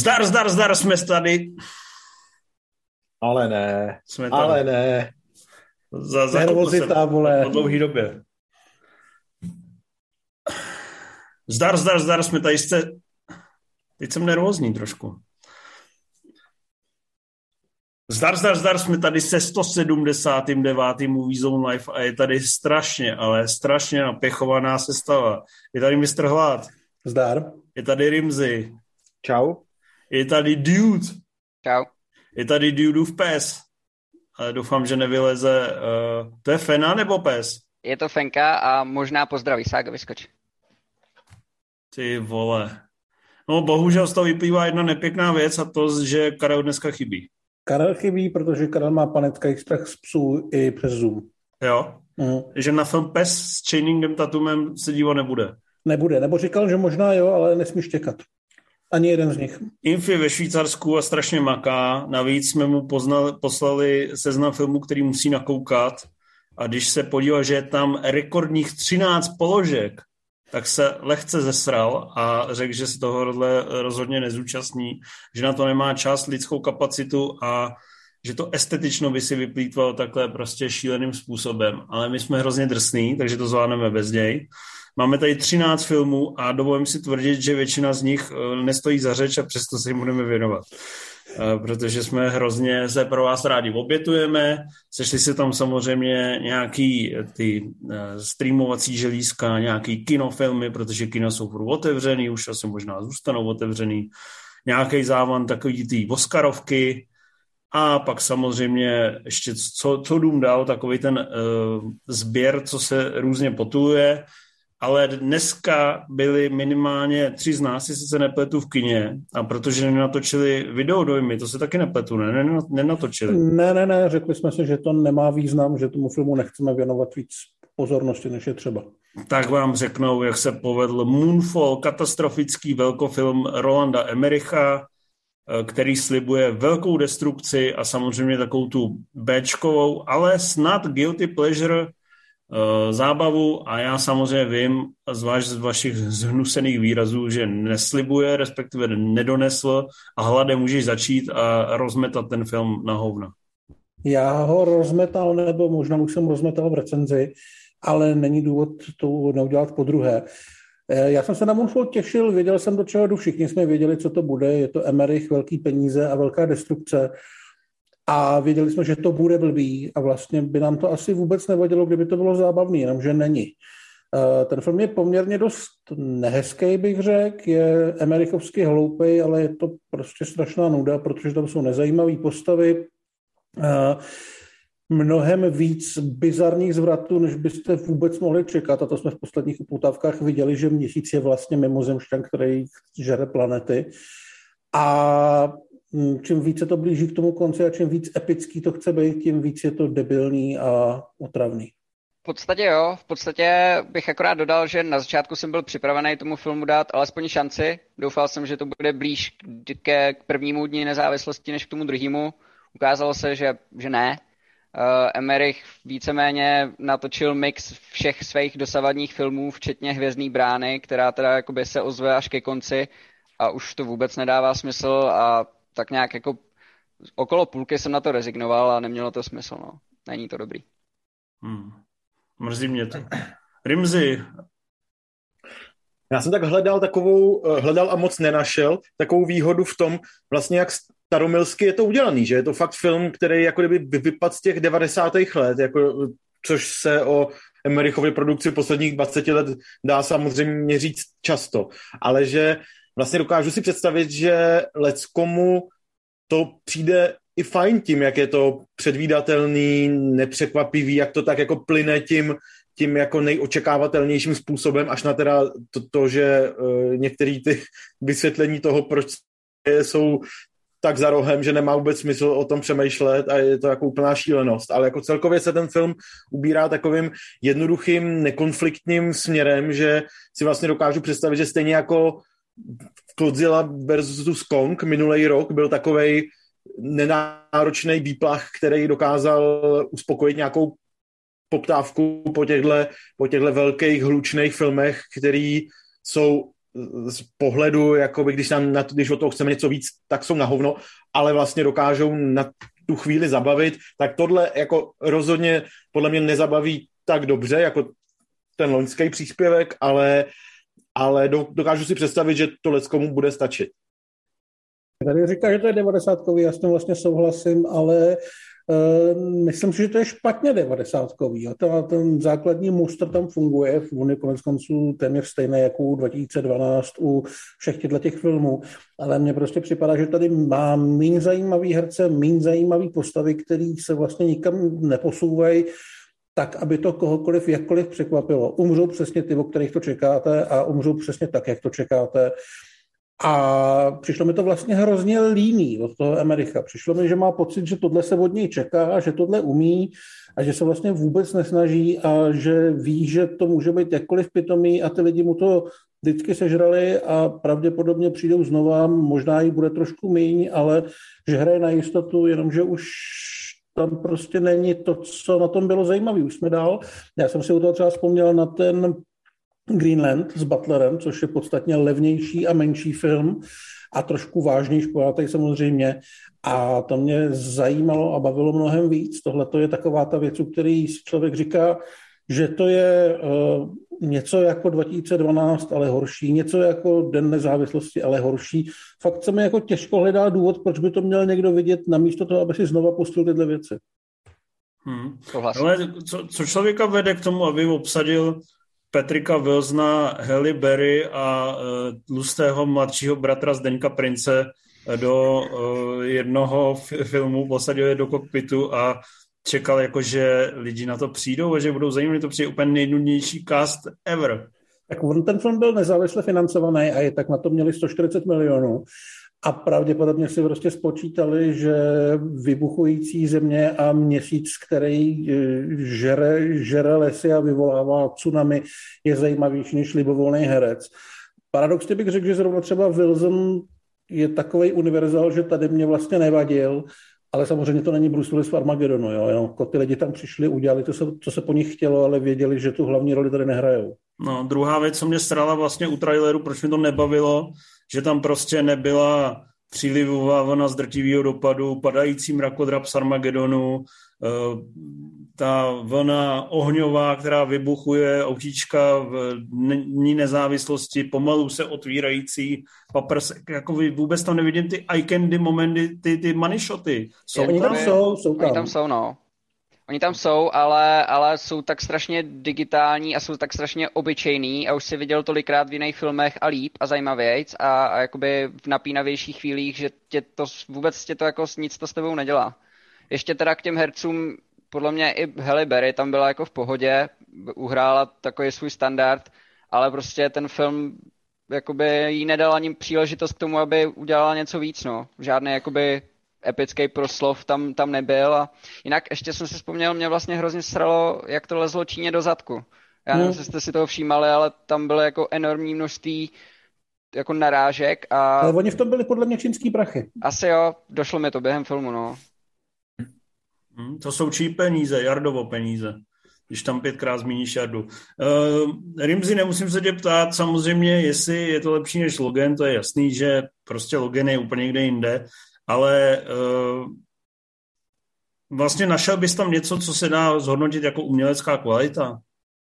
Zdar, jsme tady. Ale ne, Jsme tady. ale ne. Zakopl jsem po dlouhý době. Zdar, jsme tady. Teď jsem nervózní trošku. Zdar, jsme tady se 179. Movie Zone Live a je tady strašně napěchovaná sestava. Je tady Mr. Hlad. Zdar. Je tady Rimzy. Čau. Je tady Dude. Čau. Je tady Dudeův pes. Ale doufám, že nevyleze. To je Fena nebo pes? Je to Fenka a možná pozdraví. Ságo, vyskoč. Ty vole. No bohužel z toho vyplývá jedna nepěkná věc a to, že Karel dneska chybí. Karel chybí, protože Karel má panický strach z psů i přes Zoom. Jo? Že na film Pes s Channingem Tatumem se dívat nebude. Nebude, nebo říkal, že možná jo, ale nesmíš čekat. Ani jeden z nich. Infi ve Švýcarsku a strašně maká. Navíc jsme mu poslali seznam filmů, který musí nakoukat. A když se podíval, že je tam rekordních 13 položek, tak se lehce zesral a řekl, že se toho rozhodně nezúčastní, že na to nemá čas, lidskou kapacitu a že to estetično by si vyplýtvalo takhle prostě šíleným způsobem. Ale my jsme hrozně drsný, takže to zvládneme bez něj. Máme tady 13 filmů a dovolím si tvrdit, že většina z nich nestojí za řeč a přesto se jim budeme věnovat. Protože jsme hrozně se pro vás rádi obětujeme. Sešli se tam samozřejmě nějaký ty streamovací želízka, nějaký kinofilmy, protože kina jsou furt otevřený, už asi možná zůstanou otevřený. Nějaký závan, takový ty Oscarovky. A pak samozřejmě ještě co dům dal, takový ten sběr, co se různě potuluje. Ale dneska byli minimálně 3 z nás, jestli se nepletu, v kině. A protože nenatočili videodojmy, to se taky nepletu, nenatočili. Ne, řekli jsme si, že to nemá význam, že tomu filmu nechceme věnovat víc pozornosti, než je třeba. Tak vám řeknou, jak se povedl Moonfall, katastrofický velkofilm Rolanda Emmericha, který slibuje velkou destrukci a samozřejmě takovou tu béčkovou, ale snad guilty pleasure zábavu a já samozřejmě vím, zvlášť z vašich zhnusených výrazů, že neslibuje, respektive nedonesl a hladem můžeš začít a rozmetat ten film na hovna. Já ho rozmetal, nebo možná už jsem rozmetal v recenzi, ale není důvod to neudělat podruhé. Já jsem se na Moonfall těšil, věděl jsem, do čeho jdu, všichni jsme věděli, co to bude, je to Emmerich, velký peníze a velká destrukce. A věděli jsme, že to bude blbý a vlastně by nám to asi vůbec nevadilo, kdyby to bylo zábavný, jenomže není. Ten film je poměrně dost nehezký, bych řekl, je emerichovsky hloupej, ale je to prostě strašná nuda, protože tam jsou nezajímavé postavy, mnohem víc bizarních zvratů, než byste vůbec mohli čekat, a to jsme v posledních upoutávkách viděli, že Měsíc je vlastně mimozemšťan, který žere planety. A čím více to blíží k tomu konci a čím víc epický to chce být, tím víc je to debilní a otravný. V podstatě jo, v podstatě bych akorát dodal, že na začátku jsem byl připravený tomu filmu dát alespoň šanci. Doufal jsem, že to bude blíž k prvnímu dni nezávislosti než k tomu druhému. Ukázalo se, že ne. Emmerich víceméně natočil mix všech svých dosavadních filmů, včetně Hvězdný brány, která teda jakoby se ozve až ke konci a už to vůbec nedává smysl a tak nějak jako okolo půlky jsem na to rezignoval a nemělo to smysl, no. Není to dobrý. Mrzí mě to. Rimzy. Já jsem tak hledal a moc nenašel takovou výhodu v tom, vlastně jak staromilsky je to udělaný, že je to fakt film, který jako kdyby vypadl z těch 90. let, jako, což se o Emmerichově produkci posledních 20 let dá samozřejmě říct často, ale že vlastně dokážu si představit, že leckomu to přijde i fajn tím, jak je to předvídatelný, nepřekvapivý, jak to tak jako plyne tím jako nejočekávatelnějším způsobem, až na teda to že některé ty vysvětlení toho, proč jsou tak za rohem, že nemá vůbec smysl o tom přemýšlet a je to jako úplná šílenost. Ale jako celkově se ten film ubírá takovým jednoduchým, nekonfliktním směrem, že si vlastně dokážu představit, že stejně jako Godzilla versus Kong minulý rok byl takovej nenáročný výplach, který dokázal uspokojit nějakou poptávku po těchto velkých hlučných filmech, který jsou z pohledu, jakoby, když o toho chceme něco víc, tak jsou na hovno, ale vlastně dokážou na tu chvíli zabavit, tak tohle jako rozhodně podle mě nezabaví tak dobře, jako ten loňský příspěvek, ale dokážu si představit, že to leckomu bude stačit. Tady říká, že to je 90kový, já s tím vlastně souhlasím, ale myslím si, že to je špatně 90kový. Ten základní mustr tam funguje, on je konec konců téměř stejný jako u 2012 u všech těch filmů, ale mně prostě připadá, že tady má méně zajímavý herce, méně zajímavý postavy, který se vlastně nikam neposouvají, tak, aby to kohokoliv jakkoliv překvapilo. Umřou přesně ty, o kterých to čekáte a umřou přesně tak, jak to čekáte. A přišlo mi to vlastně hrozně líný od toho Emericha. Přišlo mi, že má pocit, že tohle se od něj čeká, že tohle umí a že se vlastně vůbec nesnaží a že ví, že to může být jakkoliv pitomý a ty lidi mu to vždycky sežrali a pravděpodobně přijdou znova, možná jí bude trošku míň, ale že hraje na jistotu, jenomže už tam prostě není to, co na tom bylo zajímavé. Už jsme dál. Já jsem si u toho třeba vzpomněl na ten Greenland s Butlerem, což je podstatně levnější a menší film a trošku vážnější, pojatý samozřejmě. A to mě zajímalo a bavilo mnohem víc. Tohle to je taková ta věc, u který si člověk říká, že to je něco jako 2012, ale horší, něco jako Den nezávislosti, ale horší. Fakt se mi jako těžko hledá důvod, proč by to měl někdo vidět, namísto toho, aby si znova pustil tyhle věci. Ale co člověka vede k tomu, aby obsadil Patricka Wilsona, Halle Berry a tlustého mladšího bratra Zdeňka Prince do jednoho filmu, posadil je do kokpitu a čekal, jako, že lidi na to přijdou a že budou zajímavé, to přijde úplně nejnudnější cast ever. Tak ten film byl nezávisle financovaný a je tak na to měli 140 milionů. A pravděpodobně si prostě spočítali, že vybuchující země a měsíc, který žere lesy a vyvolává tsunami, je zajímavější než libovolný herec. Paradoxně bych řekl, že zrovna třeba Wilson je takovej univerzál, že tady mě vlastně nevadil, ale samozřejmě to není Bruce Willis v Armagedonu. Jo? Ty lidi tam přišli, udělali to, co se po nich chtělo, ale věděli, že tu hlavní roli tady nehrajou. No, druhá věc, co mě strala vlastně u traileru, proč mi to nebavilo, že tam prostě nebyla přílivová vlna z drtivého dopadu, padající mrakodrap z Armagedonu, ta vlna ohňová, která vybuchuje, autíčka v dní nezávislosti, pomalu se otvírající paprsek, jako vůbec tam nevidím ty eye candy momenty, ty money shoty. Oni tam jsou, no. Oni tam jsou, ale jsou tak strašně digitální a jsou tak strašně obyčejný a už si viděl tolikrát v jiných filmech a líp a zajímavějc a jakoby v napínavějších chvílích, že vůbec tě to jako nic to s tebou nedělá. Ještě teda k těm hercům, podle mě i Halle Berry tam byla jako v pohodě, uhrála takový svůj standard, ale prostě ten film jakoby jí nedal ani příležitost k tomu, aby udělala něco víc, no. Žádný jakoby epický proslov tam nebyl a jinak ještě jsem si vzpomněl, mě vlastně hrozně sralo, jak to lezlo Číně do zadku. Já nevím, jestli jste si toho všímali, ale tam bylo jako enormní množství jako narážek a... Ale oni v tom byli podle mě čínský prachy. Asi jo, došlo mi to během filmu, no. To jsou čí peníze, Jardovo peníze, když tam 5krát zmíníš Jardu. Rimzi, nemusím se tě ptát samozřejmě, jestli je to lepší než Logan, to je jasný, že prostě Logan je úplně někde jinde, ale vlastně našel bys tam něco, co se dá zhodnotit jako umělecká kvalita?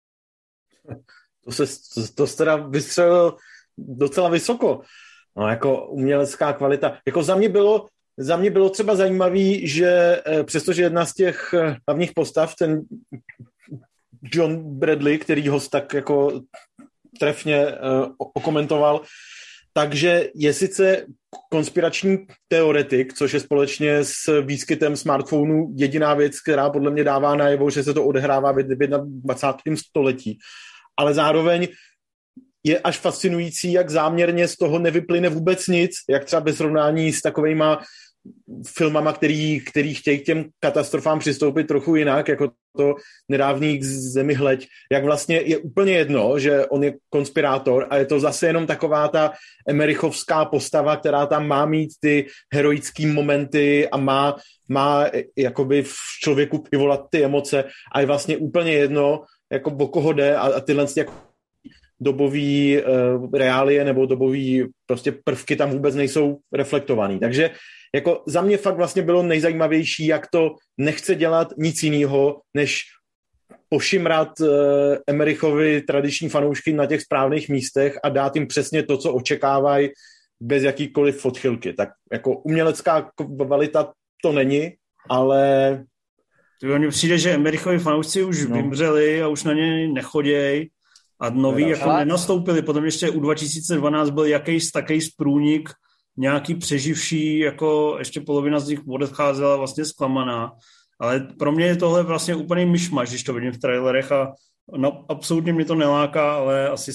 To se teda vystřelil docela vysoko. No, jako umělecká kvalita. Jako za mě bylo třeba zajímavý, že přestože jedna z těch hlavních postav, ten John Bradley, který ho tak jako trefně okomentoval, takže je sice konspirační teoretik, což je společně s výskytem smartphonů jediná věc, která podle mě dává najevo, že se to odehrává v 21. století. Ale zároveň je až fascinující, jak záměrně z toho nevyplyne vůbec nic, jak třeba bez srovnání s takovejma filmama, který chtějí k těm katastrofám přistoupit trochu jinak, jako to nedávný K zemi hleď, jak vlastně je úplně jedno, že on je konspirátor a je to zase jenom taková ta emerichovská postava, která tam má mít ty heroický momenty a má jakoby v člověku vyvolat ty emoce a je vlastně úplně jedno, jako o koho jde a tyhle jako dobový reálie nebo dobový prostě prvky tam vůbec nejsou reflektovaný. Takže jako za mě fakt vlastně bylo nejzajímavější, jak to nechce dělat nic jiného, než pošimrat Emmerichovi tradiční fanoušky na těch správných místech a dát jim přesně to, co očekávají, bez jakýkoliv odchylky. Tak jako umělecká kvalita to není, ale... Mně přijde, že Emmerichovi fanoušci už vymřeli a už na ně nechoděj a noví jako nenastoupili. Potom ještě u 2012 byl jakýś takový průnik, nějaký přeživší, jako ještě polovina z nich odcházela vlastně zklamaná. Ale pro mě je tohle vlastně úplný myšmaš, když to vidím v trailerech a no, absolutně mě to neláká, ale asi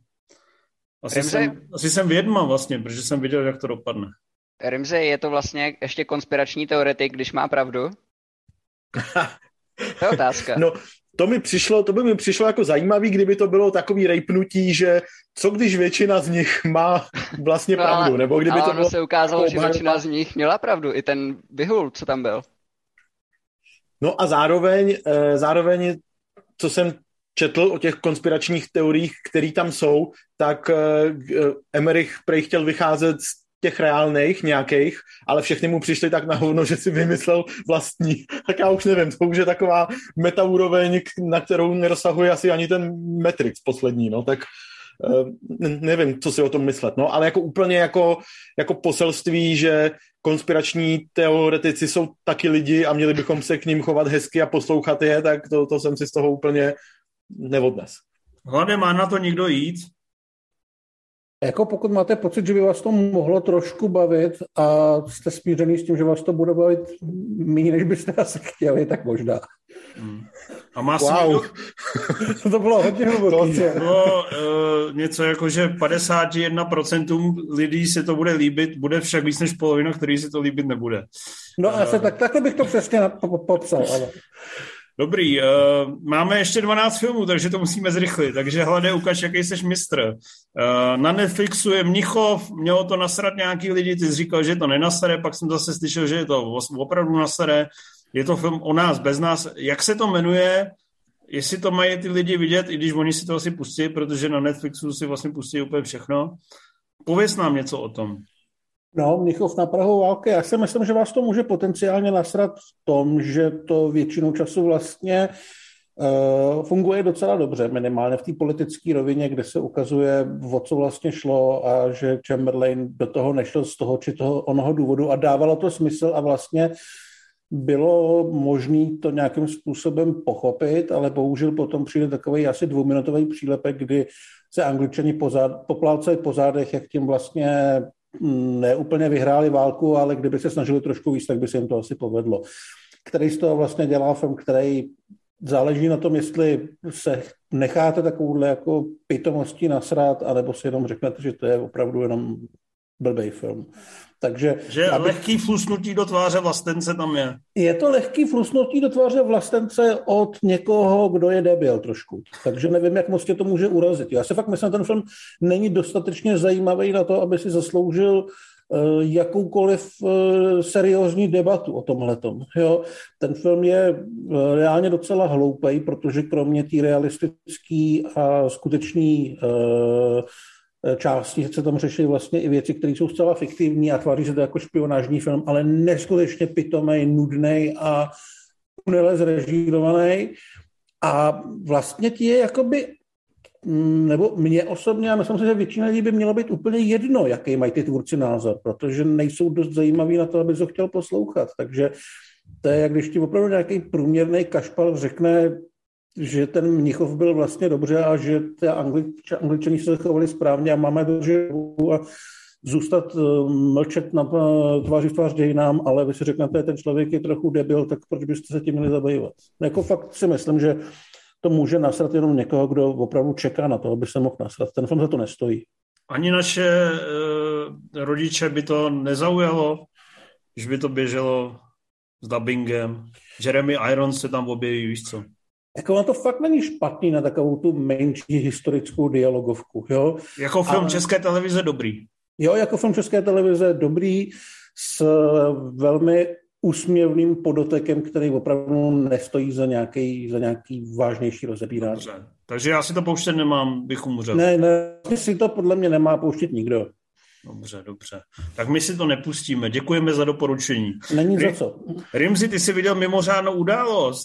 jsem vědma vlastně, protože jsem viděl, jak to dopadne. Rimzi, je to vlastně ještě konspirační teoretik, když má pravdu? To je otázka. No, to by mi přišlo jako zajímavý, kdyby to bylo takový rejpnutí, že co když většina z nich má vlastně pravdu, nebo kdyby to bylo... se ukázalo, že většina z nich měla pravdu, i ten Vyhul, co tam byl. No a zároveň, co jsem četl o těch konspiračních teoriích, které tam jsou, tak Emmerich prej chtěl vycházet z těch reálných nějakých, ale všechny mu přišly tak na hovno, že si vymyslel vlastní. Tak já už nevím, to už je taková metaúroveň, na kterou nedosahuje asi ani ten Matrix poslední, no, tak nevím, co si o tom myslet, no, ale jako úplně jako poselství, že konspirační teoretici jsou taky lidi a měli bychom se k ním chovat hezky a poslouchat je, tak to jsem si z toho úplně neodnes. Hlavně má na to někdo jít? Jako pokud máte pocit, že by vás to mohlo trošku bavit a jste smířený s tím, že vás to bude bavit méně, než byste asi chtěli, tak možná. A má někdo... To bylo hodně hluboký. Něco jako, že 51% lidí se to bude líbit, bude však víc než polovina, který se to líbit nebude. No asi takhle bych to přesně popsal, ale... Dobrý, máme ještě 12 filmů, takže to musíme zrychlit. Takže Hlade, ukaž, jaký jsi mistr. Na Netflixu je Mnichov, mělo to nasrat nějaký lidi, ty jsi říkal, že je to nenasere, pak jsem zase slyšel, že je to opravdu nasere. Je to film o nás, bez nás. Jak se to jmenuje? Jestli to mají ty lidi vidět, i když oni si to asi pustí, protože na Netflixu si vlastně pustí úplně všechno. Pověz nám něco o tom. No, Mnichov na prahu války. Já si myslím, že vás to může potenciálně nasrat v tom, že to většinou času vlastně funguje docela dobře, minimálně v té politické rovině, kde se ukazuje, o co vlastně šlo a že Chamberlain do toho nešel z toho či toho onoho důvodu a dávalo to smysl a vlastně bylo možné to nějakým způsobem pochopit, ale bohužel potom přijde takový asi 2minutový přílepek, kdy se Angličani poplácají po zádech, jak tím vlastně neúplně vyhráli válku, ale kdyby se snažili trošku víc, tak by se jim to asi povedlo. Který z toho vlastně dělá film, který záleží na tom, jestli se necháte takovouhle jako pitomostí nasrát, anebo si jenom řeknete, že to je opravdu jenom blbej film. Takže lehký flusnutí do tváře vlastence tam je. Je to lehký flusnutí do tváře vlastence od někoho, kdo je debil trošku. Takže nevím, jak moc tě to může urazit. Já si fakt myslím, že ten film není dostatečně zajímavý na to, aby si zasloužil jakoukoliv seriózní debatu o tomhletom. Jo? Ten film je reálně docela hloupej, protože kromě té realistické a skutečný části se tam řeší vlastně i věci, které jsou zcela fiktivní a tváří se to jako špionážní film, ale neskutečně pitomej, nudnej a unile zrežírovaný. A vlastně ti je jakoby, nebo mě osobně, já myslím si, že většina lidí by mělo být úplně jedno, jaký mají ty tvůrci názor, protože nejsou dost zajímaví na to, aby ho chtěl poslouchat. Takže to je, jak když ti opravdu nějaký průměrný kašpal řekne, že ten Mnichov byl vlastně dobře a že Angličani se zachovali správně a máme držet a zůstat mlčet na tváři v tvář dějinám, ale vy si řeknete, ten člověk je trochu debil, tak proč byste se tím měli zabývat? Jako fakt si myslím, že to může nasrat jenom někoho, kdo opravdu čeká na to, aby se mohl nasrat. Ten film za to nestojí. Ani naše rodiče by to nezaujalo, když by to běželo s dubbingem. Jeremy Irons se tam objeví, víš co? Jako on to fakt není špatný na takovou tu menší historickou dialogovku, jo? Jako film České televize dobrý. Jo, jako film České televize dobrý, s velmi úsměvným podotekem, který opravdu nestojí za nějaký vážnější rozebírání. Dobře. Takže já si to pouštět nemám, bych umřel. Ne, si to podle mě nemá pouštět nikdo. Dobře. Tak my si to nepustíme. Děkujeme za doporučení. Není za co. Rimzi, ty jsi viděl Mimořádnou událost?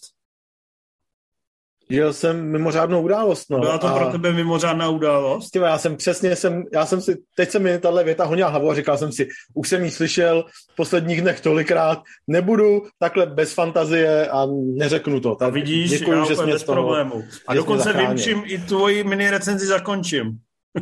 Viděl jsem Mimořádnou událost. No. Byla to pro tebe mimořádná událost? Teď se mi tahle věta honila hlavou a říkal jsem si, už jsem ji slyšel v posledních dnech tolikrát, nebudu takhle bez fantazie a neřeknu to. Tak vidíš, děkuju, já že bez problému. A dokonce vím, čím i tvoji mini recenzi zakončím.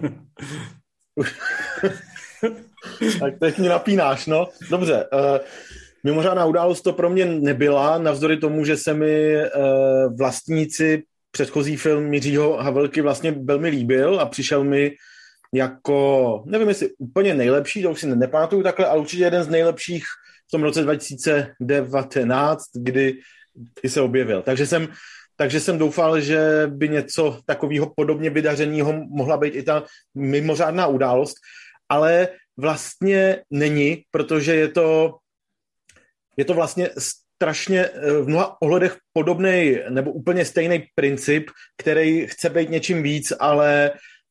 Tak teď mě napínáš, no. Dobře, mimořádná událost to pro mě nebyla, navzdory tomu, že se mi Vlastníci, předchozí film Jiřího Havelky vlastně velmi líbil a přišel mi jako, nevím jestli úplně nejlepší, to už si nepamatuju takhle, ale určitě jeden z nejlepších v tom roce 2019, kdy se objevil. Takže jsem doufal, že by něco takového podobně vydařeného mohla být i ta mimořádná událost, ale vlastně není, protože je to vlastně strašně v mnoha ohledech podobný nebo úplně stejný princip, který chce být něčím víc, ale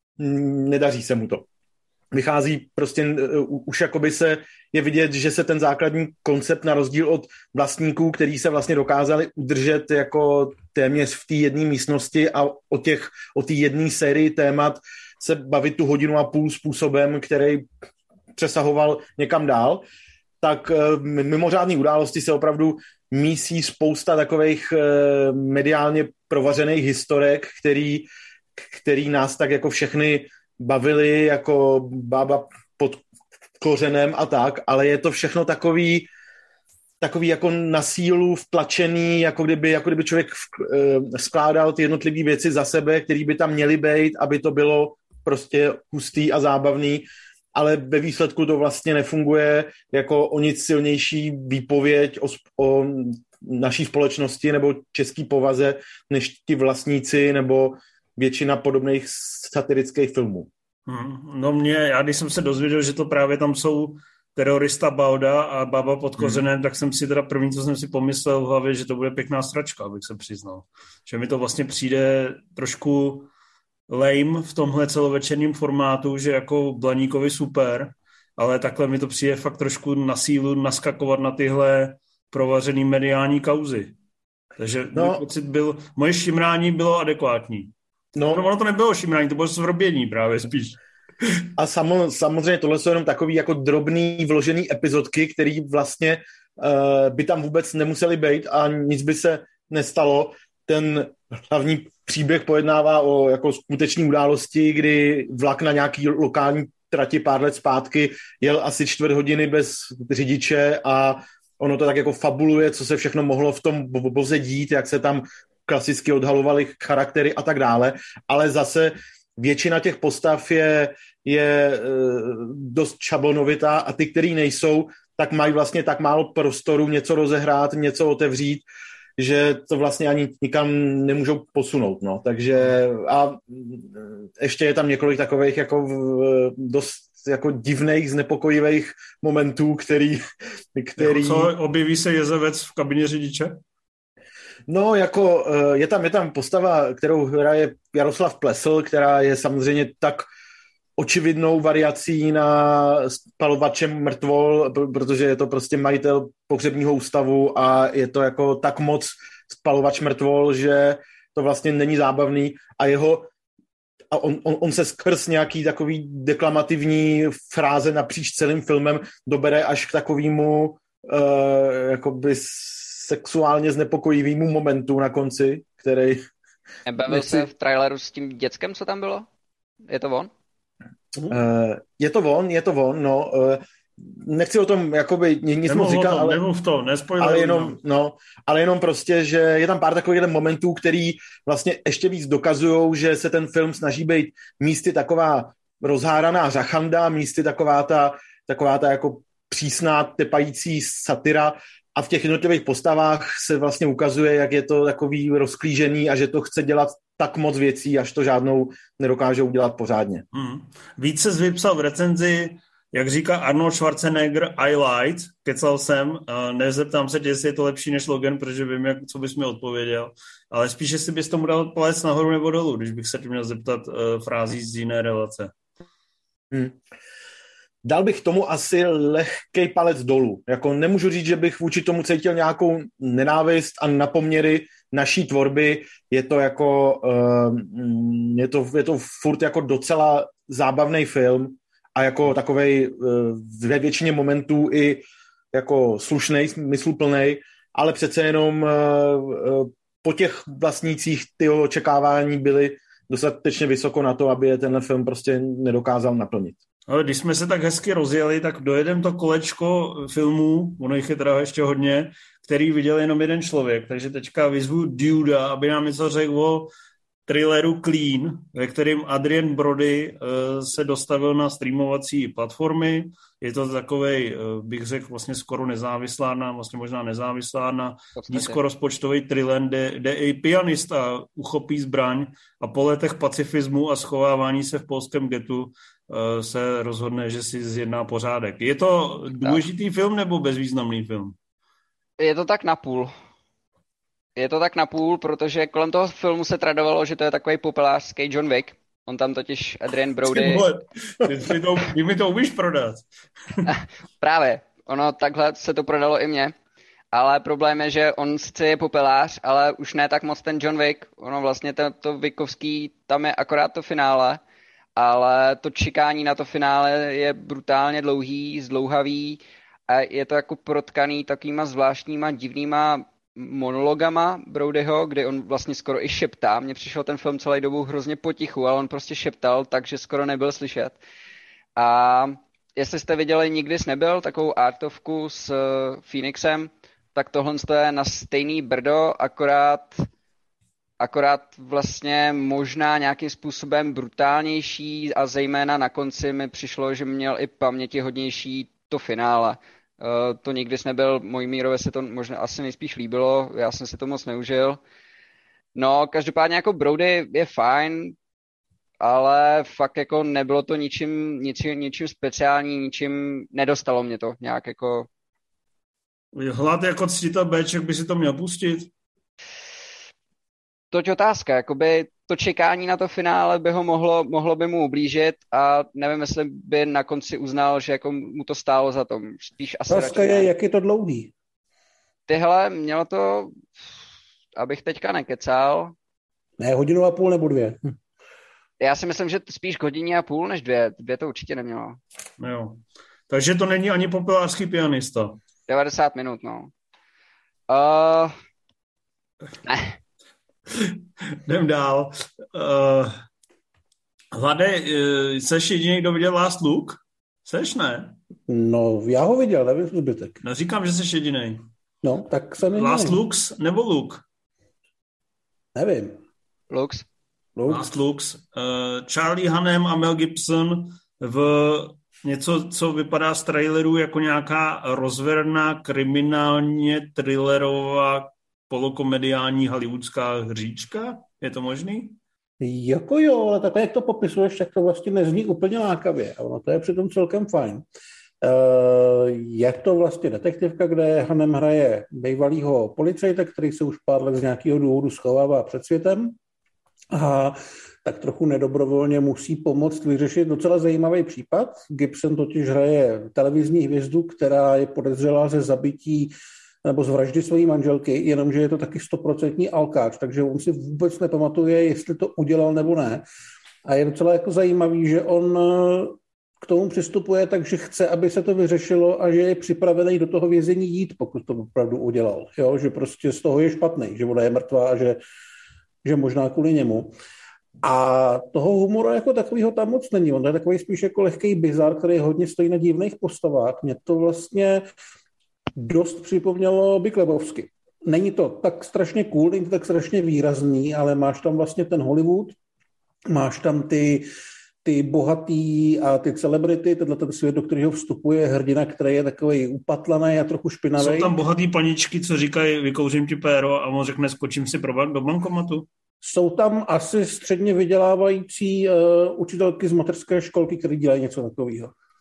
nedaří se mu to. Vychází prostě už jakoby je vidět, že se ten základní koncept na rozdíl od Vlastníků, který se vlastně dokázali udržet jako téměř v té jedné místnosti a o té jedné sérii témat se bavit tu 1,5 hodiny způsobem, který přesahoval někam dál, tak mimořádné události se opravdu mísí spousta takových mediálně provařených historek, který nás tak jako všechny bavili, jako bába pod kořenem a tak, ale je to všechno takový jako na sílu vtlačený, jako kdyby člověk skládal ty jednotlivé věci za sebe, které by tam měly být, aby to bylo prostě hustý a zábavný, ale ve výsledku to vlastně nefunguje jako o nic silnější výpověď o naší společnosti nebo český povaze, než ti Vlastníci nebo většina podobných satirických filmů. No já když jsem se dozvěděl, že to právě tam jsou terorista Bauda a baba pod kořenem, tak jsem si teda první, co jsem si pomyslel v hlavě, že to bude pěkná sračka, abych se přiznal. Že mi to vlastně přijde trošku lame v tomhle celovečerním formátu, že jako Blaníkovi super, ale takhle mi to přijde fakt trošku na sílu naskakovat na tyhle provařený mediální kauzy. Takže můj pocit byl, moje šimrání bylo adekvátní. No, ono to nebylo šimrání, to bylo zvrobění právě spíš. A samozřejmě tohle jsou jenom takový jako drobný vložený epizodky, který vlastně by tam vůbec nemuseli být a nic by se nestalo. Ten hlavní příběh pojednává o jako skutečné události, kdy vlak na nějaký lokální trati pár let zpátky jel asi 4 hodiny bez řidiče a ono to tak jako fabuluje, co se všechno mohlo v tom voze dít, jak se tam klasicky odhalovaly charaktery a tak dále, ale zase většina těch postav je dost šablonovitá a ty, který nejsou, tak mají vlastně tak málo prostoru něco rozehrát, něco otevřít, že to vlastně ani nikam nemůžou posunout, no. Takže a ještě je tam několik takových jako dost jako divných, znepokojivých momentů, který... Co, objeví se jezevec v kabině řidiče? No, jako je tam postava, kterou hraje Jaroslav Plesl, která je samozřejmě tak očividnou variací na spalovačem mrtvol, protože je to prostě majitel pohřebního ústavu a je to jako tak moc spalovač mrtvol, že to vlastně není zábavný a on se skrz nějaký takový deklamativní fráze napříč celým filmem dobere až k takovému jakoby sexuálně znepokojivému momentu na konci, který... Nebavil se v traileru s tím děckem, co tam bylo? Je to on? Je to on, no. Nechci o tom jakoby nic moc říkat, ale jenom prostě, že je tam pár takových momentů, který vlastně ještě víc dokazujou, že se ten film snaží být místy taková rozháraná řachanda, místy taková ta jako přísná tepající satira a v těch jednotlivých postavách se vlastně ukazuje, jak je to takový rozklížený a že to chce dělat tak moc věcí, až to žádnou nedokáže udělat pořádně. Víc se vypsal v recenzi Jak říká Arnold Schwarzenegger, I lied, kecal jsem, nezeptám se tě, jestli je to lepší než Logan, protože vím, co bys mi odpověděl, ale spíš, jestli bys tomu dal palec nahoru nebo dolů, když bych se tě měl zeptat frází z jiné relace. Dal bych tomu asi lehkej palec dolů. Jako nemůžu říct, že bych vůči tomu cítil nějakou nenávist a na poměry naší tvorby. Je to jako, je to furt jako docela zábavný film a jako takovej ve většině momentů i jako slušnej, smysluplnej, ale přece jenom po těch vlastnících ty očekávání byly dostatečně vysoko na to, aby je tenhle film prostě nedokázal naplnit. Ale když jsme se tak hezky rozjeli, tak dojedem to kolečko filmů, ono jich je teda ještě hodně, který viděl jenom jeden člověk, takže teďka vyzvu Duda, aby nám něco řekl o thrilleru Clean, ve kterém Adrien Brody se dostavil na streamovací platformy. Je to takovej, bych řekl, vlastně skoro nezávislá na, vlastně možná nezávislá na nízkorozpočtový thriller, kde i pianista uchopí zbraň a po letech pacifismu a schovávání se v polském getu se rozhodne, že si zjedná pořádek. Je to důležitý film nebo bezvýznamný film? Je to tak napůl. Je to tak napůl, protože kolem toho filmu se tradovalo, že to je takový populářský John Wick. On tam totiž Adrien Brody... Ty mi to umíš prodat. Právě. Ono takhle se to prodalo i mně. Ale problém je, že on sice je popelář, ale už ne tak moc ten John Wick. Ono vlastně to Wickovský, tam je akorát to finále, ale to čekání na to finále je brutálně dlouhý, zdlouhavý a je to jako protkaný takýma zvláštníma divnýma monologama Brodyho, kdy on vlastně skoro i šeptá. Mně přišel ten film celou dobu hrozně potichu, ale on prostě šeptal, takže skoro nebyl slyšet. A jestli jste viděli Nikdy jsi nebyl, takovou artovku s Phoenixem, tak tohle je na stejný brdo, akorát vlastně možná nějakým způsobem brutálnější a zejména na konci mi přišlo, že měl i pamětihodnější to finále. To Nikdy jsi nebyl, mojí Mírově se to možná asi nejspíš líbilo, já jsem si to moc neužil. No, každopádně jako Brody je fajn, ale fakt jako nebylo to ničím speciální, ničím, nedostalo mě to nějak jako... Hlad jako ctitel Bček by si to měl pustit? Toť otázka, jakoby to čekání na to finále by ho mohlo by mu ublížit a nevím, jestli by na konci uznal, že jako mu to stálo za to. Spíš asi otázka je, jak je to dlouhý. Tyhle, mělo to, abych teďka nekecal. Ne, 1,5 hodiny nebo 2. Já si myslím, že spíš 1,5 hodiny než 2. 2 to určitě nemělo. Jo. Takže to není ani populářský pianista. 90 minut, no. Ne. Jdem dál. Hlade, seš jediný, kdo viděl Last Look? Seš, ne? No, já ho viděl, nevím zbytek. Neříkám, že seš jediný. No, tak jsem jediný. Last Looks nebo Look? Nevím. Looks. Last Looks. Charlie Hunnam a Mel Gibson v něco, co vypadá z traileru jako nějaká rozverná kriminálně thrillerová polokomediální hollywoodská hříčka? Je to možný? Jako jo, ale takhle, jak to popisuješ, tak to vlastně nezní úplně lákavě. A ono to je přitom celkem fajn. Je to vlastně detektivka, kde Hanem hraje bývalýho policajta, který se už pár let z nějakého důvodu schovává před světem a tak trochu nedobrovolně musí pomoct vyřešit docela zajímavý případ. Gibson totiž hraje televizní hvězdu, která je podezřelá ze zabití nebo z vraždy své manželky, jenomže je to taky 100% alkáč, takže on si vůbec nepamatuje, jestli to udělal nebo ne. A je docela jako zajímavý, že on k tomu přistupuje tak, že chce, aby se to vyřešilo a že je připravený do toho vězení jít, pokud to opravdu udělal. Jo? Že prostě z toho je špatný, že ona je mrtvá a že možná kvůli němu. A toho humoru jako takového tam moc není. On je takový spíš jako lehký bizar, který hodně stojí na divných postavách. Mě to vlastně dost připomnělo Big Lebowski. Není to tak strašně cool, není to tak strašně výrazný, ale máš tam vlastně ten Hollywood, máš tam ty bohatý a ty celebrity, ten svět, do kterého vstupuje hrdina, který je takový upatlaný a trochu špinavý. Jsou tam bohatý paničky, co říkají, vykouřím ti péro a on řekne, skočím si do bankomatu? Jsou tam asi středně vydělávající učitelky z mateřské školky, které dělají něco takového.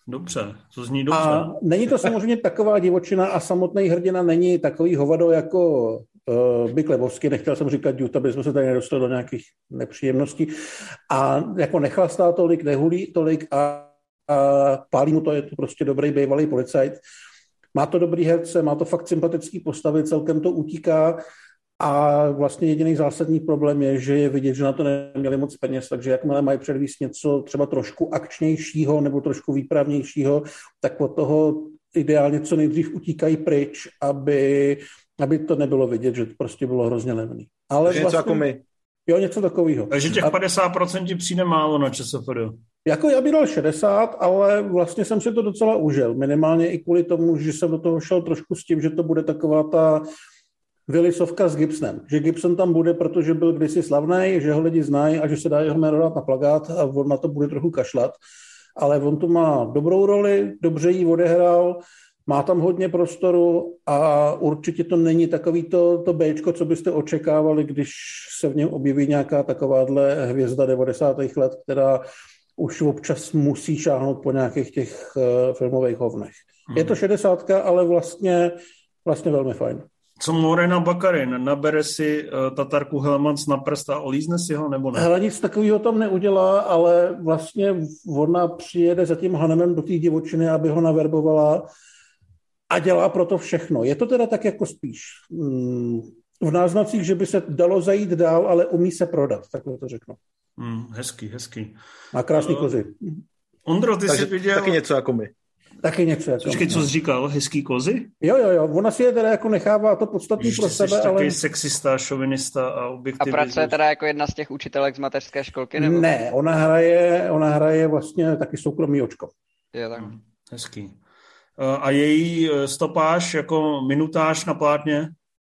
Dobře, to zní dobře. A není to samozřejmě taková divočina a samotný hrdina není takový hovado jako Big Lebowski, nechtěl jsem říkat Dude, aby jsme se tady nedostali do nějakých nepříjemností. A jako nechlastá tolik, nehulí tolik a pálí mu to, je to prostě dobrý bývalý policajt. Má to dobrý herce, má to fakt sympatický postavy, celkem to utíká a vlastně jediný zásadní problém je, že je vidět, že na to neměli moc peněz, takže jakmile mají předvíst něco třeba trošku akčnějšího nebo trošku výpravnějšího, tak od toho ideálně co nejdřív utíkají pryč, aby to nebylo vidět, že to prostě bylo hrozně levný. Ale takže vlastně, něco jako my. Jo, něco takového. Takže těch 50% ti přijde málo na ČSFD. Jako já bych dal 60, ale vlastně jsem si to docela užil. Minimálně i kvůli tomu, že jsem do toho šel trošku s tím, že to bude taková ta Willisovka s Gibsonem. Že Gibson tam bude, protože byl kdysi slavný, že ho lidi znají a že se dá jeho jméno dát na plakát a on na to bude trochu kašlat. Ale on tu má dobrou roli, dobře ji odehrál, má tam hodně prostoru a určitě to není takový to Bčko, co byste očekávali, když se v něm objeví nějaká takováhle hvězda 90. let, která už občas musí šáhnout po nějakých těch filmových hovnech. Je to 60, ale vlastně velmi fajn. Co Morena Bakarin? Nabere si Tatarku Helmans na prst a olízne si ho, nebo ne? Hele, nic takového tam neudělá, ale vlastně ona přijede za tím Hanemem do té divočiny, aby ho naverbovala a dělá proto všechno. Je to teda tak jako spíš v náznacích, že by se dalo zajít dál, ale umí se prodat, takhle to řeknu. Hezký. Má krásný kozy. Ondro, ty jsi viděl... Taky něco jako my. Taky něco jako Počkej, co jsi říkal? Hezký kozy? Jo. Ona si je teda jako nechává to podstatný pro sebe, ale... Jsi takový ale... sexista, šovinista a objektivista. A pracuje teda jako jedna z těch učitelek z mateřské školky? Nebo? Ne, ona hraje vlastně taky soukromý očko. Je tak. Hezký. A její stopáž jako minutáž na plátně?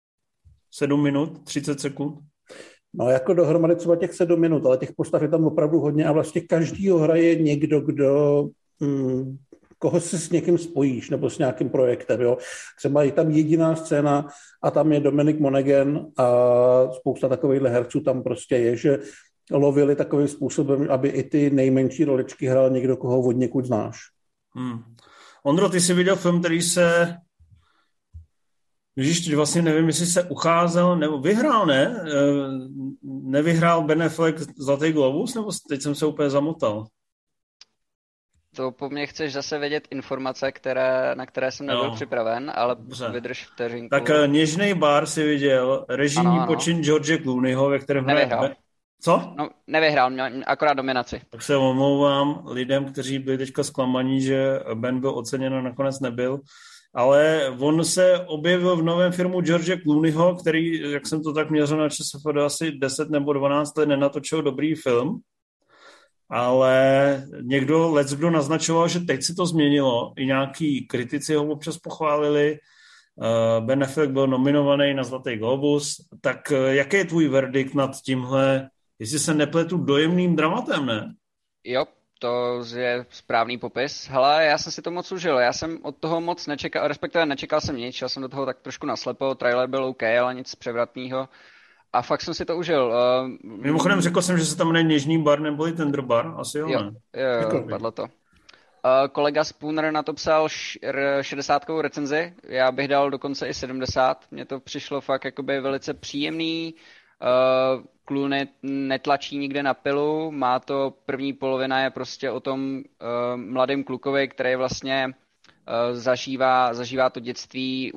7 minut, 30 sekund? No jako dohromady třeba těch 7 minut, ale těch postav je tam opravdu hodně a vlastně každýho hraje někdo, kdo... koho se s někým spojíš, nebo s nějakým projektem, jo. Třeba je tam jediná scéna a tam je Dominic Monaghan a spousta takovýchhle herců tam prostě je, že lovili takovým způsobem, aby i ty nejmenší roličky hrál někdo, koho od někud znáš. Ondro, ty jsi viděl film, který se... Ježíš, vlastně nevím, jestli se ucházel, nebo vyhrál, ne? Nevyhrál Ben Affleck Zlatý globus, nebo teď jsem se úplně zamotal? To po mně chceš zase vědět informace, na které jsem nebyl připraven, ale vydrž vteřinku. Tak Něžnej bar si viděl, režijní počin George Clooneyho, ve kterém nevyhrál. Co? No, nevyhrál, měl akorát dominaci. Tak se omlouvám lidem, kteří byli teďka zklamaní, že Ben byl oceněn a nakonec nebyl. Ale on se objevil v novém filmu George Clooneyho, který, jak jsem to tak měřil na ČSFD, asi 10 nebo 12 let nenatočil dobrý film. Ale kdo naznačoval, že teď se to změnilo. I nějaký kritici ho občas pochválili. Ben Affleck byl nominovaný na Zlatý globus. Tak jaký je tvůj verdikt nad tímhle, jestli se nepletu, dojemným dramatem, ne? Jo, to je správný popis. Hele, já jsem si to moc užil. Já jsem od toho moc nečekal, respektive nečekal jsem nic, šel jsem do toho tak trošku naslepo. Trailer byl OK, ale nic převratného. A fakt jsem si to užil. Mimochodem řekl jsem, že se tam jmenuje Něžný bar neboli Tender bar, asi jo, ne? Jo, padlo to. Kolega Spooner na to psal 60 recenzi, já bych dal dokonce i 70. Mně to přišlo fakt jakoby velice příjemný. Clooney netlačí nikde na pilu, má to, první polovina je prostě o tom mladém klukovi, který vlastně zažívá to dětství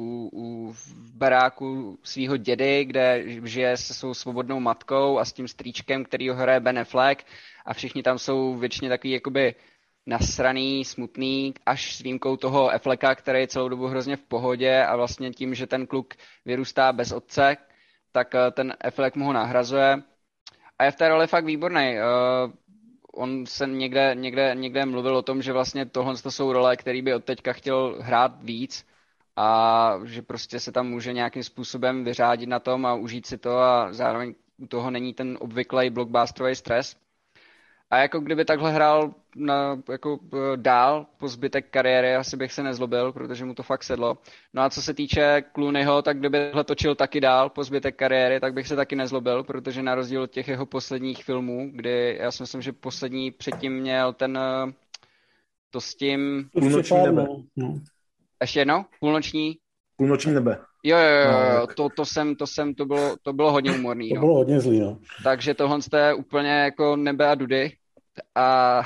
v baráku svého dědy, kde žije se svou svobodnou matkou a s tím strýčkem, který ho hraje Ben Affleck, a všichni tam jsou většině takový jakoby nasraný, smutný, až s výjimkou toho Afflecka, který je celou dobu hrozně v pohodě, a vlastně tím, že ten kluk vyrůstá bez otce, tak ten Affleck mu ho nahrazuje a je v té roli fakt výborný. On se někde mluvil o tom, že vlastně tohle jsou role, který by od teďka chtěl hrát víc a že prostě se tam může nějakým způsobem vyřádit na tom a užít si to, a zároveň u toho není ten obvyklý blockbusterový stres. A jako kdyby takhle hrál dál po zbytek kariéry, asi bych se nezlobil, protože mu to fakt sedlo. No a co se týče Clooneyho, tak kdyby takhle točil taky dál po zbytek kariéry, tak bych se taky nezlobil, protože na rozdíl od těch jeho posledních filmů, kdy já si myslím, že poslední předtím měl ten To s tím... Půlnoční nebe. No. Ještě jednou? Půlnoční Nebe. Jo, to bylo hodně humorný. To bylo hodně zlý, no. Takže tohle je úplně jako nebe a dudy a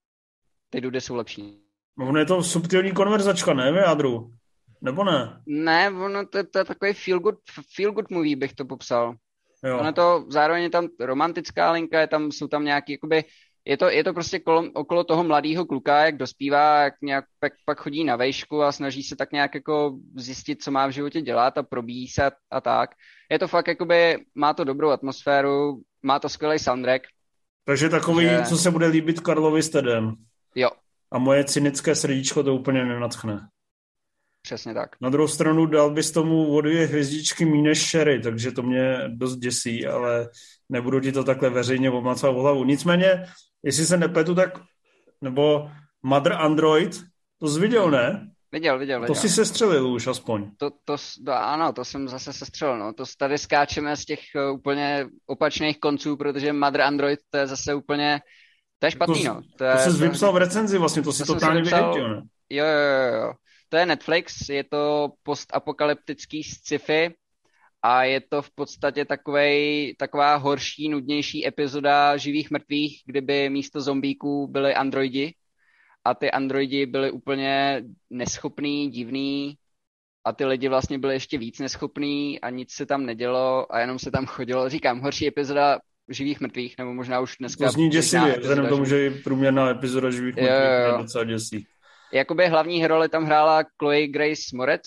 ty dudy jsou lepší. Ono je to subtilní konverzačka, ne, v jádru? Nebo ne? Ne, ono to je takový feel good movie, bych to popsal. Jo. Ono to, zároveň je tam romantická linka, jsou tam nějaký, jakoby, je to prostě okolo toho mladého kluka, jak dospívá, jak nějak pak chodí na vejšku a snaží se tak nějak jako zjistit, co má v životě dělat a probíjí se a tak. Je to fakt jakoby, má to dobrou atmosféru, má to skvělý soundtrack. Takže takový, co se bude líbit Karlovi s Tedem. Jo. A moje cynické srdíčko to úplně nenadchne. Přesně tak. Na druhou stranu dal bys tomu o 2 hvězdičky míň než Sherry, takže to mě dost děsí, ale nebudu ti to takhle veřejně omacovat v hlavu. Nicméně, jestli se nepletu, tak, nebo Mother Android, to jsi viděl, ne? Viděl. To si sestřelil už aspoň. Ano, to jsem zase sestřelil. No. To tady skáčeme z těch úplně opačných konců, protože Mother Android to je zase úplně, to je špatný, no. To jsi vypsal v recenzi vlastně, to si totálně vyhejtil, ne? Jo. To je Netflix, je to postapokalyptický sci-fi a je to v podstatě taková horší, nudnější epizoda živých mrtvých, kdyby místo zombíků byli androidi a ty androidi byli úplně neschopný, divný a ty lidi vlastně byli ještě víc neschopný a nic se tam nedělo a jenom se tam chodilo. Říkám, horší epizoda živých mrtvých, nebo možná už dneska... To zní děsivě, vzhledem tomu, že je průměrná epizoda živých mrtvých, je docela děsí. Jakoby hlavní roli tam hrála Chloe Grace Moretz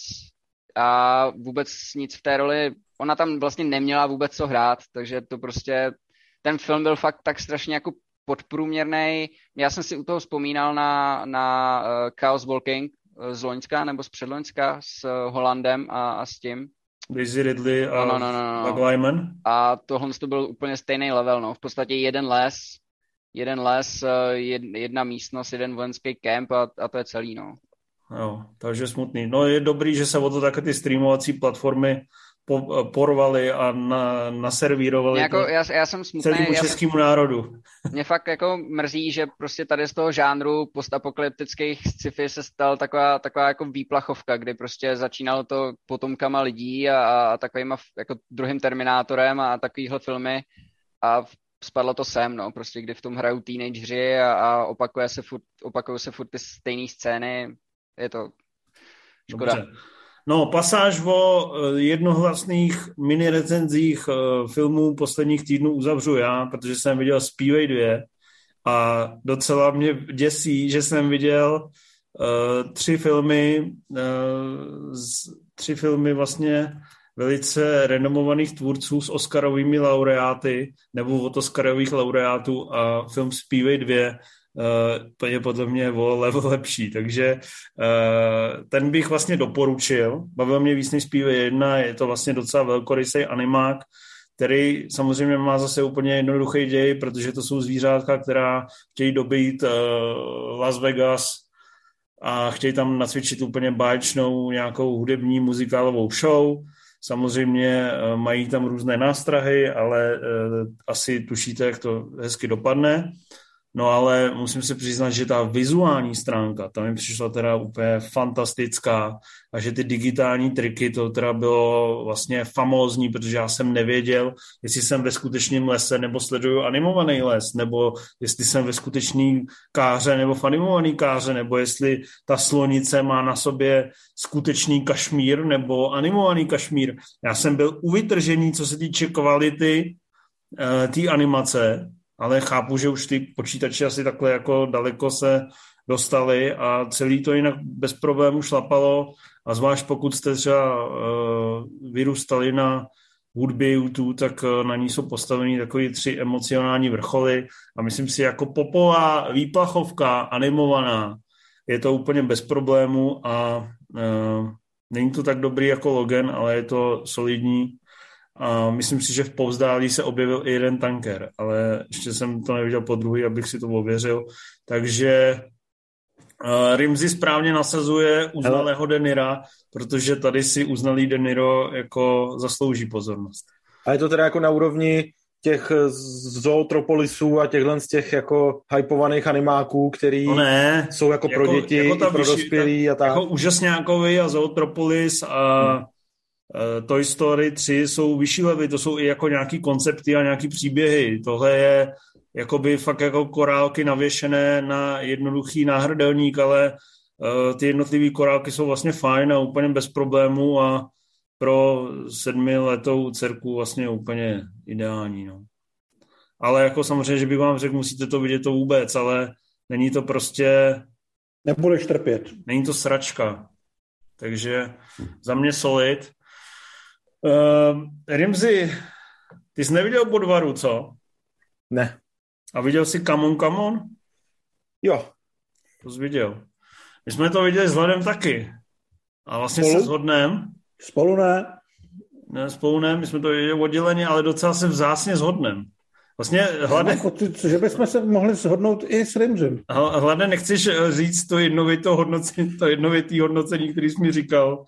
a vůbec nic v té roli, ona tam vlastně neměla vůbec co hrát, takže to prostě, ten film byl fakt tak strašně jako podprůměrnej. Já jsem si u toho vzpomínal na Chaos Walking z loňska nebo z předloňska s Hollandem a s tím. Daisy Ridley a Doug Lyman. A tohle to byl úplně stejný level, no. V podstatě jeden les, jedna místnost, jeden vojenský kemp a to je celý, no. Jo, takže smutný. No je dobrý, že se o to také ty streamovací platformy porvali a naservírovali jako, já jsem smutný, celému českému národu. Mě fakt jako mrzí, že prostě tady z toho žánru postapokalyptických sci-fi se stal taková jako výplachovka, kdy prostě začínalo to potomkama lidí a takovýma jako druhým Terminátorem a takovýhle filmy a spadlo to sem, no, prostě kdy v tom hrajou teenageři a opakují se furt ty stejné scény, je to škoda. Dobře. No, pasáž o jednohlasných mini recenzích filmů posledních týdnů uzavřu já, protože jsem viděl Speedway 2 a docela mě děsí, že jsem viděl 3 filmy vlastně velice renomovaných tvůrců s oscarovými laureáty nebo od oscarových laureátů a film Speedway 2 je podle mě o level lepší, takže ten bych vlastně doporučil. Bavil mě víc než Speedway 1, je to vlastně docela velkorysej animák, který samozřejmě má zase úplně jednoduchý děj, protože to jsou zvířátka, která chtějí dobít Las Vegas a chtějí tam nacvičit úplně báječnou nějakou hudební muzikálovou show. Samozřejmě mají tam různé nástrahy, ale asi tušíte, jak to hezky dopadne. No ale musím si přiznat, že ta vizuální stránka, ta mi přišla teda úplně fantastická a že ty digitální triky, to teda bylo vlastně famózní, protože já jsem nevěděl, jestli jsem ve skutečném lese nebo sleduju animovaný les, nebo jestli jsem ve skutečný káře nebo v animovaný káře, nebo jestli ta slonice má na sobě skutečný kašmír nebo animovaný kašmír. Já jsem byl uvytržený, co se týče kvality té animace, ale chápu, že už ty počítače asi takhle jako daleko se dostali a celý to jinak bez problémů šlapalo a zvlášť pokud jste třeba vyrůstali na hudbě YouTube, tak na ní jsou postavení takový 3 emocionální vrcholy a myslím si jako popová výplachovka animovaná je to úplně bez problémů a není to tak dobrý jako Logan, ale je to solidní. A myslím si, že v Povzdálí se objevil i jeden tanker, ale ještě jsem to neviděl po druhý, abych si to ověřil. Takže Rimzi správně nasazuje uznalého De Nira, protože tady si uznalý De Niro jako zaslouží pozornost. A je to teda jako na úrovni těch zootropolisů a těchhle z těch jako hypovaných animáků, který jsou jako pro děti, jako pro dospělí a tak. Jako Úžasňákovi a Zootropolis a Toy Story 3 jsou vyšší levy, to jsou i jako nějaký koncepty a nějaký příběhy. Tohle je jakoby fakt jako korálky navěšené na jednoduchý náhrdelník, ale ty jednotlivé korálky jsou vlastně fajn a úplně bez problémů a pro 7letou dcerku vlastně úplně ideální. No. Ale jako samozřejmě, že bych vám řekl, musíte to vidět to vůbec, ale není to prostě... Nebudeš trpět. Není to sračka. Takže za mě solid. Rimzi, ty jsi neviděl Bodvaru, co? Ne. A viděl jsi Come On? Jo. To jsi viděl. My jsme to viděli s Hladem taky. A vlastně se shodneme. Spolu ne. Ne, spolu ne, my jsme to viděli odděleně, ale docela se vzácně shodneme. Vlastně Hlade... Že bychom se mohli shodnout i s Rimzem. Hlade, nechceš říct to jednovitý hodnocení, který jsi mi říkal?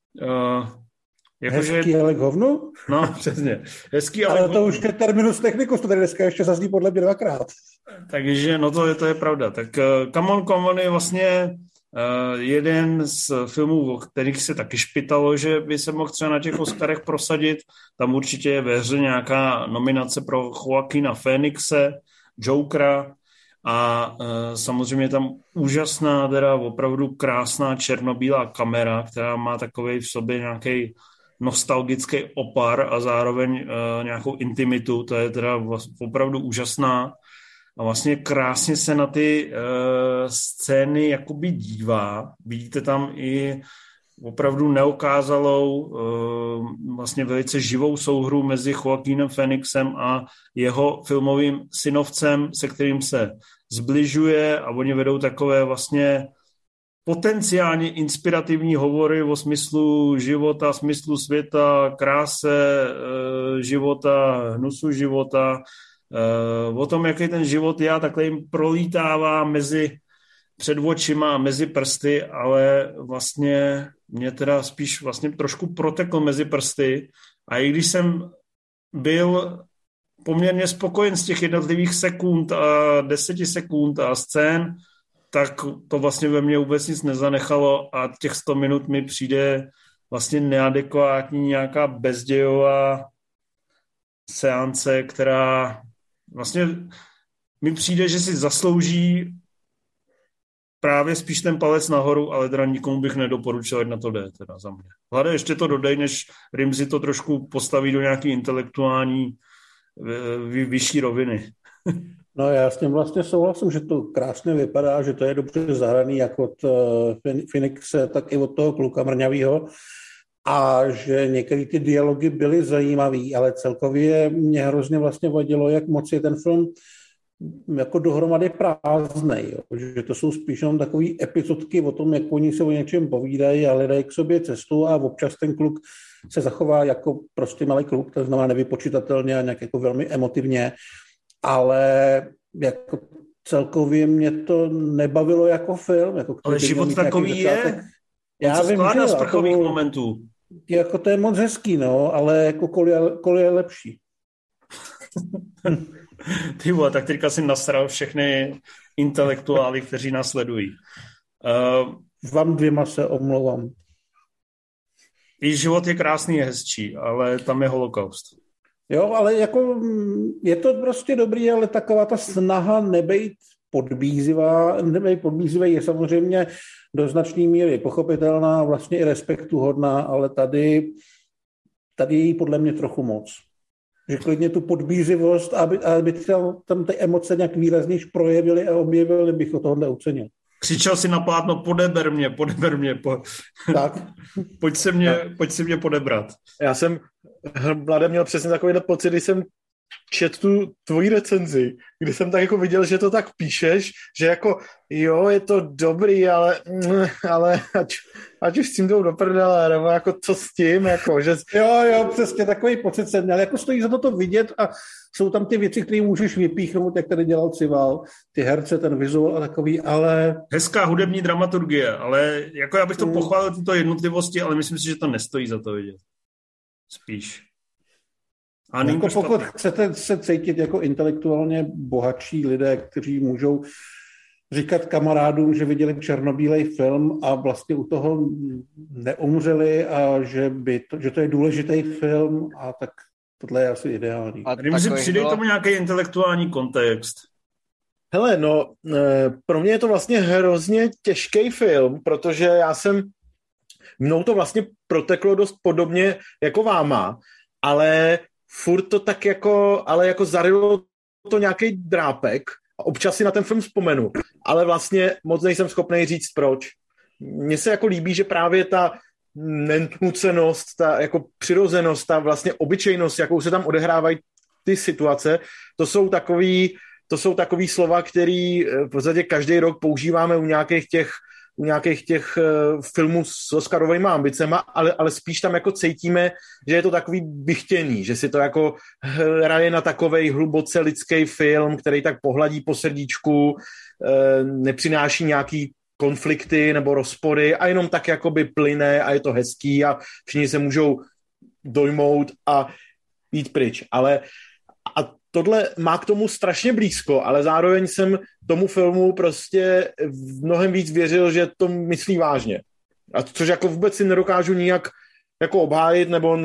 Hezký, ale k hovnu? No, přesně. Hezký, ale to hovnu. Už je terminus technicus, to tady dneska ještě zazní podle mě 2krát. Takže, no to je pravda. Tak Come On je vlastně jeden z filmů, o kterých se taky špitalo, že by se mohl třeba na těch Oscarech prosadit. Tam určitě je ve hře nějaká nominace pro Joaquina Phoenixe, Jokera a samozřejmě tam úžasná, teda opravdu krásná černobílá kamera, která má takovej v sobě nějaký nostalgický opar a zároveň nějakou intimitu. To je teda opravdu úžasná. A vlastně krásně se na ty scény jakoby dívá. Vidíte tam i opravdu neokázalou, vlastně velice živou souhru mezi Joaquinem Phoenixem a jeho filmovým synovcem, se kterým se zbližuje a oni vedou takové vlastně potenciálně inspirativní hovory o smyslu života, smyslu světa, kráse života, hnusu života, o tom, jaký ten život je, takhle jim prolítává mezi před očima a mezi prsty, ale vlastně mě teda spíš vlastně trošku protekl mezi prsty a i když jsem byl poměrně spokojen z těch jednotlivých sekund a 10 sekund a scén, tak to vlastně ve mně vůbec nic nezanechalo a těch 100 minut mi přijde vlastně neadekvátní nějaká bezdějová seance, která vlastně mi přijde, že si zaslouží právě spíš ten palec nahoru, ale teda nikomu bych nedoporučil, ať na to jde teda za mě. Hlade, ještě to dodej, než Rimzi to trošku postaví do nějaký intelektuální vyšší roviny. No já s tím vlastně souhlasím, že to krásně vypadá, že to je dobře zahraný jak od Phoenixe, tak i od toho kluka mrňavýho a že některé ty dialogy byly zajímavý, ale celkově mě hrozně vlastně vadilo, jak moc je ten film jako dohromady prázdnej, jo. Že to jsou spíš jenom takový epizodky o tom, jak oni se o něčem povídají a hledají k sobě cestu a občas ten kluk se zachová jako prostě malý kluk, to znamená nevypočitatelně a nějak jako velmi emotivně, ale jako celkově mě to nebavilo jako film. Jako ale život takový je. Já vím, že z takových momentů. Jako to je moc hezký, no, ale jako kol je lepší. Ty vole, tak teďka si nasral všechny intelektuály, kteří nás sledují. Vám dvěma se omlouvám. I život je krásný, je hezčí, ale tam je holokaust. Jo, ale jako je to prostě dobrý, ale taková ta snaha nebejt podbízivá je samozřejmě do značné míry pochopitelná, vlastně i respektuhodná, ale tady je jí podle mě trochu moc. Že klidně tu podbízivost, aby tam ty emoce nějak výraznější projevily a objevily, bych o tohle ocenil. Křičel si na plátno, podeber mě. Tak. Pojď si mě podebrat. Já jsem, Mladé, měl přesně takovýhle pocit, když jsem četl tu tvoji recenzi, kdy jsem tak jako viděl, že to tak píšeš, že jako jo, je to dobrý, ale ať už s tím jdou do prdele, nebo jako co s tím, jako, že... Jo, přesně takový pocit jsem měl, jako stojí za to vidět a jsou tam ty věci, které můžeš vypíchnout, jak tady dělal Cival, ty herce, ten vizuál a takový, ale... Hezká hudební dramaturgie, ale jako já bych to pochválil tyto jednotlivosti, ale myslím si, že to nestojí za to vidět. Spíš. A není jako to pokud špatný. chcete se cítit jako intelektuálně bohatší lidé, kteří můžou říkat kamarádům, že viděli černobílej film a vlastně u toho neumřeli a že to je důležitý film, a tak tohle je asi ideální. A Tady mi si takových přidej bylo... tomu nějaký intelektuální kontext. Hele, no, pro mě je to vlastně hrozně těžký film, protože mnou to vlastně proteklo dost podobně jako váma, ale furt to tak ale jako zarylo to nějaký drápek a občas si na ten film vzpomenu, ale vlastně moc nejsem schopný říct proč. Mně se jako líbí, že právě ta nenucenost, ta jako přirozenost, ta vlastně obyčejnost, jakou se tam odehrávají ty situace, to jsou takový slova, který v podstatě každý rok používáme u nějakých těch filmů s Oscarovými ambicema, ale spíš tam jako cítíme, že je to takový vychtěný, že si to jako hraje na takovej hluboce lidský film, který tak pohladí po srdíčku, nepřináší nějaký konflikty nebo rozpory a jenom tak jakoby plyne a je to hezký a všichni se můžou dojmout a jít pryč. A tohle má k tomu strašně blízko, ale zároveň jsem tomu filmu prostě mnohem víc věřil, že to myslí vážně. A což jako vůbec si nedokážu nijak jako obhájit, nebo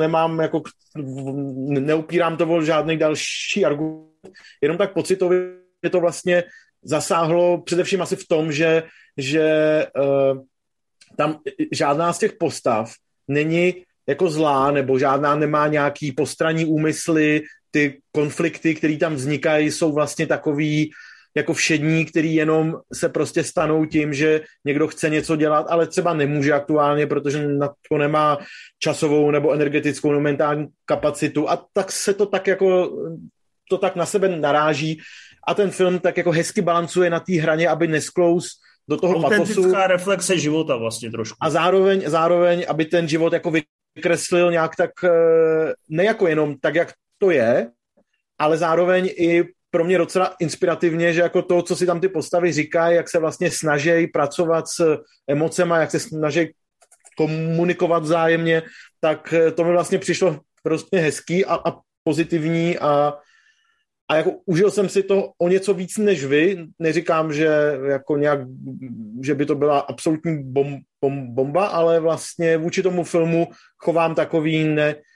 neupírám to o žádný další argument, jenom tak pocitově to vlastně zasáhlo především asi v tom, že tam žádná z těch postav není jako zlá, nebo žádná nemá nějaký postranní úmysly, ty konflikty, které tam vznikají, jsou vlastně takový jako všední, který jenom se prostě stanou tím, že někdo chce něco dělat, ale třeba nemůže aktuálně, protože na to nemá časovou nebo energetickou nebo mentální kapacitu a tak se to tak jako to tak na sebe naráží a ten film tak jako hezky balancuje na té hraně, aby nesklous do toho patosu. Autentická reflexe života vlastně trošku. A zároveň, aby ten život jako vykreslil nějak tak, ne jako jenom tak, jak to je, ale zároveň i pro mě docela inspirativně, že jako to, co si tam ty postavy říkají, jak se vlastně snaží pracovat s emocema, jak se snaží komunikovat vzájemně, tak to mi vlastně přišlo prostě hezký a pozitivní a jako užil jsem si to o něco víc než vy. Neříkám, že jako nějak, že by to byla absolutní bomba, ale vlastně vůči tomu filmu chovám takový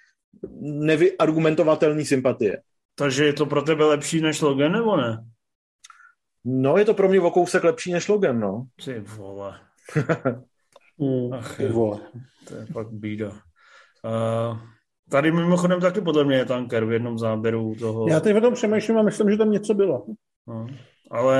nevyargumentovatelný sympatie. Takže je to pro tebe lepší než Logan, nebo ne? No, je to pro mě o kousek lepší než Logan, no. Ty vole. Ty vole. To je fakt bída. Tady mimochodem taky podle mě je tanker v jednom záběru toho. Já teď o tom přemýšlím a myslím, že tam něco bylo. No, ale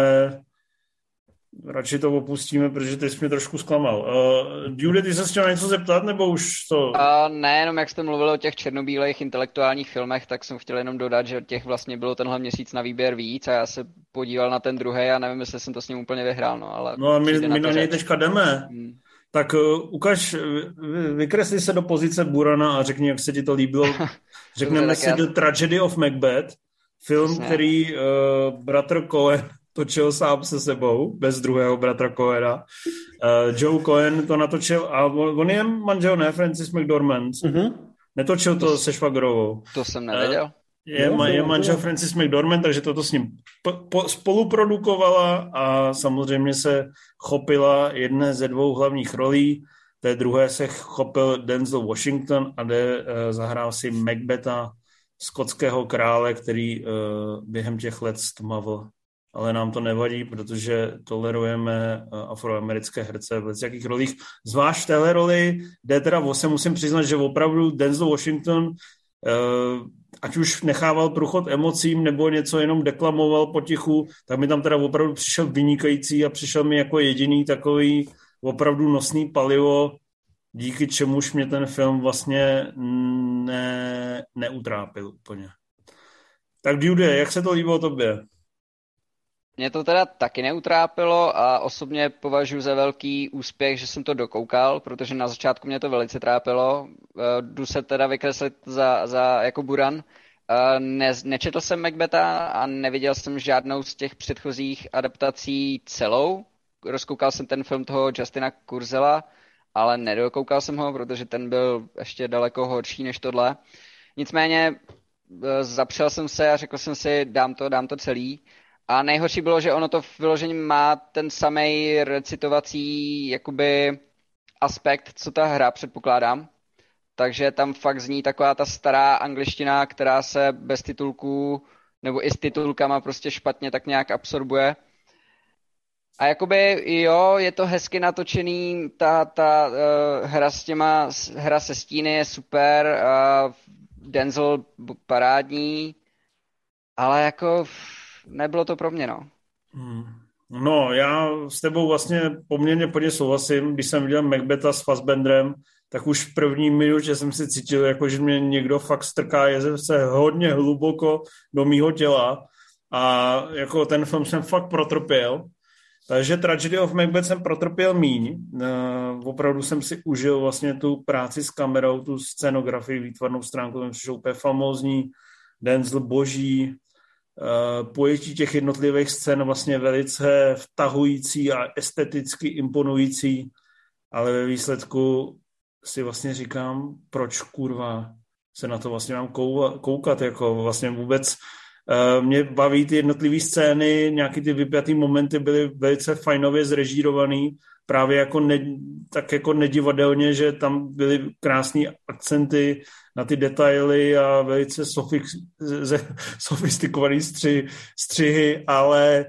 radši to opustíme, protože ty jsi mě trošku zklamal. Dude, ty se chtěl něco zeptat, nebo už to... Ne, jenom jak jste mluvili o těch černobílých intelektuálních filmech, tak jsem chtěl jenom dodat, že těch vlastně bylo tenhle měsíc na výběr víc a já se podíval na ten druhý a nevím, jestli jsem to s ním úplně vyhrál, no, ale... No a my na něj teďka jdeme. Tak ukaž, vykresli se do pozice Burana a řekni, jak se ti to líbilo. Řekneme si The Tragedy of Macbeth, film, přesně, který bratr Coen točil sám se sebou, bez druhého bratra Coena. Joe Coen to natočil a on je manžel, ne? Francis McDormand. Mm-hmm. Netočil to se švagrovou. To jsem nevěděl. Je manžel Francis McDormand, takže toto s ním spoluprodukovala a samozřejmě se chopila jedné ze dvou hlavních rolí. Té druhé se chopil Denzel Washington a zahrál si Macbetha, skotského krále, který během těch let stmavl. Ale nám to nevadí, protože tolerujeme afroamerické herce v jakých rolích. Zvlášť v téhle roli D3 musím přiznat, že opravdu Denzel Washington ať už nechával průchod emocím nebo něco jenom deklamoval potichu, tak mi tam teda opravdu přišel vynikající a přišel mi jako jediný takový opravdu nosný palivo, díky čemuž mě ten film vlastně neutrápil úplně. Tak Dude, jak se to líbilo tobě? Mě to teda taky neutrápilo a osobně považuji za velký úspěch, že jsem to dokoukal, protože na začátku mě to velice trápilo. Jdu se teda vykreslit za jako Buran. Nečetl jsem Macbetha a neviděl jsem žádnou z těch předchozích adaptací celou. Rozkoukal jsem ten film toho Justina Kurzela, ale nedokoukal jsem ho, protože ten byl ještě daleko horší než tohle. Nicméně zapřel jsem se a řekl jsem si, dám to celý. A nejhorší bylo, že ono to vyloženě má ten samej recitovací jakoby aspekt, co ta hra, předpokládám. Takže tam fakt zní taková ta stará angličtina, která se bez titulků nebo i s titulkama prostě špatně tak nějak absorbuje. A jakoby jo, je to hezky natočený, ta hra se stíny je super, Denzel parádní, ale jako nebylo to pro mě, no. No, já s tebou vlastně poměrně plně souhlasím. Když jsem viděl Macbetha s Fassbenderem, tak už v první minutě jsem si cítil, jako že mě někdo fakt strká jezevce hodně hluboko do mýho těla a jako ten film jsem fakt protrpěl. Takže Tragedy of Macbeth jsem protrpěl míň. Opravdu jsem si užil vlastně tu práci s kamerou, tu scenografii, výtvarnou stránku, jsem přišel úplně famózní, Denzel boží, pojetí těch jednotlivých scén vlastně velice vtahující a esteticky imponující, ale ve výsledku si vlastně říkám, proč kurva se na to vlastně mám koukat, jako vlastně vůbec mě baví ty jednotlivé scény, nějaký ty vypjatý momenty byly velice fajnově zrežírovaný, právě jako tak jako nedivadelně, že tam byly krásné akcenty na ty detaily a velice sofistikované střihy, ale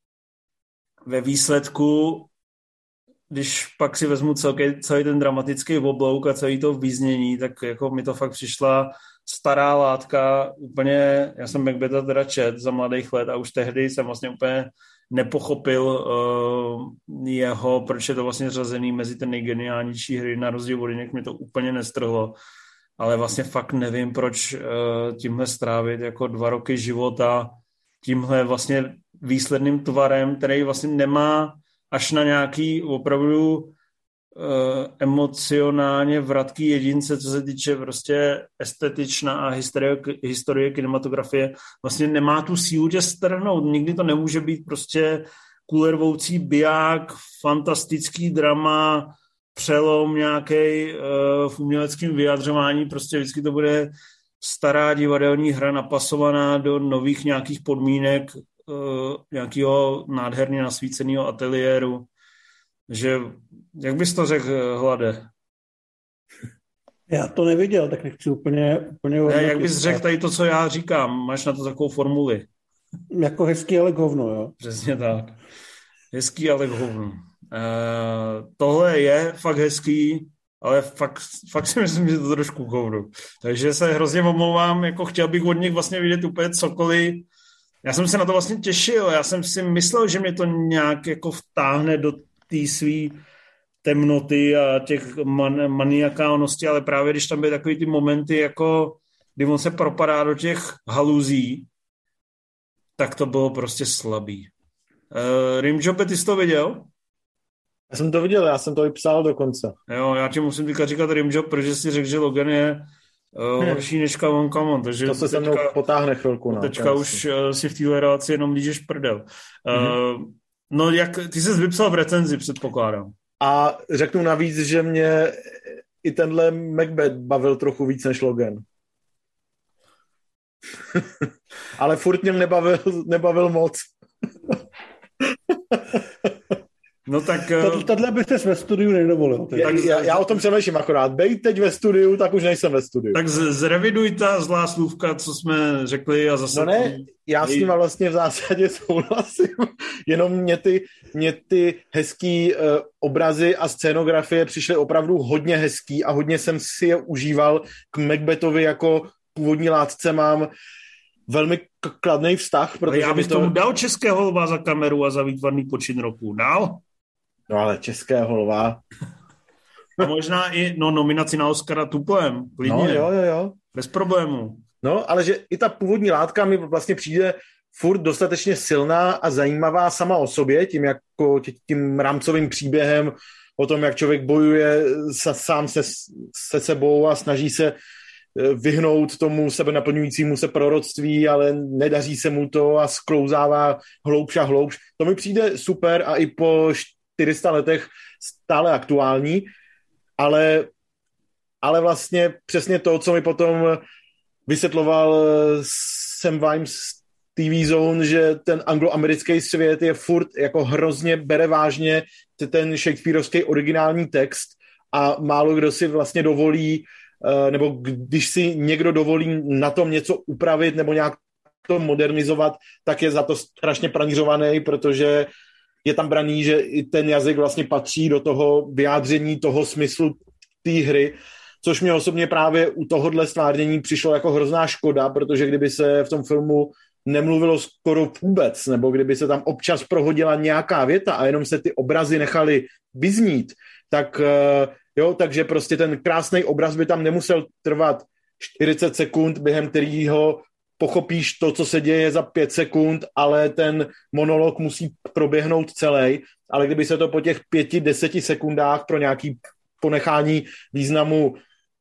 ve výsledku, když pak si vezmu celý ten dramatický oblouk a celý to význění, tak jako mi to fakt přišla stará látka, úplně, já jsem Macbetha teda čet za mladých let a už tehdy jsem vlastně úplně nepochopil proč je to vlastně řazený mezi ten nejgeniálnější hry, na rozdíl od jiných mi to úplně nestrhlo, ale vlastně fakt nevím, proč tímhle strávit jako 2 roky života, tímhle vlastně výsledným tvarem, který vlastně nemá až na nějaký opravdu emocionálně vratký jedince, co se týče prostě estetičná a historie kinematografie, vlastně nemá tu sílu tě strhnout. Nikdy to nemůže být prostě kulervoucí biják, fantastický drama, přelom nějaký v uměleckém vyjadřování, prostě vždycky to bude stará divadelní hra napasovaná do nových nějakých podmínek nějakého nádherně nasvíceného ateliéru. Že, jak bys to řekl, Hlade? Já to neviděl, tak nechci úplně ne, jak bys řekl tady to, co já říkám? Máš na to takovou formuli. Jako hezký, ale hovno, jo? Přesně tak. Hezký, ale hovno. Tohle je fakt hezký, ale fakt si myslím, že to trošku hovno. Takže se hrozně omlouvám, jako chtěl bych od nich vlastně vidět úplně cokoliv. Já jsem se na to vlastně těšil, já jsem si myslel, že mě to nějak jako vtáhne do té svý temnoty a těch maniakálnosti, ale právě když tam byly takový ty momenty, jako kdy on se propadá do těch haluzí, tak to bylo prostě slabý. Rimjobe, ty jsi to viděl? Já jsem to viděl, já jsem to i psal dokonce. Jo, já ti musím teďka říkat Rimjob, protože si řekl, že Logan je horší než Come On, takže to se se mnou potáhne chvilku. No, teďka už si v téhle relaci jenom lížeš prdel. No, jak ty jsi vypsal v recenzi, předpokládám. A řeknu navíc, že mě i tenhle Macbeth bavil trochu víc než Logan. Ale furt mě nebavil moc. No tak... Tohle byste ve studiu nedovolil. Já o tom přemýšlím akorát. Bejt teď ve studiu, tak už nejsem ve studiu. Tak zreviduj ta zlá slůvka, co jsme řekli a zase... No ne, já s nima vlastně v zásadě souhlasím. Jenom mě ty hezký obrazy a scénografie přišly opravdu hodně hezký a hodně jsem si je užíval. K Macbethovi jako původní látce mám velmi kladný vztah. Ale já bych tomu dal Českého lva za kameru a za výtvarný počin roku. Dal? No ale Českého lva. A možná i nominaci na Oscara Tuplem. Klidně. No jo. Bez problému. No, ale že i ta původní látka mi vlastně přijde furt dostatečně silná a zajímavá sama o sobě, tím rámcovým příběhem o tom, jak člověk bojuje sám se sebou a snaží se vyhnout tomu sebe naplňujícímu se proroctví, ale nedaří se mu to a sklouzává hloubš a hloubš. To mi přijde super a i po 400 letech stále aktuální, ale vlastně přesně to, co mi potom vysvětloval Sam Vimes TV Zone, že ten angloamerický svět je furt jako hrozně bere vážně ten shakespearovský originální text a málo kdo si vlastně dovolí, nebo když si někdo dovolí na tom něco upravit nebo nějak to modernizovat, tak je za to strašně pranířovaný, protože je tam braný, že i ten jazyk vlastně patří do toho vyjádření toho smyslu té hry, což mě osobně právě u tohohle stvárnění přišlo jako hrozná škoda, protože kdyby se v tom filmu nemluvilo skoro vůbec, nebo kdyby se tam občas prohodila nějaká věta a jenom se ty obrazy nechaly vyznít, tak jo, takže prostě ten krásný obraz by tam nemusel trvat 40 sekund, během kterého pochopíš to, co se děje za 5 sekund, ale ten monolog musí proběhnout celý, ale kdyby se to po těch 5-10 sekundách pro nějaký ponechání významu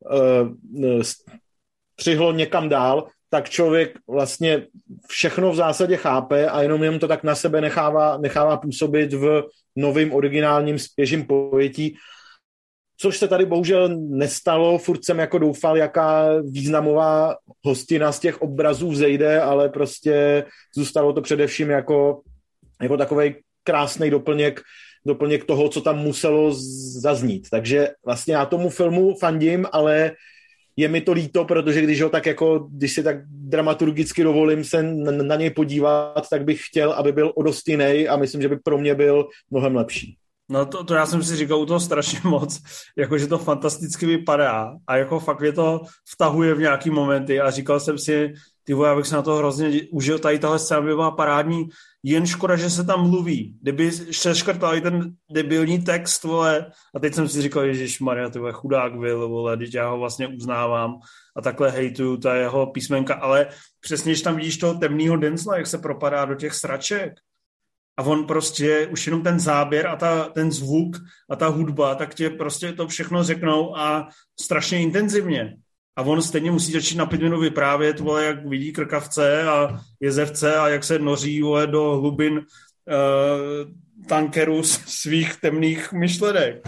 střihlo někam dál, tak člověk vlastně všechno v zásadě chápe a jenom to tak na sebe nechává působit v novým originálním svěžím pojetí, což se tady bohužel nestalo. Furt jsem jako doufal, jaká významová hostina z těch obrazů vzejde, ale prostě zůstalo to především jako takovej krásný doplněk toho, co tam muselo zaznít. Takže vlastně já tomu filmu fandím, ale je mi to líto, protože když si tak dramaturgicky dovolím se na něj podívat, tak bych chtěl, aby byl o dost jiný a myslím, že by pro mě byl mnohem lepší. No to já jsem si říkal u toho strašně moc, jakože to fantasticky vypadá a jako fakt mě to vtahuje v nějaký momenty a říkal jsem si, já bych se na to hrozně užil, tady tahle scéna by byla parádní, jen škoda, že se tam mluví. Kdyby škrtali ten debilní text, vole, a teď jsem si říkal, ježišmarja, ty vole, chudák byl, vole, teď já ho vlastně uznávám a takhle hejtuju ta jeho písmenka, ale přesně, když tam vidíš toho temného Denzela, jak se propadá do těch sraček a on prostě, už jenom ten záběr a ten zvuk a ta hudba, tak tě prostě to všechno řeknou a strašně intenzivně. A on stejně musí začít na 5 minut vyprávět, vole, jak vidí krkavce a jezevce a jak se noří, vole, do hlubin tankeru svých temných myšlenek.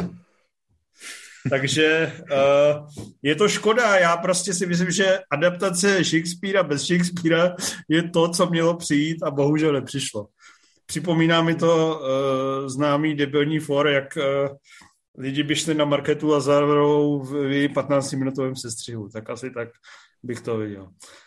Takže je to škoda. Já prostě si myslím, že adaptace Shakespearea bez Shakespearea je to, co mělo přijít a bohužel nepřišlo. Připomíná mi to známý debilní for, jak lidi by šli na Markétu Lazarovou v 15-minutovém sestřihu. Tak asi tak bych to viděl.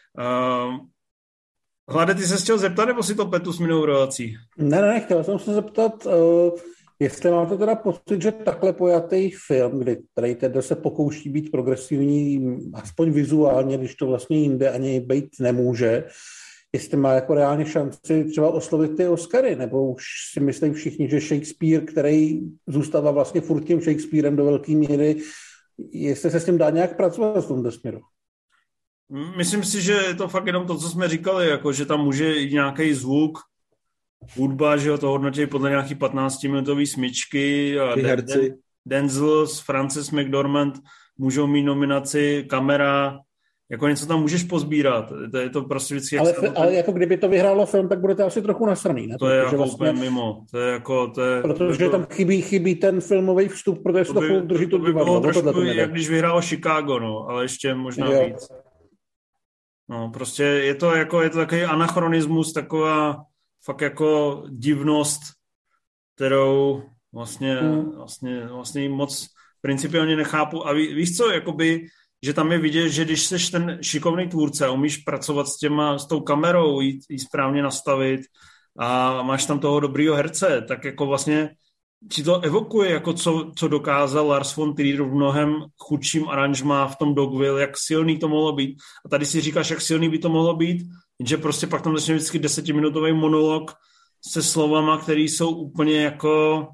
Hlade, ty se chtěl zeptat, nebo si to pletu s minulou relací? Ne, chtěl jsem se zeptat, jestli máte teda pocit, že takhle pojatý film, který teda se pokouší být progresivní, aspoň vizuálně, když to vlastně jinde ani být nemůže, jestli má jako reálně šanci třeba oslovit ty Oscary, nebo už si myslí všichni, že Shakespeare, který zůstává vlastně furt tím Shakespearem do velké míry, jestli se s tím dá nějak pracovat v tomto směru? Myslím si, že je to fakt jenom to, co jsme říkali, jako, že tam může jít nějaký zvuk, hudba, že ho to hodnotí podle nějaký 15-minutový smyčky a Denzel s Frances McDormand můžou mít nominaci, kamera, jako něco tam můžeš pozbírat. To je to prostě vždycky... Ale jako kdyby to vyhrálo film, tak budete asi trochu nasraný, ne? To je jako vlastně, mimo. Protože tam chybí ten filmový vstup, protože se to drží to divadlo. To by bylo trošku, jak když vyhrálo Chicago, no, ale ještě možná víc. No, prostě je to takový anachronismus, taková fakt jako divnost, kterou vlastně moc principiálně nechápu. A víš co, jakoby, že tam je vidět, že když seš ten šikovný tvůrce a umíš pracovat s tou kamerou, jí správně nastavit a máš tam toho dobrýho herce, tak jako vlastně ti to evokuje, jako co dokázal Lars von Trier v mnohem chudším aranžmá v tom Dogville, jak silný to mohlo být. A tady si říkáš, jak silný by to mohlo být, že prostě pak tam začne vždycky 10-minutový monolog se slovama, které jsou úplně jako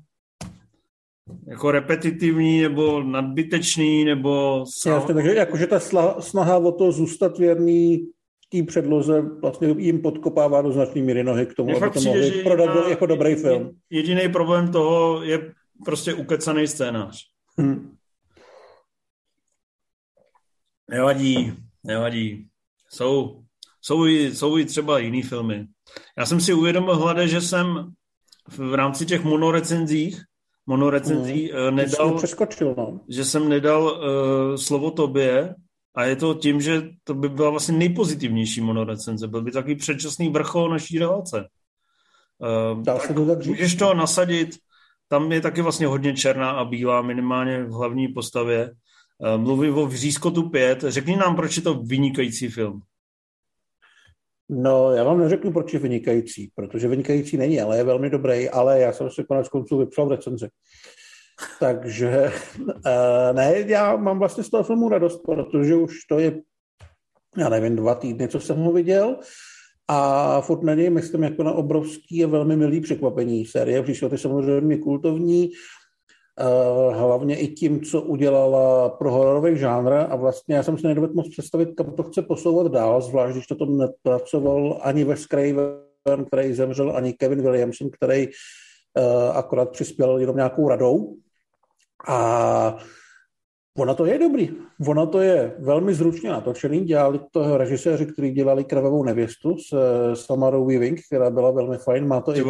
repetitivní nebo nadbytečný, nebo... Jasně, takže jakože ta snaha o to zůstat věrný té předloze vlastně jim podkopává do značný míry nohy k tomu, aby to mohli prodat jako dobrý film. Jediný problém toho je prostě ukecaný scénář. Nevadí. Jsou i třeba jiný filmy. Já jsem si uvědomil, Hlade, že jsem v rámci těch monorecenzí nedal, přeskočil, no. Že jsem nedal slovo tobě A je to tím, že to by byla vlastně nejpozitivnější monorecenze. Byl by takový předčasný vrchol naší relace. Tak můžeš to nasadit. Tam je taky vlastně hodně černá a bílá, minimálně v hlavní postavě. Mluvím o Vřízkotu 5. Řekni nám, proč je to vynikající film. No, já vám neřeknu, proč je vynikající, protože vynikající není, ale je velmi dobrý, ale já jsem si konec konců vypsal v recenzi. Takže ne, já mám vlastně z toho filmu radost, protože už to je, já nevím, 2 týdny, co jsem ho viděl a furt na něj myslím jako na obrovský a velmi milý překvapení. Série Vřízkoty samozřejmě kultovní, hlavně i tím, co udělala pro hororový žánr a vlastně já jsem si nedovedl moc představit, kam to chce posouvat dál, zvlášť když to tam nepracoval ani Wes Craven, který zemřel, ani Kevin Williamson, který akorát přispěl jenom nějakou radou. A ono to je dobrý. Ono to je velmi zručně natočený. Dělali to režiséři, kteří dělali Krvavou nevěstu s Tamarou Weaving, která byla velmi fajn. Má to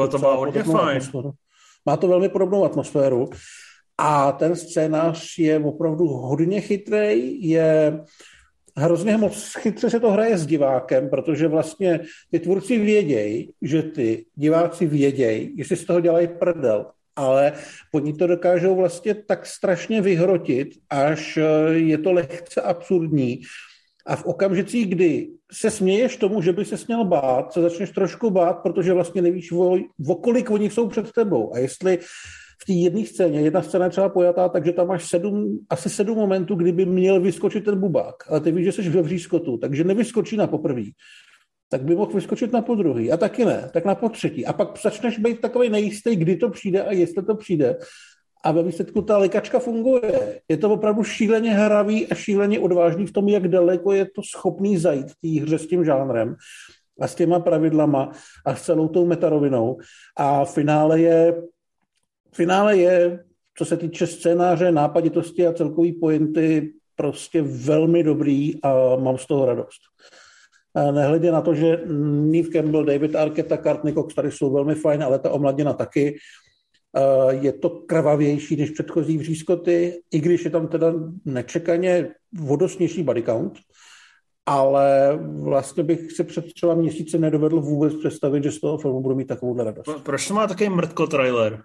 Má to velmi podobnou atmosféru. A ten scénář je opravdu hodně chytrý, je hrozně moc chytře se to hraje s divákem, protože vlastně ty tvůrci vědějí, že ty diváci vědějí, jestli z toho dělají prdel, ale oni to dokážou vlastně tak strašně vyhrotit, až je to lehce absurdní. A v okamžicích, kdy se směješ tomu, že by se směl bát, se začneš trošku bát, protože vlastně nevíš, o kolik oni jsou před tebou. A jestli v té jedné scéně, jedna scéna je třeba pojatá, takže tam máš asi 7 momentů, kdyby měl vyskočit ten bubák. Ale ty víš, že jsi ve Vřízkotu, takže nevyskočí na poprvý. Tak by mohl vyskočit na podruhý. A taky ne, tak na potřetí. A pak začneš být takový nejistý, kdy to přijde a jestli to přijde. A ve výsledku ta likačka funguje. Je to opravdu šíleně hravý a šíleně odvážný v tom, jak daleko je to schopný zajít v té hře s tím žánrem a s těma pravidlama a s celou tou metarovinou. A finále je, co se týče scénáře, nápaditosti a celkový pointy, prostě velmi dobrý a mám z toho radost. A nehledě na to, že Neve Campbell, David Arquette a Courtney Cox tady jsou velmi fajn, ale ta omladina taky. Je to krvavější než předchozí Vřízkoty, i když je tam teda nečekaně vodosnější body count, ale vlastně bych si před třeba měsíce nedovedl vůbec představit, že z toho filmu budu mít takovouhle radost. Proč to má takový mrtko trailer?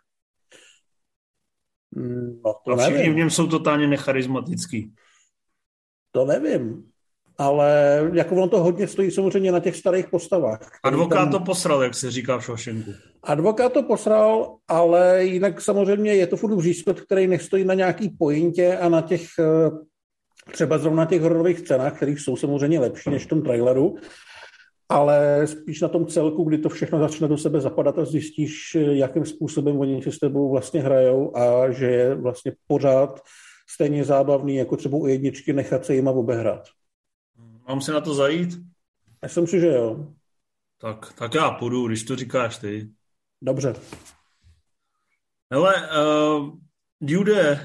No, to a všichni nevím. v něm jsou totálně necharizmatický. To nevím. Ale jako ono to hodně stojí samozřejmě na těch starých postavách. Advokát to posral, jak se říká v Shawshanku. Advokát to posral, ale jinak samozřejmě je to furt Vřízkot, který nestojí na nějaký pointě a na těch třeba zrovna těch hororových scénách, které jsou samozřejmě lepší než v tom traileru, ale spíš na tom celku, kdy to všechno začne do sebe zapadat a zjistíš, jakým způsobem oni si s tebou vlastně hrajou a že je vlastně pořád stejně zábavný, jako třeba u jedničky nechat se jima obehrát. Mám si na to zajít? Myslím si, že jo. Tak já půjdu, když to říkáš ty. Dobře. Hele, Jude,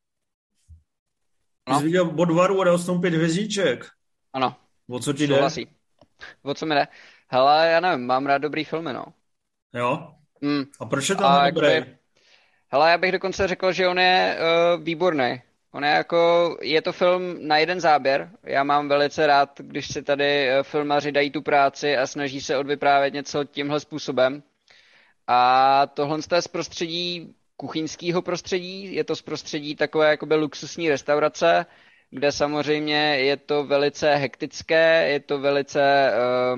jsi viděl Bodvaru a dal jsem 5 hvězdíček. Ano. O co ti jde? O co mi jde? Hele, já nevím, mám rád dobrý filmy, no. Jo? A proč je to dobrý? Hele, já bych dokonce řekl, že on je výborný. Je to film na jeden záběr. Já mám velice rád, když si tady filmaři dají tu práci a snaží se odvyprávět něco tímhle způsobem. A tohle je z prostředí kuchyňského prostředí, je to z prostředí takové jakoby luxusní restaurace, kde samozřejmě je to velice hektické, je to velice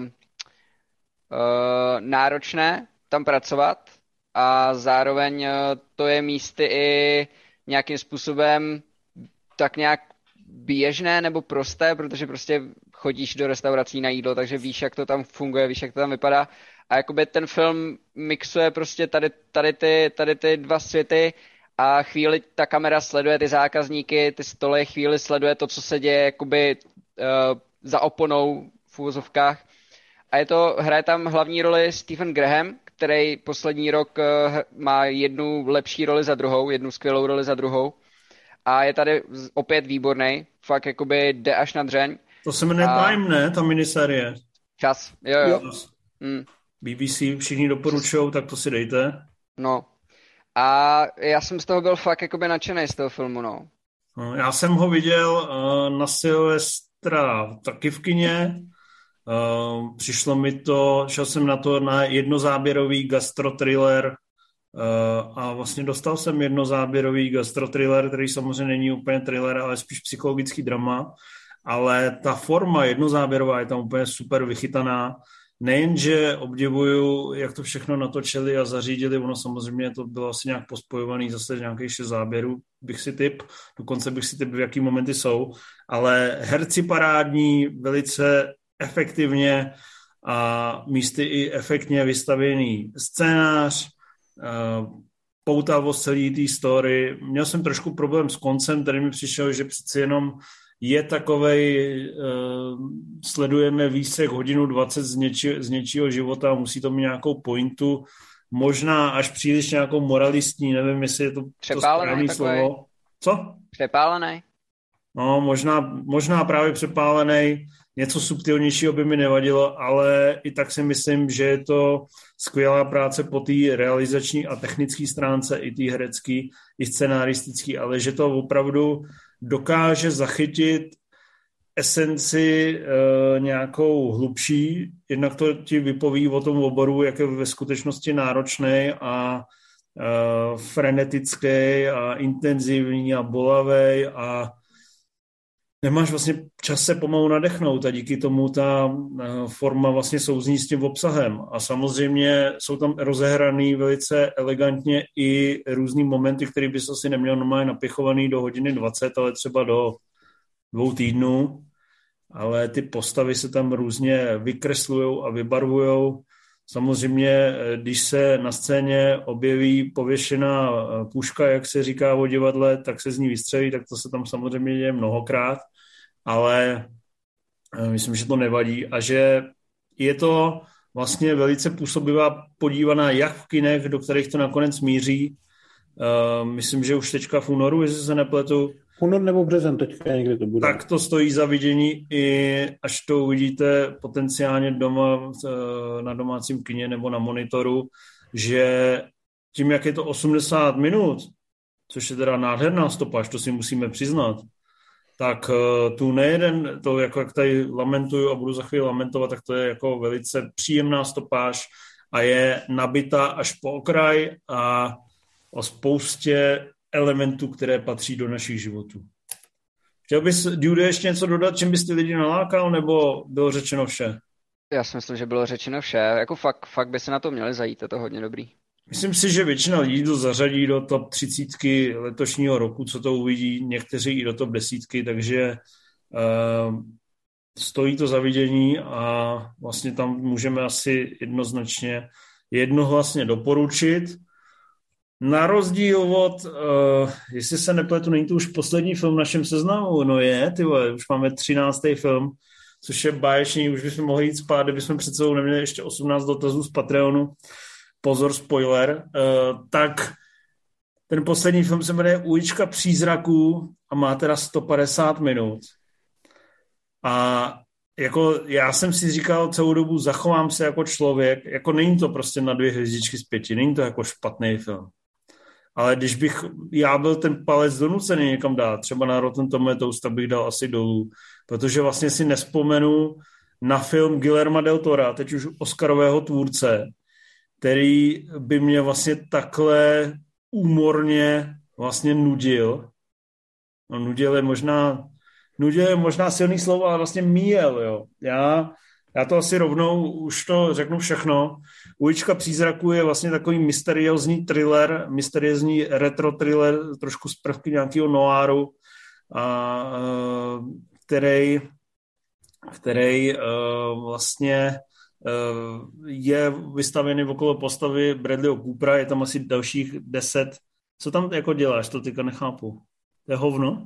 náročné tam pracovat a zároveň to je místy i nějakým způsobem tak nějak běžné nebo prosté, protože prostě chodíš do restaurací na jídlo, takže víš, jak to tam funguje, víš, jak to tam vypadá. A jakoby ten film mixuje prostě tady ty dva světy a chvíli ta kamera sleduje ty zákazníky, ty stoly, chvíli sleduje to, co se děje jakoby za oponou v uvozovkách. A hraje tam hlavní roli Stephen Graham, který poslední rok má jednu lepší roli za druhou, jednu skvělou roli za druhou. A je tady opět výborný, fakt jakoby jde až na dřeň. To se jmenuje Time, ne? Ta minisérie. Čas, jo. BBC všichni doporučujou, tak to si dejte. No. A já jsem z toho byl fakt jakoby nadšenej z toho filmu, no. Já jsem ho viděl na teda taky v kině. Přišlo mi to, šel jsem na to na jednozáběrový gastrotriller a vlastně dostal jsem jednozáběrový gastrotriller, který samozřejmě není úplně thriller, ale spíš psychologický drama, ale ta forma jednozáběrová je tam úplně super vychytaná. Nejenže obdivuju, jak to všechno natočili a zařídili, ono samozřejmě to bylo asi nějak pospojovaný zase nějakých 6 záběrů, dokonce bych si typ, v jaký momenty jsou, ale herci parádní, velice efektivně a místy i efektně vystavěný scénář, poutavost celý té story. Měl jsem trošku problém s koncem, který mi přišel, že přeci jenom je takovej, sledujeme výsek 1:20 z něčího života a musí to mít nějakou pointu, možná až příliš nějakou moralistní, nevím, jestli je to správný slovo. Co? Přepálený. No, možná právě přepálený, něco subtilnějšího by mi nevadilo, ale i tak si myslím, že je to skvělá práce po té realizační a technické stránce, i té herecké, i scenaristické, ale že to opravdu dokáže zachytit esenci nějakou hlubší, jednak to ti vypoví o tom oboru, jak je ve skutečnosti náročný a frenetický a intenzivní a bolavý a nemáš vlastně čas se pomalu nadechnout a díky tomu ta forma vlastně souzní s tím obsahem. A samozřejmě jsou tam rozehraný velice elegantně i různý momenty, které bys asi neměl normálně napichovaný do 1:20, ale třeba do 2 týdnů. Ale ty postavy se tam různě vykreslujou a vybarvujou. Samozřejmě, když se na scéně objeví pověšená puška, jak se říká o divadle, tak se z ní vystřelí, tak to se tam samozřejmě děje mnohokrát, ale myslím, že to nevadí a že je to vlastně velice působivá podívaná jak v kinech, do kterých to nakonec míří. Myslím, že už teďka v únoru, jestli se nepletu. Únor nebo březen teďka někdy to bude. Tak to stojí za vidění i až to uvidíte potenciálně doma na domácím kině nebo na monitoru, že tím, jak je to 80 minut, což je teda nádherná stopáž, to si musíme přiznat, tak tu nejeden, to jako jak tady lamentuju a budu za chvíli lamentovat, tak to je jako velice příjemná stopáž a je nabitá až po okraj a o spoustě elementů, které patří do našich životů. Chtěl bys, Dude, ještě něco dodat, čím bys ty lidi nalákal, nebo bylo řečeno vše? Já si myslím, že bylo řečeno vše. Jako fakt by se na to měli zajít, je to hodně dobrý. Myslím si, že většina lidí to zařadí do top 30 letošního roku, co to uvidí, někteří i do top 10, takže stojí to za vidění a vlastně tam můžeme asi jednohlasně doporučit. Na rozdíl od, jestli se nepletu, není to už poslední film v našem seznamu, no je, ty vole, už máme 13. film, což je báječný, už bychom mohli jít spát, kdybychom před sebou neměli ještě 18 dotazů z Patreonu, pozor, spoiler, tak ten poslední film se jmenuje Ulička přízraků a má teda 150 minut. A jako já jsem si říkal celou dobu, zachovám se jako člověk, jako není to prostě na 2 hvězdičky z 5, není to jako špatný film. Ale když bych já byl ten palec donucený někam dát, třeba na Rotten Tomatoes, tak bych dal asi dolů, protože vlastně si nespomenu na film Guillerma del Tora, teď už Oscarového tvůrce, který by mě vlastně takhle úmorně vlastně nudil. No, nudil je možná silný slovo, ale vlastně míjel, jo. Já to asi rovnou už to řeknu všechno. Ulička přízraků je vlastně takový mysteriózní thriller, mysteriózní retro thriller, trošku z prvky nějakého noáru, který vlastně je vystavěný okolo postavy Bradleyho Coopera, je tam asi dalších 10. Co tam jako děláš, to teďka nechápu. To je hovno?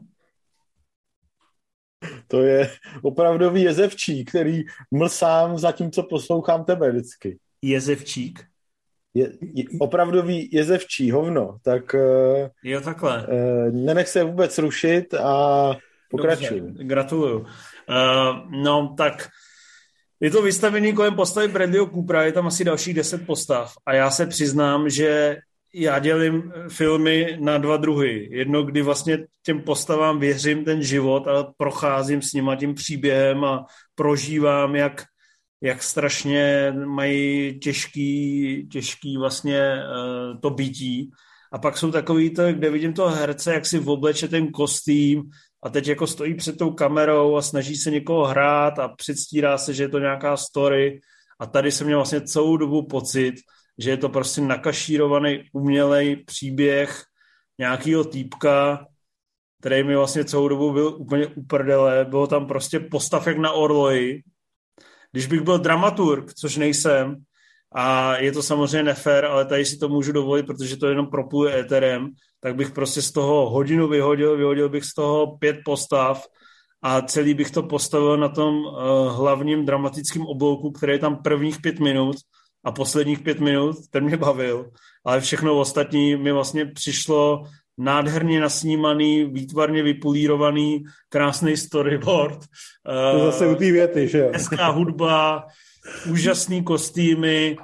To je opravdový jezevčík, který mlsám zatímco poslouchám tebe vždycky. Jezevčík? Opravdový jezevčí, hovno. Tak jo, takhle. Nenech se vůbec rušit a pokračuj. Dobře, gratuluju. No, tak je to vystavený kolem postavy Bradleyho Coopera, je tam asi dalších 10 postav a já se přiznám, že já dělím filmy na dva druhy. Jedno, kdy vlastně těm postavám věřím ten život a procházím s nima tím příběhem a prožívám, jak strašně mají těžký vlastně to bytí. A pak jsou takový to, kde vidím toho herce, jak si obleče ten kostým a teď jako stojí před tou kamerou a snaží se někoho hrát a předstírá se, že je to nějaká story. A tady jsem měl vlastně celou dobu pocit, že je to prostě nakašírovaný, umělej příběh nějakýho týpka, který mi vlastně celou dobu byl úplně uprdele. Bylo tam prostě postav jak na orloji. Když bych byl dramaturg, což nejsem, a je to samozřejmě nefér, ale tady si to můžu dovolit, protože to jenom propluje éterem, tak bych prostě z toho hodinu vyhodil bych z toho 5 postav a celý bych to postavil na tom hlavním dramatickém oblouku, který je tam prvních 5 minut a posledních 5 minut, ten mě bavil, ale všechno ostatní mi vlastně přišlo nádherně nasnímaný, výtvarně vypulírovaný, krásný storyboard. To zase u té věty, že jo? Hezká hudba, úžasný kostýmy,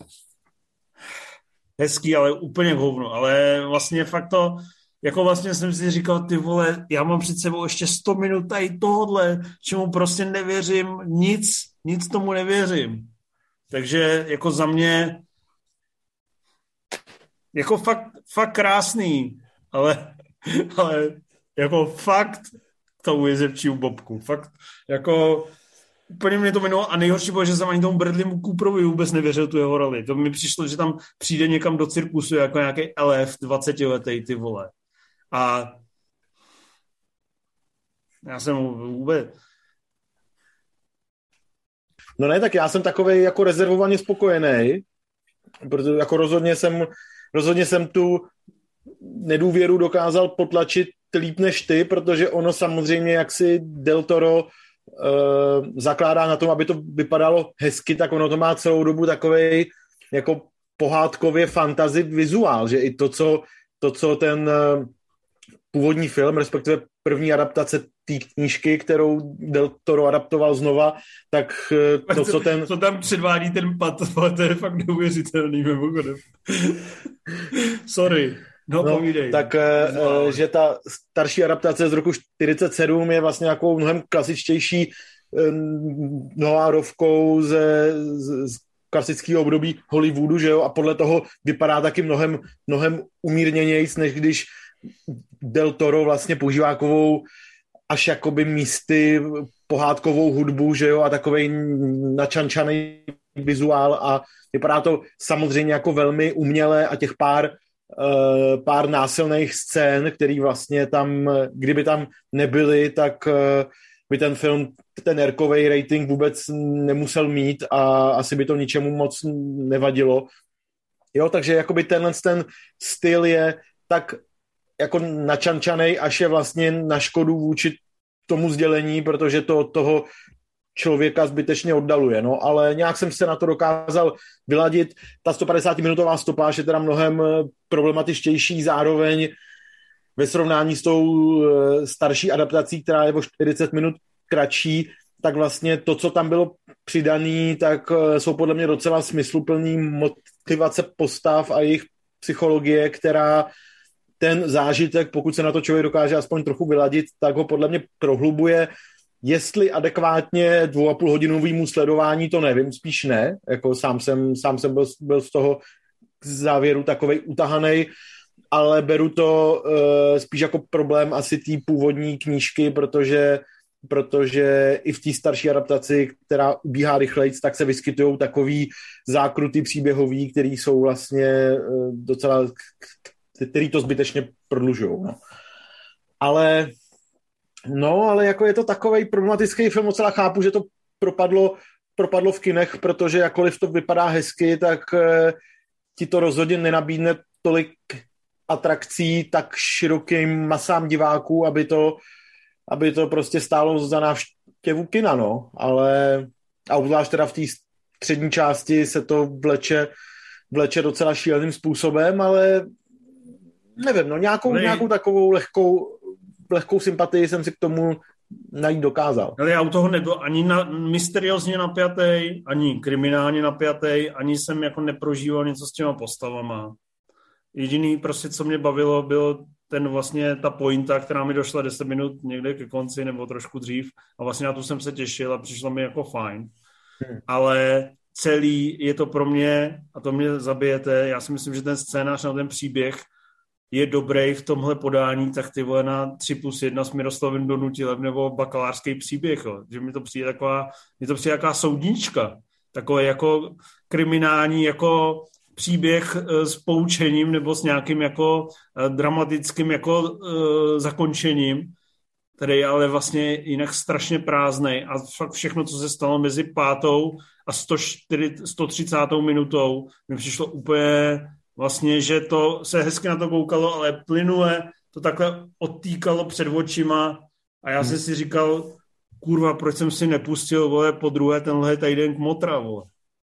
hezký, ale úplně hovno. Ale vlastně fakt to, jako vlastně jsem si říkal, ty vole, já mám před sebou ještě 100 minut tady tohodle, čemu prostě nevěřím, nic tomu nevěřím. Takže jako za mě jako fakt krásný, ale jako fakt tou jezevčí bobku. Fakt jako úplně mě to minulo a nejhorší bylo, že jsem ani tomu Bradleymu Cooperovi vůbec nevěřil tu jeho roli. To mi přišlo, že tam přijde někam do cirkusu jako nějaký elef 20letý, ty vole. A já jsem vůbec... No ne, tak já jsem takovej jako rezervovaně spokojený, protože jako rozhodně jsem tu nedůvěru dokázal potlačit líp než ty, protože ono samozřejmě, jak si Del Toro zakládá na tom, aby to vypadalo hezky, tak ono to má celou dobu takovej jako pohádkově fantasy vizuál, že i to, co ten původní film, respektive první adaptace té knížky, kterou Del Toro adaptoval znova, tak to, co ten... Co tam předvádí ten Pat, to je fakt neuvěřitelný mimochodem. Sorry. No povídej. Tak, že ta starší adaptace z roku 1947 je vlastně nějakou mnohem klasičtější noárovkou z klasického období Hollywoodu, že jo, a podle toho vypadá taky mnohem umírněnějc, než když Del Toro vlastně používá takovou až jakoby místy pohádkovou hudbu, že jo, a takovej načančaný vizuál a vypadá to samozřejmě jako velmi uměle a těch pár násilných scén, který vlastně tam, kdyby tam nebyly, tak by ten film ten R-kovej rating vůbec nemusel mít a asi by to ničemu moc nevadilo. Jo, takže jakoby ten styl je tak jako načančanej, až je vlastně na škodu vůči tomu sdělení, protože to toho člověka zbytečně oddaluje, no, ale nějak jsem se na to dokázal vyladit. Ta 150-minutová stopáž je teda mnohem problematičtější, zároveň ve srovnání s tou starší adaptací, která je o 40 minut kratší, tak vlastně to, co tam bylo přidané, tak jsou podle mě docela smysluplný motivace postav a jejich psychologie, která ten zážitek, pokud se na to člověk dokáže aspoň trochu vyladit, tak ho podle mě prohlubuje. Jestli adekvátně 2,5 hodinovýmu sledování, to nevím, spíš ne. Jako sám jsem byl z toho závěru takovej utahanej, ale beru to spíš jako problém asi té původní knížky, protože i v té starší adaptaci, která ubíhá rychlejc, tak se vyskytují takový zákruty příběhový, který jsou vlastně docela, který to zbytečně prodlužují. No. Ale jako je to takovej problematický film, docela chápu, že to propadlo v kinech, protože jakkoliv to vypadá hezky, tak ti to rozhodně nenabídne tolik atrakcí tak širokým masám diváků, aby to prostě stálo za návštěvu kina, no. Ale a obzvlášť teda v té střední části se to vleče docela šíleným způsobem, ale nevím, no nějakou takovou lehkou sympatii jsem si k tomu najít dokázal. Ale já u toho nebyl ani mysteriózně napjatý, ani kriminálně napjatý, ani jsem jako neprožíval něco s těma postavama. Jediný prostě, co mě bavilo, bylo ten vlastně ta pointa, která mi došla 10 minut někde ke konci nebo trošku dřív a vlastně na tu jsem se těšil a přišlo mi jako fajn. Ale celý je to pro mě, a to mě zabijete, já si myslím, že ten scénář na ten příběh je dobrý v tomhle podání, tak ty vole na 3+1 s Miroslavem Donutilem nebo bakalářský příběh, jo. Že mi to přijde taková soudnička, takové jako kriminální jako příběh s poučením nebo s nějakým jako dramatickým jako zakončením, který je ale vlastně jinak strašně prázdnej a fakt všechno, co se stalo mezi 5. a 130. minutou, mi přišlo úplně vlastně, že to se hezky na to koukalo, ale plynule to takhle odtýkalo před očima a já jsem si říkal, kurva, proč jsem si nepustil, vole, po druhé tenhle týden Kmotra, vole.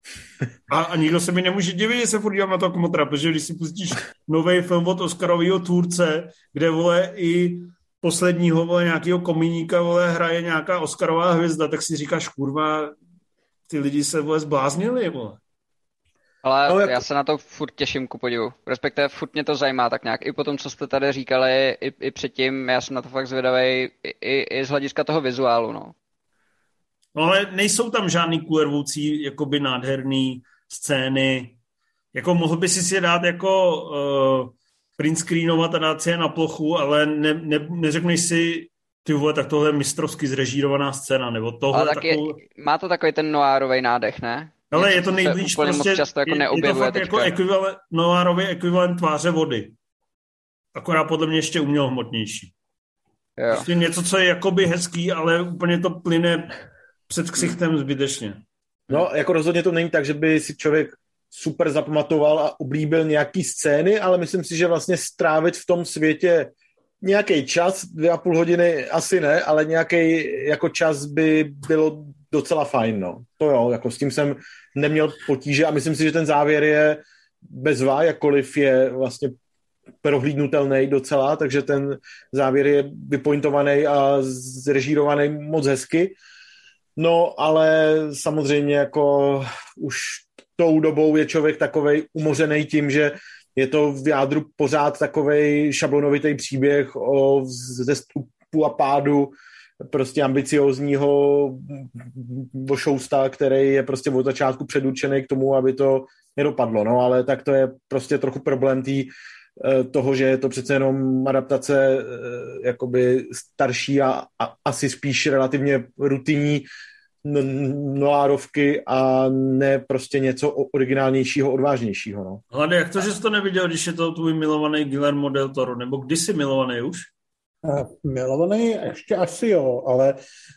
A nikdo se mi nemůže divit, že se furt dívám na to Kmotra, protože když si pustíš nový film od Oscarového tvůrce, kde, vole, i posledního, vole, nějakého komíníka, vole, hraje nějaká Oscarová hvězda, tak si říkáš, kurva, ty lidi se, vole, zbláznili, vole. Ale no, já se na to furt těším ku podivu. Respektive furt mě to zajímá tak nějak. I po tom, co jste tady říkali, i předtím, já jsem na to fakt zvědavej, i z hlediska toho vizuálu, no. No ale nejsou tam žádný kulervoucí, jakoby nádherný scény. Jako mohl by si je dát jako print screenovat a dát si je na plochu, ale neřekneš si, ty vole, tak tohle je mistrovsky zrežírovaná scéna, nebo tohle ale tak takovou... má to takový ten noárový nádech, ne? Ale je to nejblíž prostě, často jako neobjevuje je to fakt teďka. jako noárový ekvivalent tváře vody. Akorát podle mě ještě umělohmotnější. Prostě něco, co je jakoby hezký, ale úplně to plyne před ksichtem zbytečně. No, jako rozhodně to není tak, že by si člověk super zapamatoval a oblíbil nějaký scény, ale myslím si, že vlastně strávit v tom světě nějaký čas, 2,5 hodiny asi ne, ale nějaký jako čas by bylo docela fajn, no. To jo, jako s tím jsem neměl potíže a myslím si, že ten závěr je bezvá, jakkoliv je vlastně prohlídnutelný docela, takže ten závěr je vypointovaný a zrežírovaný moc hezky. No, ale samozřejmě jako už tou dobou je člověk takovej umořený tím, že je to v jádru pořád takovej šablonovitý příběh o vzestupu a pádu prostě ambiciozního vošousta, který je prostě od začátku předurčený k tomu, aby to nedopadlo. No, ale tak to je prostě trochu problém toho, že je to přece jenom adaptace jakoby starší a asi spíš relativně rutinní noárovky a ne prostě něco originálnějšího, odvážnějšího. No. Hlade, jak to, že jsi to neviděl, když je to tvůj milovaný Guillermo del Toro, nebo kdysi milovaný už? Milovaný ještě asi jo, ale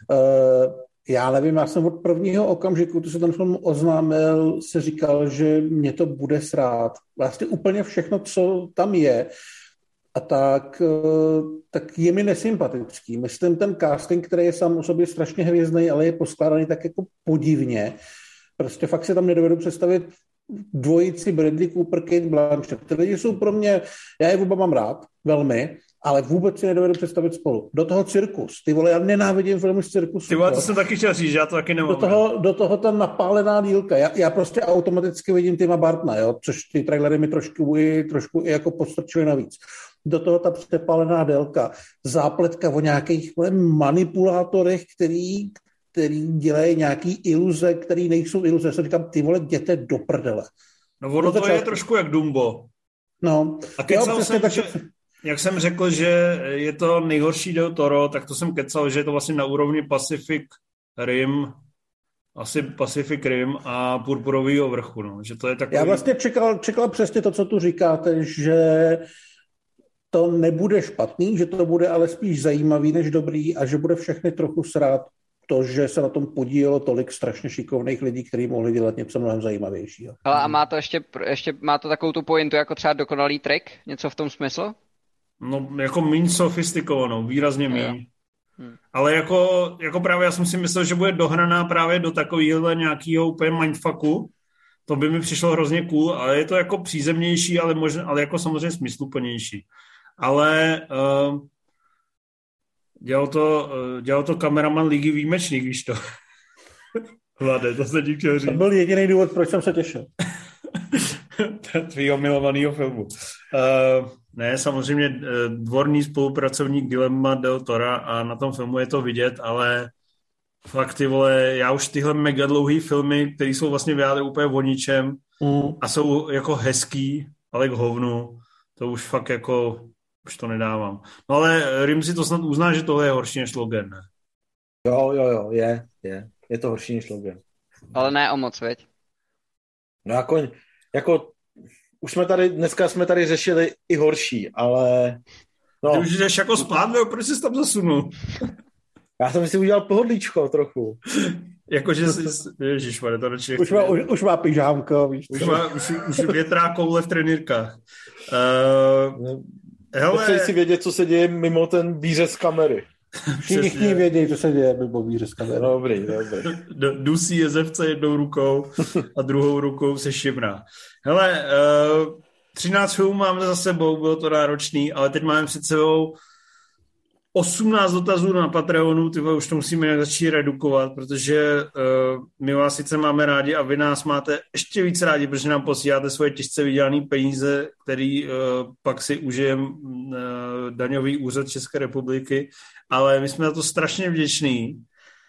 já nevím, já jsem od prvního okamžiku, když se ten film oznámil, se říkal, že mě to bude srát. Vlastně úplně všechno, co tam je, a tak je mi nesympatický. Myslím, ten casting, který je sám o sobě strašně hvězdný, ale je poskládaný tak jako podivně. Prostě fakt se tam nedovedu představit dvojici Bradley Cooper, Kate Blanchett. Ty lidi jsou pro mě, já je oba mám rád, velmi, ale vůbec si nedovedu představit spolu. Do toho cirkus. Ty vole, já nenávidím filmy z cirkusu. Ty vole, to jsem taky chtěl říct, já to taky nemám. Do toho ta napálená dílka. Já prostě automaticky vidím Tima Bartona, jo, což ty trailery mi trošku i jako podstrčily navíc. Do toho ta přepálená délka. Zápletka o nějakých manipulátorech, který dělají nějaký iluze, který nejsou iluze. Já se říkám, ty vole, jděte do prdele. No ono to je trošku jak Dumbo. No. A kecal jsem, že, jak jsem řekl, že je to nejhorší del Toro, tak to jsem kecal, že je to vlastně na úrovni Pacific Rim, asi Pacific Rim a Purpurovýho vrchu. No. Že to je takový... Já vlastně čekal přesně to, co tu říkáte, že to nebude špatný, že to bude ale spíš zajímavý než dobrý a že bude všechny trochu srát to, že se na tom podílelo tolik strašně šikovných lidí, kteří mohli dělat něco mnohem zajímavějšího. Ale a má to ještě má to takovou tu pointu jako třeba dokonalý trik? Něco v tom smyslu? No, jako méně sofistikovanou, výrazně méně. Ale jako právě já jsem si myslel, že bude dohraná právě do takovýhle nějakého úplně mindfucku. To by mi přišlo hrozně cool, ale je to jako přízemnější, ale jako samozřejmě smysluplnější. Ale dělal to kameraman Ligy výjimečných, víš to. Hlade, to se ti chtěl říct. To byl jediný důvod, proč jsem se těšil. Tvýho milovanýho filmu. Ne, samozřejmě dvorní spolupracovník Guillerma del Tora a na tom filmu je to vidět, ale fakt ty vole, já už tyhle mega dlouhý filmy, které jsou vlastně vyjádry úplně o ničem a jsou jako hezký, ale k hovnu, to už fakt jako, už to nedávám. No ale Rimzi to snad uzná, že tohle je horší než Logan, ne? Jo, je to horší než Logan. Ale ne o moc, veď? No jako už dneska jsme tady řešili i horší, ale... No. Ty už jdeš jako spát, proč jsi tam zasunul? Já jsem si udělal pohodlíčko trochu. Jakože ježišmarja, to radši už má pyžámko, víš. Už větrá koule v trenýrkách. Hele... Chci si vědět, co se děje mimo ten výřez kamery. Všichni vědějí, co se děje mimo výřez kamery. Dobrý. Dusí jezevce jednou rukou a druhou rukou se šimrá. Hele, 13 filmů máme za sebou, bylo to náročný, ale teď máme před sebou 18 dotazů na Patreonu, už to musíme nějak začít redukovat, protože my vás sice máme rádi a vy nás máte ještě víc rádi, protože nám posíláte svoje těžce vydělané peníze, který pak si užije daňový úřad České republiky, ale my jsme za to strašně vděční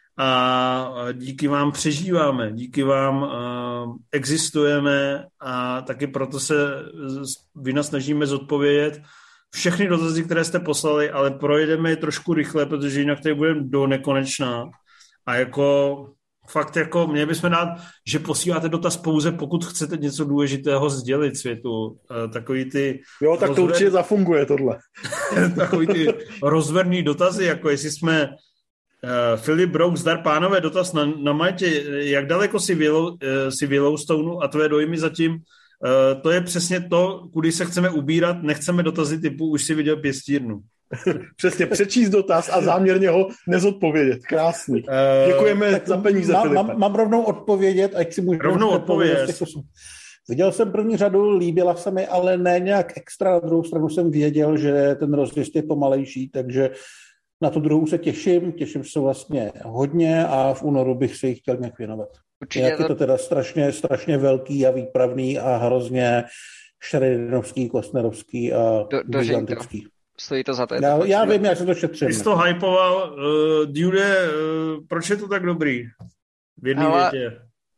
a díky vám přežíváme, díky vám existujeme a taky proto se vynasnažíme zodpovědět všechny dotazy, které jste poslali, ale projedeme je trošku rychle, protože jinak tady budeme do nekonečna. A jako fakt jako měli bychom dát, že posíláte dotaz pouze, pokud chcete něco důležitého sdělit světu. Takový ty... Jo, tak to určitě zafunguje tohle. Takový ty rozverný dotazy, jako jestli jsme Filip Brouk, zdar pánové, dotaz na Majtě, jak daleko si v Yellowstoneu a tvoje dojmy zatím. To je přesně to, kudy se chceme ubírat, nechceme dotazy typu už si viděl pěstírnu. Přesně, přečíst dotaz a záměrně ho nezodpovědět. Krásný. Děkujeme za peníze, Filipe. Mám rovnou odpovědět, ať si můžu... Rovnou odpovědět. Viděl jsem první řadu, líbila se mi, ale ne nějak extra. Na druhou stranu jsem věděl, že ten rozjezd je pomalejší, takže na tu druhou se těším se vlastně hodně a v únoru bych se jí chtěl nějak věnovat. Jak je to teda strašně velký a výpravný a hrozně šredinovský, kostnerovský a gigantický. Stojí to za to. Já vím, jak se to šetřím. Ty jsi to hypoval. Dude, proč je to tak dobrý? V jedné větě.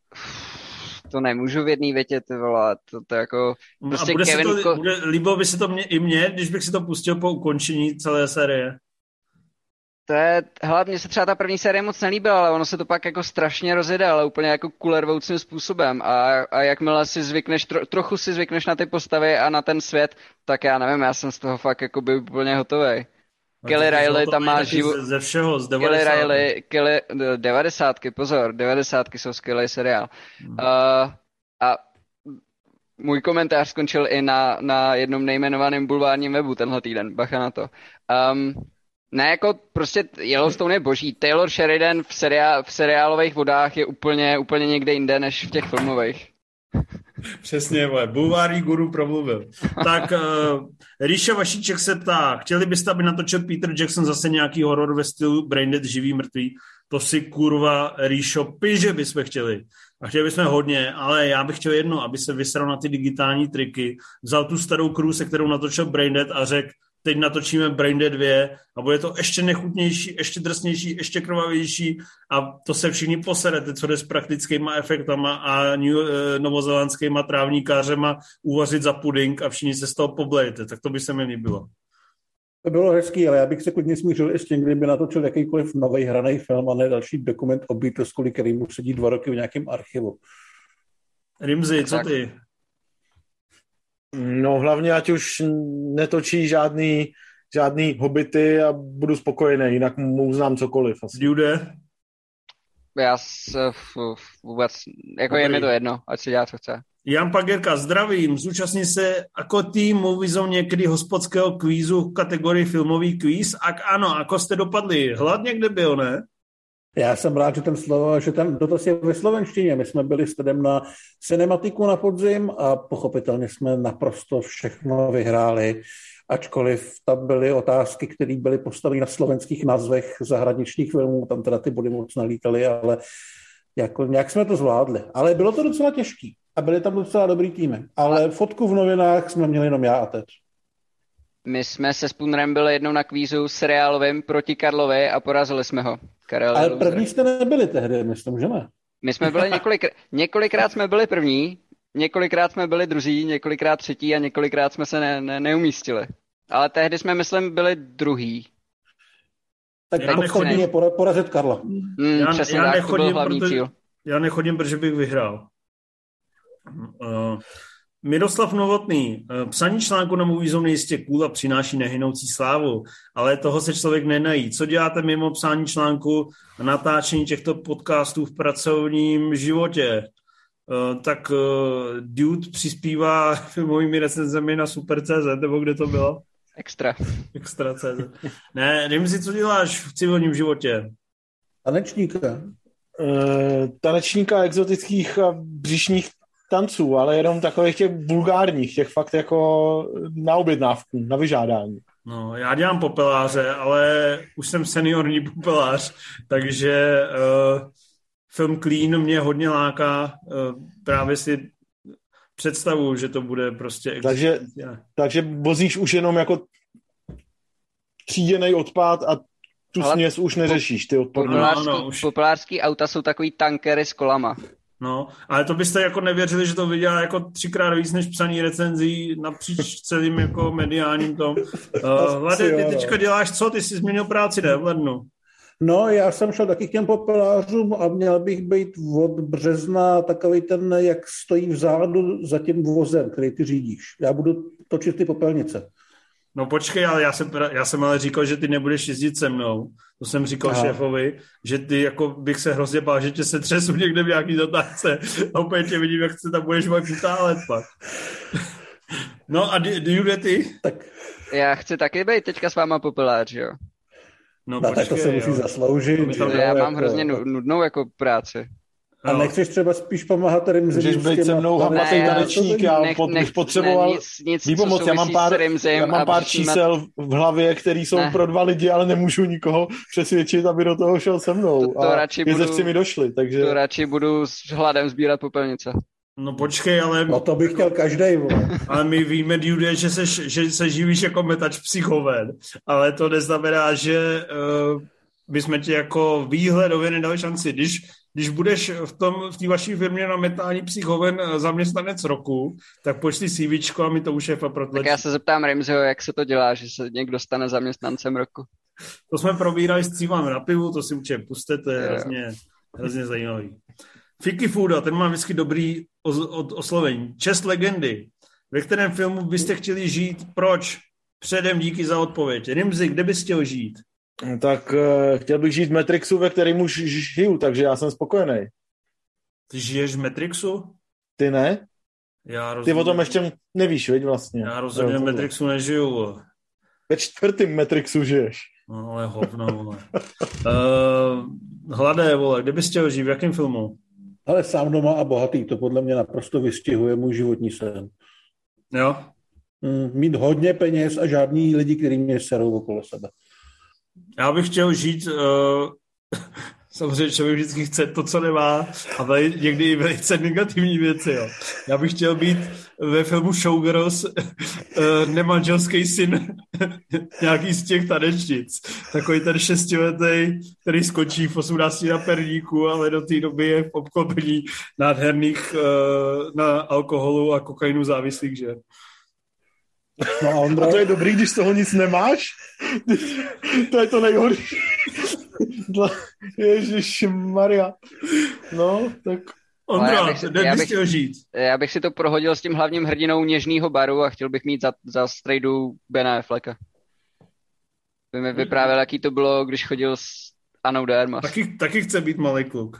To nemůžu v jedné větě, ty vole. To jako... Prostě líbilo by se to i mně, když bych si to pustil po ukončení celé série. Hele, mně se třeba ta první série moc nelíbila, ale ono se to pak jako strašně rozjede, ale úplně jako kulervoucím způsobem a jakmile si zvykneš, trochu si zvykneš na ty postavy a na ten svět, tak já nevím, já jsem z toho fakt jako byl úplně hotovej. Kelly Riley tam má ze všeho, z 90. Kelly Riley, 90, pozor, 90 jsou skvělý seriál. A můj komentář skončil i na jednom nejmenovaném bulvárním webu tenhle týden, bacha na to. Ne, jako prostě Yellowstone je boží. Taylor Sheridan v seriálových vodách je úplně někde jinde, než v těch filmových. Přesně, bulvární guru promluvil. Tak Ríša Vašíček se ptá, chtěli byste, aby natočil Peter Jackson zase nějaký horor ve stylu Braindead, živý, mrtvý? To si kurva, Ríšo, piže bychom chtěli. A chtěli bychom hodně, ale já bych chtěl jedno, aby se vysral na ty digitální triky, vzal tu starou crew, se kterou natočil Braindead a řekl, teď natočíme Braindead 2 a bude to ještě nechutnější, ještě drsnější, ještě krvavější a to se všichni poserete, co jde s praktickýma efektama a novozélandskýma trávníkářema uvařit za puding a všichni se z toho poblejete, tak to by se mi líbilo. To bylo hezký, ale já bych se klidně smířil i s tím, kdyby natočil jakýkoliv nový hraný film a ne další dokument o Beatleskovi, který mu sedí 2 roky v nějakém archivu. Rimzi, co ty? No hlavně, ať už netočí žádný hobity a budu spokojený, jinak mu uznám cokoliv. Dude? Já se vůbec, jako je mi to jedno, ať si dělá, co chce. Jan Pagerka, zdravím, zúčastní se jako tým Moviezone někdy hospodského kvízu v kategorii filmový kvíz? Ak ano, ako jste dopadli? Hlad někde byl, ne? Já jsem rád, že ten dotaz je ve slovenštině. My jsme byli s Tedem na cinematiku na podzim a pochopitelně jsme naprosto všechno vyhráli, ačkoliv tam byly otázky, které byly postaveny na slovenských názvech zahraničních filmů, tam teda ty body moc nalítaly, ale jako nějak jsme to zvládli. Ale bylo to docela těžký. A byly tam docela dobrý týmy. Ale fotku v novinách jsme měli jenom já a teď. My jsme se Spoonerem byli jednou na kvízu seriálovým proti Karlovi a porazili jsme ho. Karel ale první jste nebyli tehdy, myslím, že ne? My jsme byli několikrát jsme byli první, několikrát jsme byli druzí, několikrát třetí a několikrát jsme se neumístili. Ale tehdy jsme, myslím, byli druhý. Tak podstatně je porazit Karla. Přesně tak, to byl hlavní cíl. Já nechodím, protože bych vyhrál. Miroslav Novotný. Psaní článku na Movie Zone jistě cool a přináší nehynoucí slávu, ale toho se člověk nenají. Co děláte mimo psání článku a natáčení těchto podcastů v pracovním životě? Tak Dude přispívá filmovými recenzemi na Super.cz, nebo kde to bylo? Extra.cz. Ne, nevím si, co děláš v civilním životě. Tanečníka exotických a břišních tanců, ale jenom takových těch vulgárních, těch fakt jako na objednávku, na vyžádání. No, já dělám popeláře, ale už jsem seniorní popelář, takže film Clean mě hodně láká. Právě si představuju, že to bude prostě... Takže vozíš už jenom jako tříděnej odpad a tu směs už neřešíš, ty odpadní. Popelářský auta jsou takový tankery s kolama. No, ale to byste jako nevěřili, že to vydělá jako 3x víc než psaní recenzí napříč celým jako mediálním tom. Vlade, ty teďka děláš co? Ty jsi změnil práci, ne? V lednu. No, já jsem šel taky k těm popelářům a měl bych být od března takovej ten, jak stojí vzadu za tím vozem, který ty řídíš. Já budu točit ty popelnice. No počkej, ale já jsem ale říkal, že ty nebudeš jezdit se mnou. To jsem říkal šéfovi, že ty jako bych se hrozně bál, že tě se třesu někde v nějaký zatáčce a úplně tě vidím, jak se tam budeš moje utálet pak. No a jde ty? Tak. Já chci taky být teďka s váma popelář, jo? No počkej, tak to se musí zasloužit. Já mám hrozně nudnou jako práci. A nechceš třeba spíš pomáhat Rimzi? Můžeš být se mnou hamatej tanečník, já bych potřeboval výpomoc. Já mám pár čísel v hlavě, které jsou pro 2 lidi, ale nemůžu nikoho přesvědčit, aby do toho šel se mnou. A jezdevci mi došli, takže... To radši budu s hladem sbírat popelnice. No počkej, ale... No to bych chtěl každej, vole. Ale my víme, Dude, že se živíš jako metač psychoven, ale to neznamená, že bychom ti jako výhledově nedali šanci. Když budeš v té vaší firmě na metání psychoven zaměstnanec roku, tak pošli CVčko a mi to u šéfa protlačí. Tak já se zeptám Rimziho, jak se to dělá, že se někdo stane zaměstnancem roku. To jsme probírali s Cívám na pivu, to si určitě puste, to je hrozně zajímavý. Fiki Fooda, ten má vždycky dobrý oslovení. Čest legendy. Ve kterém filmu byste chtěli žít? Proč? Předem díky za odpověď. Rimzi, kde bys chtěl žít? Tak chtěl bych žít v Matrixu, ve kterém už žiju, takže já jsem spokojený. Ty žiješ v Matrixu? Ty ne? Ty o tom ještě nevíš, veď vlastně. Já rozhodně v Matrixu nežiju. Ve 4. Matrixu žiješ. No, ale hovno, vole. Hladé, vole, kde bys chtěl žít? V jakém filmu? Ale Sám doma a bohatý, to podle mě naprosto vystihuje můj životní sen. Jo? Mít hodně peněz a žádný lidi, kteří mě serou okolo sebe. Já bych chtěl žít, samozřejmě člověk vždycky chce to, co nemá, ale někdy i velice negativní věci. Jo. Já bych chtěl být ve filmu Showgirls nemanželský syn nějaký z těch tanečnic. Takový ten 6letý, který skočí v 18 na perníku, ale do té doby je v obklopení nádherných na alkoholu a kokainu závislých žen. No a to je dobrý, když z toho nic nemáš? To je to nejhorší. Ježišmarja. No, tak... Ondra, kde bys chtěl žít? Já bych si to prohodil s tím hlavním hrdinou Něžnýho baru a chtěl bych mít za strejdu Bena Afflecka. By mi vyprávěl, jaký to bylo, když chodil s Anou de Armas. Taky chce být malý kluk.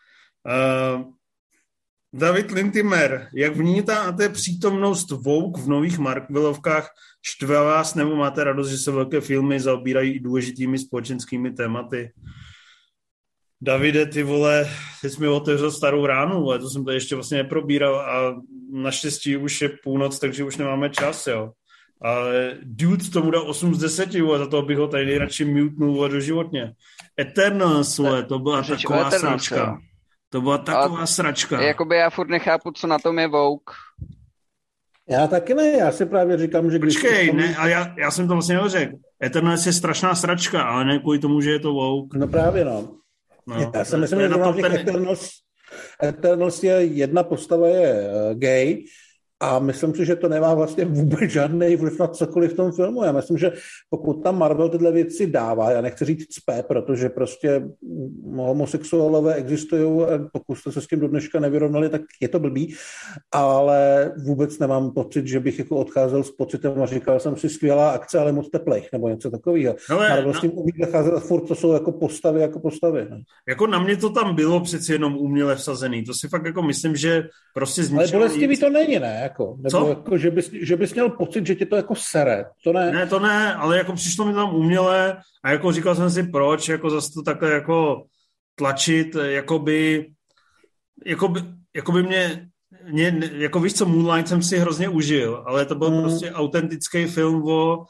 David Lintimer, jak vnímáte přítomnost Vogue v nových Marvelovkách? Štve vás nebo máte radost, že se velké filmy zaobírají i důležitými společenskými tématy? Davide, ty vole, teď jsi mi otevřel starou ránu, ale to jsem to ještě vlastně neprobíral a naštěstí už je půlnoc, takže už nemáme čas, jo. Ale Dude tomu dal 8 z 10, a za toho bych ho tady nejradši mutenul doživotně. Eternals, to byla taková sračka. To byla taková sračka. Jakoby já furt nechápu, co na tom je Vogue. Já taky ne, já si právě říkám, že... Počkej, ne, a já jsem to vlastně neřekl. Eternals je strašná sračka, ale ne kvůli tomu, že je to Vogue. No právě, no. Já si myslím, že Eternals je jedna postava je gay a myslím si, že to nemá vlastně vůbec žádný vliv na cokoliv v tom filmu. Já myslím, že pokud tam Marvel tyhle věci dává, já nechci říct cpe, protože prostě homosexuálové existují a pokud jste se s tím do dneška nevyrovnali, tak je to blbý, ale vůbec nemám pocit, že bych jako odcházel s pocitem a říkal jsem si skvělá akce, ale moc teplejch, nebo něco takového. Marvel s tím umí zacházet a furt to jsou jako postavy. Ne? Jako na mě to tam bylo přeci jenom uměle vsazený. To si fakt jako myslím, že prostě ale bolestivý to není, ne? Jako, nebo jako, že bys měl pocit, že ti to jako sere. To ne. Ne, to ne, ale jako přišlo mi tam uměle a jako říkal jsem si proč, jako zase to takhle jako tlačit, jakoby mě jako víš co, Moonlight jsem si hrozně užil, ale to byl prostě autentický film o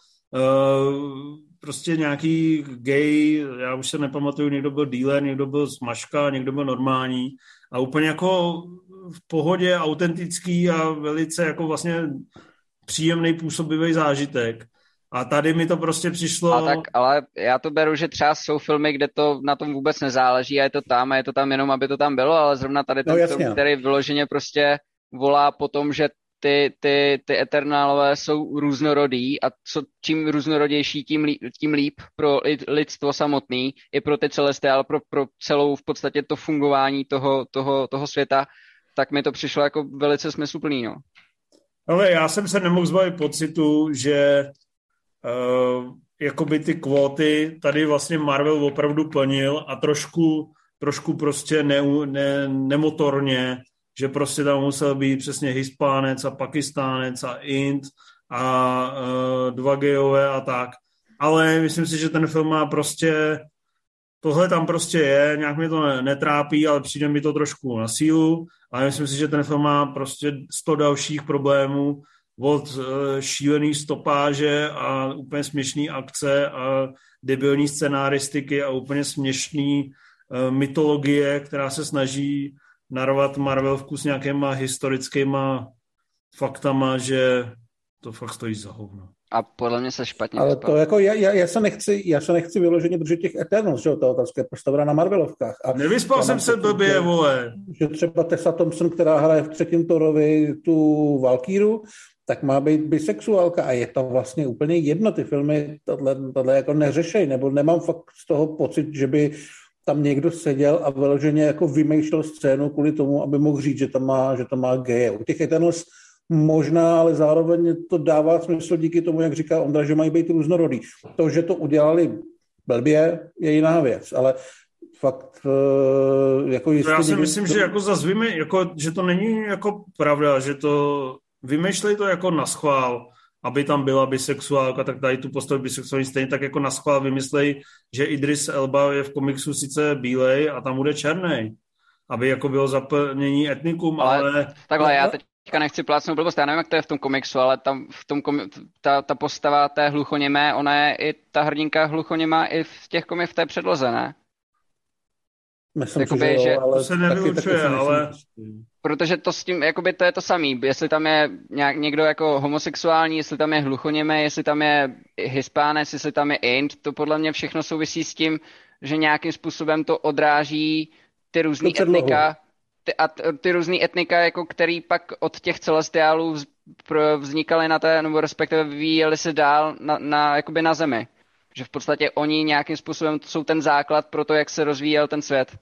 prostě nějaký gay, já už se nepamatuju, někdo byl dealer, někdo byl smažka, někdo byl normální a úplně jako v pohodě, autentický a velice jako vlastně příjemný působivý zážitek. A tady mi to prostě přišlo... Ale já to beru, že třeba jsou filmy, kde to na tom vůbec nezáleží a je to tam jenom, aby to tam bylo, ale zrovna tady ten film, který vyloženě prostě volá po tom, že ty Eternálové jsou různorodí a čím různorodější, tím líp pro lidstvo samotný, i pro ty celestiály, pro celou v podstatě to fungování toho světa, tak mi to přišlo jako velice smysluplný, no. Ale já jsem se nemohl zbavit pocitu, že jakoby ty kvóty tady vlastně Marvel opravdu plnil a trošku prostě nemotorně, že prostě tam musel být přesně Hispánec a Pakistánec a Ind a dva gejové a tak. Ale myslím si, že ten film má prostě, tohle tam prostě je, nějak mě to netrápí, ale přijde mi to trošku na sílu, ale myslím si, že ten film má prostě 100 dalších problémů od šílený stopáže a úplně směšný akce a debilní scenáristiky a úplně směšný mytologie, která se snaží narvat Marvel vkus nějakýma historickýma faktama, že to fakt stojí za hovno. A podle mě se špatně ale to jako já se nechci vyloženě držet těch Eternals, že ta otázka je postavena na Marvelovkách. A nevyspal jsem se blbě, vole. Že třeba Tessa Thompson, která hraje v třetím Thorovi tu Valkýru, tak má být bisexuálka a je to vlastně úplně jedno, ty filmy tohle jako neřešej, nebo nemám fakt z toho pocit, že by tam někdo seděl a vyloženě jako vymýšlel scénu kvůli tomu, aby mohl říct, že tam má geje. U těch Eternals možná, ale zároveň to dává smysl díky tomu, jak říká Ondra, že mají být různorodý. To, že to udělali blbě, je jiná věc, ale fakt jako jistě... Já si myslím, že jako zase že to není jako pravda, že to vymýšlej to jako naschvál, aby tam byla bisexuálka, tak tady tu postavu bisexuální stejně tak jako naschvál vymyslej, že Idris Elba je v komiksu sice bílej a tam bude černej, aby jako bylo zaplnění etnikum, ale... Takhle, já teďka nechci plácnout blbost, já nevím, jak to je v tom komiksu, ale tam ta postava té hluchoněmé, ona je i ta hrdinka hluchoněmá i v těch v té předloze, ne? Myslím, jakoby, že ale to se nevylučuje, ale... Protože to s tím, jakoby to je to samý. Jestli tam je někdo jako homosexuální, jestli tam je hluchoněmé, jestli tam je Hispánec, jestli tam je Ind, to podle mě všechno souvisí s tím, že nějakým způsobem to odráží ty různý etnika, ty různý etnika, jako který pak od těch celestiálů vznikaly nebo respektive vyvíjeli se dál jakoby na zemi. Že v podstatě oni nějakým způsobem jsou ten základ pro to, jak se rozvíjel ten svět.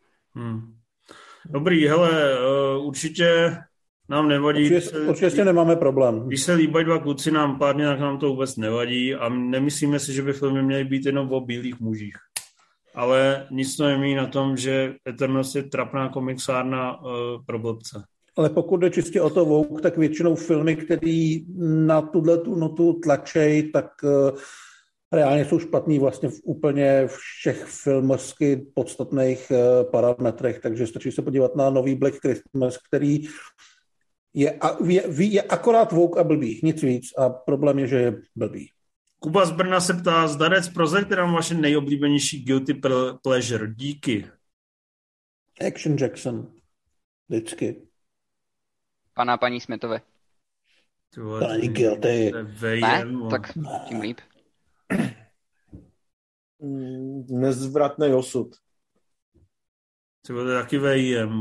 Dobrý, hele, určitě nám nevadí. Určitě nemáme problém. Když se líbají dva kluci nám pádně, tak nám to vůbec nevadí a nemyslíme si, že by filmy měly být jenom o bílých mužích. Ale nic to nemění na tom, že Eternals je trapná komiksárna pro blbce. Ale pokud jde čistě o to Vogue, tak většinou filmy, které na tuto notu tlačej, tak reálně jsou špatný vlastně úplně všech filmovsky podstatných parametrech, takže stačí se podívat na nový Black Christmas, který je akorát Vogue a blbý, nic víc a problém je, že je blbý. Kuba z Brna se ptá, zdarec prozaďte nám vaše nejoblíbenější guilty pleasure. Díky. Action Jackson. Vždycky. Pana a paní Smithové. To není guilty. Ne? Tak tím líp. Nezvratný osud. To je taky VIM.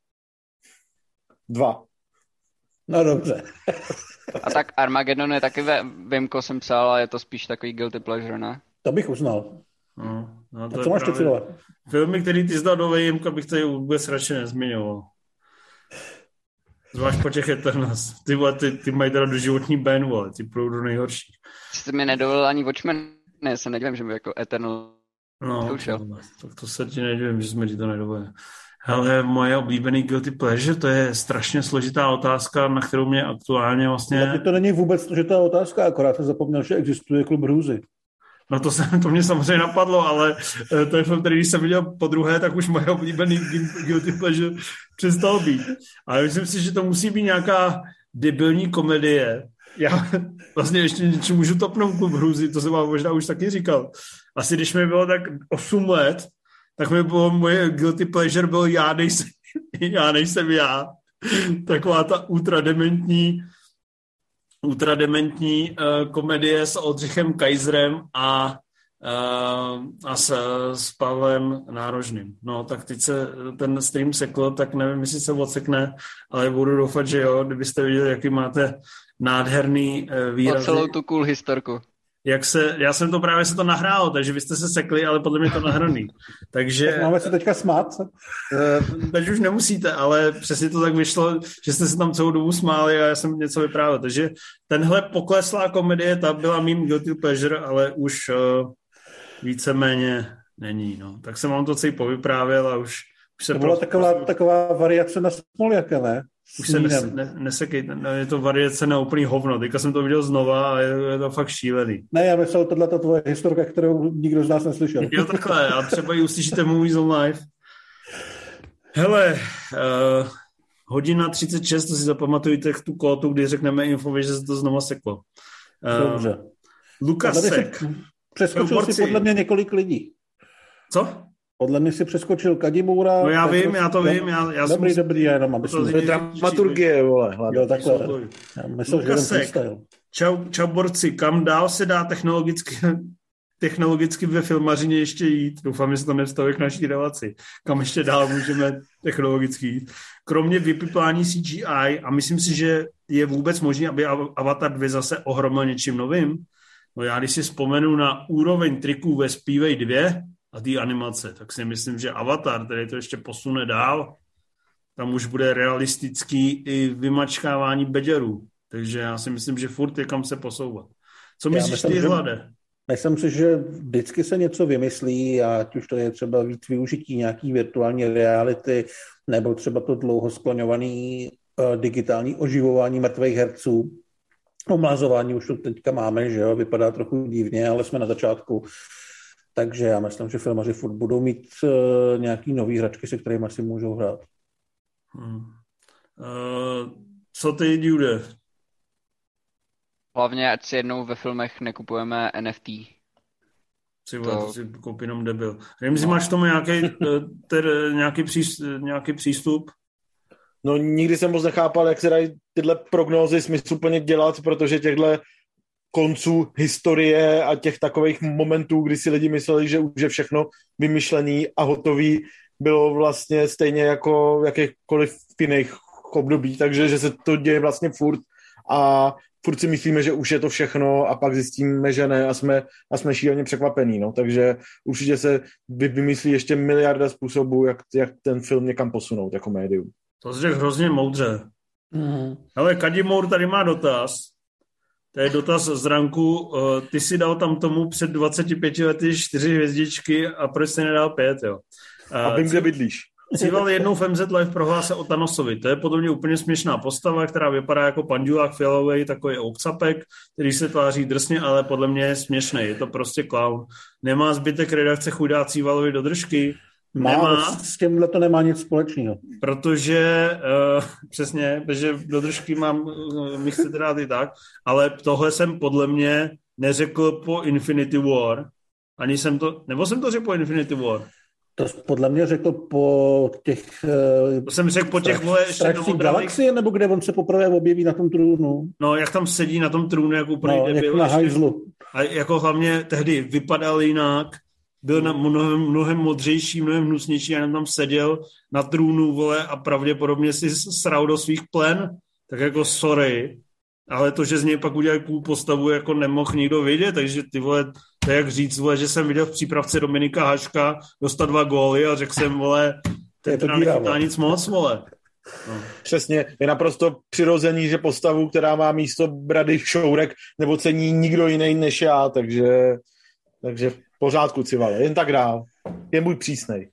2. No dobře. No. A tak Armageddon je taky Vimko jsem psal, a je to spíš takový guilty pleasure, ne? To bych uznal. No, a co máš ty, Cílové? Filmy, který ty zdal do VIMka, bych tady vůbec radši nezmiňoval. Zvlášť po těch Eternals. Ty mají teda doživotní ban, vole. Ty budou nejhorší. Jste mi nedovolil ani Watchmen. Ne, se nedivím, že by jako Eternal zkoušel. Tak to se ti nedivím, že jsme ti to nedovolili. Hele, moje oblíbený guilty pleasure, to je strašně složitá otázka, na kterou mě aktuálně vlastně... Ale to není vůbec složitá otázka, akorát jsem zapomněl, že existuje klub hrůzy. No to mě samozřejmě napadlo, ale to je film, který když jsem viděl po druhé, tak už moje oblíbený guilty pleasure přestal být. Ale myslím si, že to musí být nějaká debilní komedie. Já vlastně ještě můžu topnout klub hrůzy, to jsem vám možná už taky říkal. Asi když mi bylo tak 8 let, tak mi bylo moje guilty pleasure byl já nejsem já. Taková ta ultradementní komedie s Oldřichem Kaiserem a s Pavlem Nárožným. No, tak teď se ten stream sekl, tak nevím, jestli se odsekne, ale budu doufat, že jo, kdybyste viděli, jaký máte nádherný výrazy. O celou tu cool historku. Já jsem to právě se to nahrál, takže vy jste se sekli, ale podle mě to nahraný. Takže... Tak máme se teďka smát? Teď už nemusíte, ale přesně to tak vyšlo, že jste se tam celou dobu smáli a já jsem něco vyprávěl. Takže tenhle pokleslá komedie, ta byla mým guilty pleasure, ale už víceméně není. No. Tak jsem vám to celý povyprávěl a už se... To byla taková variace na Smoljaka, ne? Už se nesekejte, je to variace na úplný hovno. Teďka jsem to viděl znova a je to fakt šílený. Ne, já myslel, tohle je tvoje historka, kterou nikdo z nás neslyšel. Jo, takhle, a třeba ji uslyšíte Movies on Live. Hele, hodina 36, to si zapamatujte tu kótu, kdy řekneme info, že se to znova seklo. Dobře. Lukasek. Přeskočil si podle mě několik lidí. Co? Podle mě si přeskočil Kadimoura. No já vím, já to vím. Dobrý, já jenom aby to je dramaturgie, vole. Jo, takhle. Já myslel, Lukasek. Čau borci, kam dál se dá technologicky ve filmařině ještě jít? Doufám, že se to nevztahuje k naší relaci. Kam ještě dál můžeme technologicky jít? Kromě vypiplání CGI, a myslím si, že je vůbec možné, aby Avatar 2 zase ohromil něčím novým. No já když si vzpomenu na úroveň triků ve Zpívej 2 a té animace, tak si myslím, že Avatar, který to ještě posune dál, tam už bude realistický i vymačkávání beďerů. Takže já si myslím, že furt je kam se posouvat. Co myslíš ty, Hlade? Myslím si, že vždycky se něco vymyslí, ať už to je třeba víc využití nějaký virtuální reality, nebo třeba to dlouho skloňované digitální oživování mrtvých herců. Omlazování už to teďka máme, že jo, vypadá trochu divně, ale jsme na začátku. Takže já myslím, že filmaři furt budou mít nějaký nový hračky, se kterými si můžou hrát. Co ty, Jude? Hlavně, ať si jednou ve filmech nekupujeme NFT. To si koupí jenom debil. Nevím, jestli máš k tomu nějaký přístup? No nikdy jsem moc nechápal, jak se dají tyhle prognózy smysluplně dělat, protože těchto konců historie a těch takových momentů, kdy si lidi mysleli, že už je všechno vymyšlený a hotový, bylo vlastně stejně jako jakýchkoliv jiných období, takže že se to děje vlastně furt a furt si myslíme, že už je to všechno a pak zjistíme, že ne a jsme šíleně překvapení, no, takže určitě se vymyslí ještě miliarda způsobů, jak ten film někam posunout jako médium. To jsi řekl hrozně moudře. Hele, Kadimour tady má dotaz. To je dotaz z ranku. Ty si dal tam tomu před 25 lety 4 hvězdičky a proč jsi nedal 5, jo? A vím, kde bydlíš. Cíval jednou v MZ Live prohlásil o Thanosovi. To je podle mě úplně směšná postava, která vypadá jako pandulák fialovej, takový okcapek, který se tváří drsně, ale podle mě je směšný. Je to prostě klaun. Nemá zbytek redakce chudá Cívalovi do držky. Nemá. S tímhle to nemá nic společného. Protože, přesně, protože do držky my chcete dát i tak, ale tohle jsem podle mě neřekl po Infinity War. Ani jsem to, nebo jsem to řekl po Infinity War? To jsi podle mě řekl po těch... To jsem řekl po těch, vole, Strážcích galaxie, nebo kde on se poprvé objeví na tom trůnu? No, jak tam sedí na tom trůnu, jak úplně debil. Jak na hajzlu. A jako hlavně tehdy vypadal jinak, byl mnohem modřejší, mnohem hnusnější, a tam seděl na trůnu, vole, a pravděpodobně si sral do svých plen, tak jako sorry, ale to, že z něj pak udělali půl postavu, jako nemohl nikdo vědět, takže ty vole, to je jak říct, vole, že jsem viděl v přípravce Dominika Haška dostat 2 góly a řekl jsem, vole, ten teda nechytá nic moc, vole. No. Přesně, je naprosto přirozený, že postavu, která má místo Brady Šourek, nebo cení nikdo jiný než já, takže v pořádku, Civale, jen tak dál. Je můj přísnej.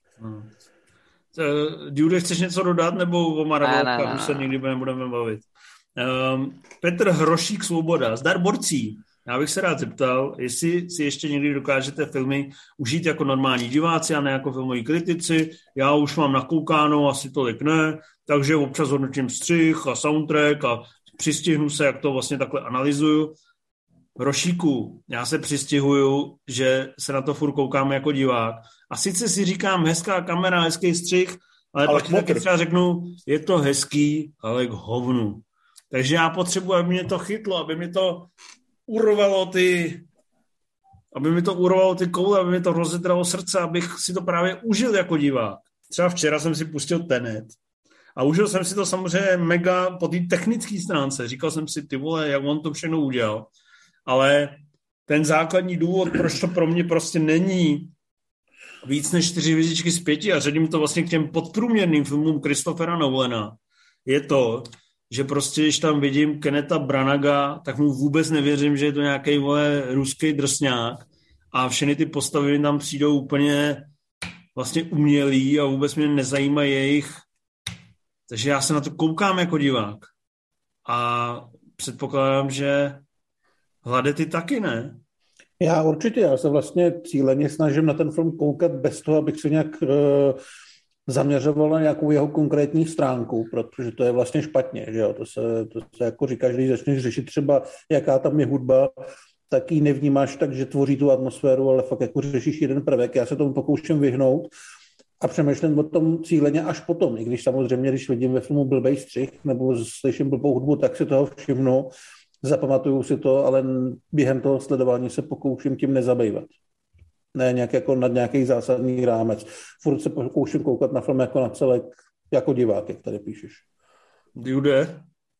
Dude, chceš něco dodat, nebo o Marvelka už se nikdy nebudeme bavit? Petr Hrošík Svoboda, zdar borcí. Já bych se rád zeptal, jestli si ještě někdy dokážete filmy užít jako normální diváci a ne jako filmoví kritici. Já už mám nakoukáno, asi tolik ne, takže občas hodnotím střih a soundtrack a přistihnu se, jak to vlastně takhle analyzuju. Hrošíku, já se přistihuju, že se na to furt koukám jako divák. A sice si říkám, hezká kamera, hezký střih, ale pak taky třeba řeknu, je to hezký, ale k hovnu. Takže já potřebuji, aby mě to chytlo, aby mi to urvalo ty koule, aby mi to rozedralo srdce, abych si to právě užil jako divák. Třeba včera jsem si pustil Tenet a užil jsem si to samozřejmě mega po té technické stránce. Říkal jsem si, ty vole, jak on to všechno udělal. Ale ten základní důvod, proč to pro mě prostě není víc než 4 hvězdičky z 5 a řadím to vlastně k těm podprůměrným filmům Christophera Nolana, je to, že prostě, když tam vidím Kenneta Branaga, tak mu vůbec nevěřím, že je to nějaký, vole, ruský drsňák a všechny ty postavy tam přijdou úplně vlastně umělý a vůbec mě nezajímají jejich. Takže já se na to koukám jako divák. A předpokládám, že Hlade, ty taky, ne? Já se vlastně cíleně snažím na ten film koukat bez toho, abych se nějak zaměřoval na nějakou jeho konkrétní stránku, protože to je vlastně špatně, že jo? To se jako říká, že když začneš řešit třeba, jaká tam je hudba, tak ji nevnímáš tak, že tvoří tu atmosféru, ale fakt jako řešíš jeden prvek. Já se tomu pokouším vyhnout a přemýšlím o tom cíleně až potom, i když samozřejmě, když vidím ve filmu blbej střih nebo slyším blbou hudbu, tak si toho všimnu, zapamatuju si to, ale během toho sledování se pokouším tím nezabývat. Ne nějak jako nad nějaký zásadní rámec. Furt se pokouším koukat na film jako na celek, jako divák, jak tady píšeš. Jude?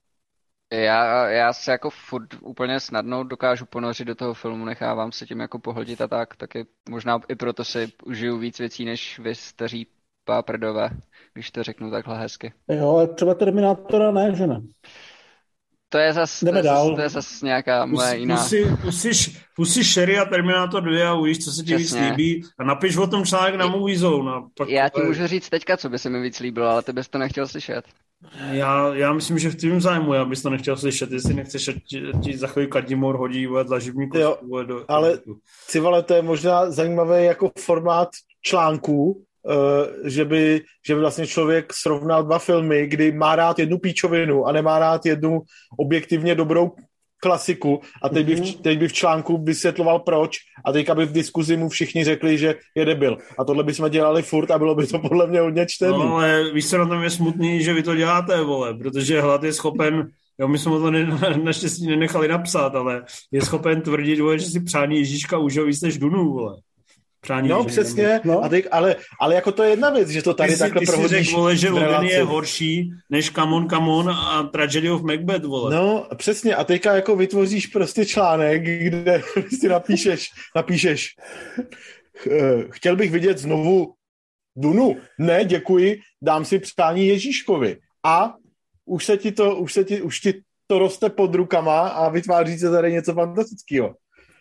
Já se jako furt úplně snadno dokážu ponořit do toho filmu, nechávám se tím jako pohltit a taky možná i proto si užiju víc věcí, než vy staří páprdové, když to řeknu takhle hezky. Jo, ale třeba Terminátora ne, že ne? To je zas nějaká moje jiná... Pusy Sherry a Terminator 2 a uvidíš, co se ti víc líbí a napiš o tom článek na Movie Zone. Já ti můžu říct teďka, co by se mi víc líbilo, ale ty bys to nechtěl slyšet. Já myslím, že v tvým zájmu, já bys to nechtěl slyšet, jestli nechceš, ti za chvíli Kadimor hodí dlaživní kostu. Ale Civale, to je možná zajímavý jako formát článků, že by vlastně člověk srovnal 2 filmy, kdy má rád jednu píčovinu a nemá rád jednu objektivně dobrou klasiku a teď by v článku vysvětloval proč a teďka by v diskuzi mu všichni řekli, že je debil. A tohle bychom dělali furt a bylo by to podle mě hodně čtený. No ale víš, co na tom je smutný, že vy to děláte, vole, protože Hlad je schopen, jo, my jsme to naštěstí nenechali napsat, ale je schopen tvrdit, vole, že si přání Ježíška užil víc než Dunu, vole. Přání, no, přesně, no. Ale jako to je jedna věc, že to tady takhle prohodíš. Ty si řekl, vole, že Logan je horší než Come On a Tragedy of Macbeth, vole. No, přesně, a teďka jako vytvoříš prostě článek, kde si napíšeš chtěl bych vidět znovu Dunu. Ne, děkuji, dám si přání Ježíškovi. A už ti to roste pod rukama a vytváří se tady něco fantastického.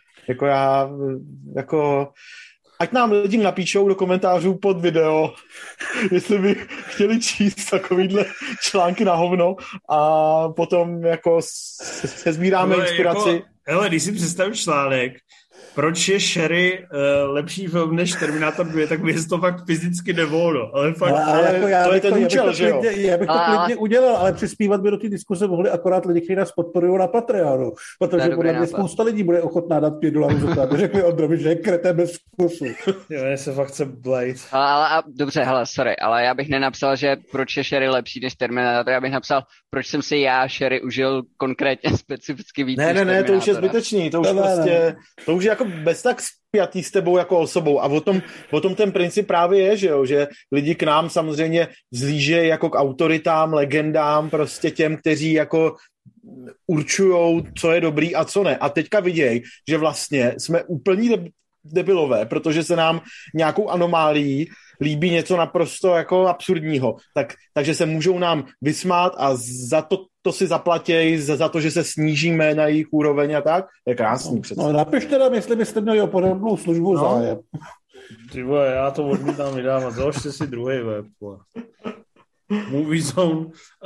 Ať nám lidi napíšou do komentářů pod video, jestli by chtěli číst takovýhle články na hovno a potom jako se sbíráme inspiraci. Když si představím článek, proč je Sherry lepší film než Terminator 2, tak by to fakt fyzicky nevolno. Ale fakt, ale jako já to je bych ten účel, že jo? Já bych to klidně udělal, ale přispívat by do té diskuse mohli akorát lidi, kteří nás podporují na Patreonu, protože podle mě spousta lidí bude ochotná dát $5 za to, aby řekli Ondrovi, že je krete bez vkusu. Jo, se fakt chce Blade. Dobře, hele, sorry, ale já bych nenapsal, že proč je Sherry lepší než Terminator, já bych napsal, proč jsem si já Sherry užil konkrétně specificky víc. Ne, to už je zbytečný, to už to už je jako bez tak spjatý s tebou jako osobou a o tom ten princip právě je, že jo, že lidi k nám samozřejmě vzlížejí jako k autoritám, legendám, prostě těm, kteří jako určujou, co je dobrý a co ne. A teďka viděj, že vlastně jsme úplní debilové, protože se nám nějakou anomálií líbí něco naprosto jako absurdního. Takže se můžou nám vysmát a za to si zaplatěj, za to, že se snížíme na jejich úroveň a tak. Je krásný přece. No, napište nám, jestli byste měli o podobnou službu zájem. Ty vole, já to odmítám vydávat. Založte si druhý web. Movie Zone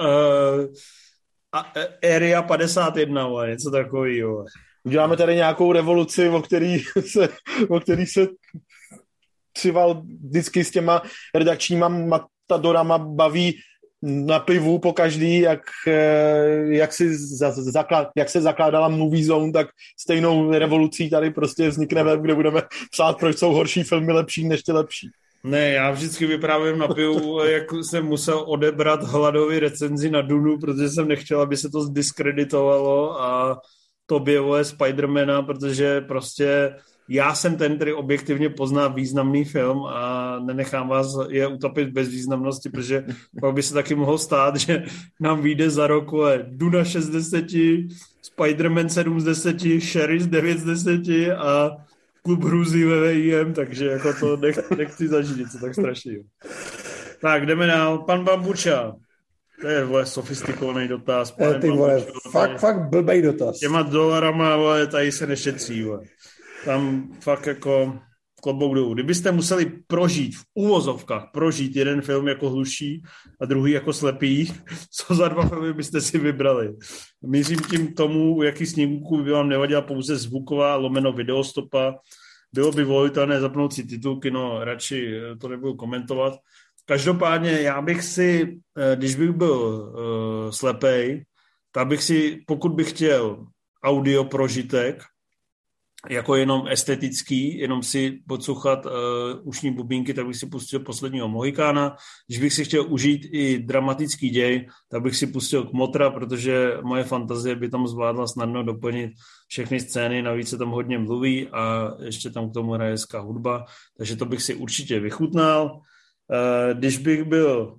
Area 51, vole, něco takového. Uděláme tady nějakou revoluci, o který se Přival vždycky s těma redakčníma matadorama baví na pivu po každý, jak se zakládala Movie Zone, tak stejnou revolucí tady prostě vznikne web, kde budeme psát, proč jsou horší filmy lepší než ty lepší. Ne, já vždycky vyprávím na pivu, jak jsem musel odebrat Hladovi recenzi na Dunu, protože jsem nechtěl, aby se to zdiskreditovalo a tobě, vole, Spidermana, protože prostě já jsem ten, který objektivně pozná významný film a nenechám vás je utopit bez významnosti, protože pak by se taky mohlo stát, že nám vyjde za rok Duna 6 z 10, Spider-Man 7 z 10, Sherry 9 z 10 a Klub hrůzy ve VIM, takže jako to nechci zažít něco tak strašného. Tak, jdeme dál. Pan Bambuča. To je, vole, sofistikovaný dotaz. Ty vole, fakt blbej dotaz. Těma dolarama, vole, tady se nešetří, vole. Tam fakt jako klobouk dolů. Kdybyste museli prožít, v úvozovkách, prožít jeden film jako hluší a druhý jako slepý, co za dva filmy byste si vybrali? Mířím tím k tomu, u jakých snímků by vám nevadila pouze zvuková / videostopa. Bylo by volitelné zapnout si titulky, no radši to nebudu komentovat. Každopádně já bych si, když bych byl slepej, tak bych si, pokud bych chtěl audio prožitek, jako jenom estetický, jenom si podslouchat ušní bubínky, tak bych si pustil Posledního Mohikána. Když bych si chtěl užít i dramatický děj, tak bych si pustil Kmotra, protože moje fantazie by tam zvládla snadno doplnit všechny scény, navíc se tam hodně mluví a ještě tam k tomu hraje hezká hudba, takže to bych si určitě vychutnal. Když bych byl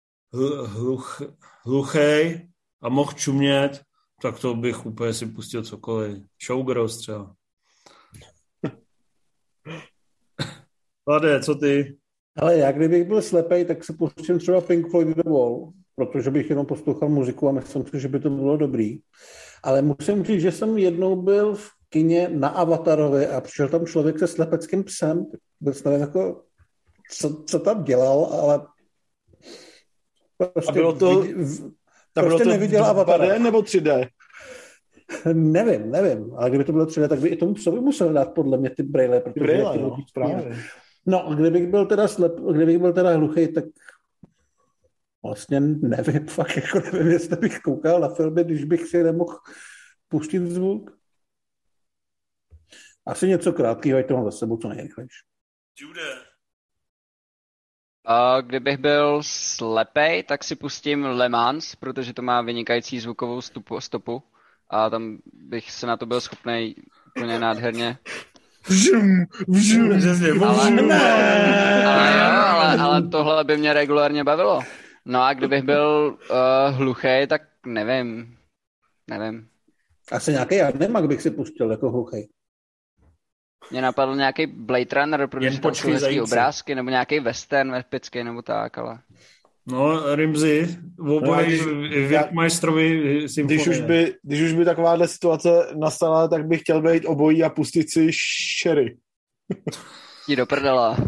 hluchej a mohl čumět, tak to bych úplně si pustil cokoliv. Showgirls třeba. Lade, co ty? Ale já kdybych byl slepej, tak se pustím třeba Pink Floyd The Wall, protože bych jenom poslouchal muziku a myslím si, že by to bylo dobrý. Ale musím říct, že jsem jednou byl v kině na Avatarovi a přišel tam člověk se slepeckým psem. Vůbec nevím, jako, co tam dělal, ale prostě a bylo to, prostě neviděl Avatara. 2D nebo 3D? Nevím, ale kdyby to bylo 3D, tak by i tomu psovi musel dát podle mě ty brejle, protože no, kdybych byl teda hluchý, tak vlastně nevím, fakt jako nevím, jestli bych koukal na filmy, když bych si nemohl pustit zvuk. Asi něco krátkého, ať to mám za sebou co nejrychlejší. Jude. A kdybych byl slepej, tak si pustím Le Mans, protože to má vynikající zvukovou stopu a tam bych se na to byl schopný úplně nádherně. Ale tohle by mě regulárně bavilo. No a kdybych byl hluchej, tak nevím. Asi nějaký Animak bych si pustil jako hluchej. Mě napadl nějaký Blade Runner, protože tam jsou hezký obrázky, nebo nějaký western epický, nebo tak, ale... No, Rimzi, Věkmajstrovi symfonie. Když už by takováhle situace nastala, tak bych chtěl být obojí a pustit si Sherry. Jdi do prdela.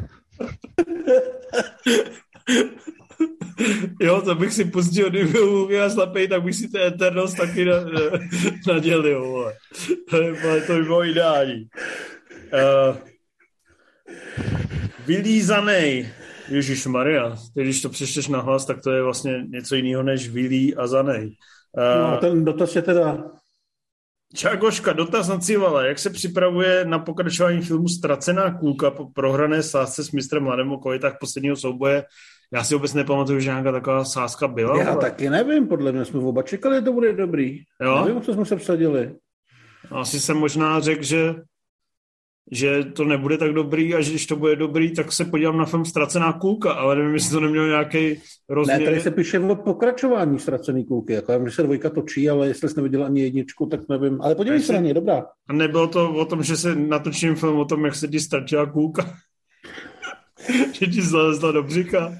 Jo, to bych si pustil, kdyby byl slepej, tak bych si ten Eternals taky nadělil, vole. To by bylo ideální. Vylízanej. Ježišmarja, když to přečteš nahlas, tak to je vlastně něco jiného než vylí a zanej. No, ten dotaz je teda... Čágoška, dotaz na Civala. Jak se připravuje na pokračování filmu Ztracená kulka po prohrané sázce s mistrem Mladem o kvalitách posledního souboje? Já si vůbec nepamatuju, že nějaká taková sázka byla. Já taky nevím, podle mě jsme oba čekali, že to bude dobrý. Jo? Nevím, co jsme se vsadili. Asi jsem možná řekl, že to nebude tak dobrý a že když to bude dobrý, tak se podívám na film Ztracená kulka, ale nevím, jestli to nemělo nějaký rozměr. Ne, tady se píše o pokračování Ztracený kulky, jako já vím, že se 2 točí, ale jestli jsi neviděl ani 1, tak nevím. Ale podívej se na ně, dobrá. A nebylo to o tom, že se natočím film o tom, jak se ti ztratila kulka? Že ti zalezla do břicha?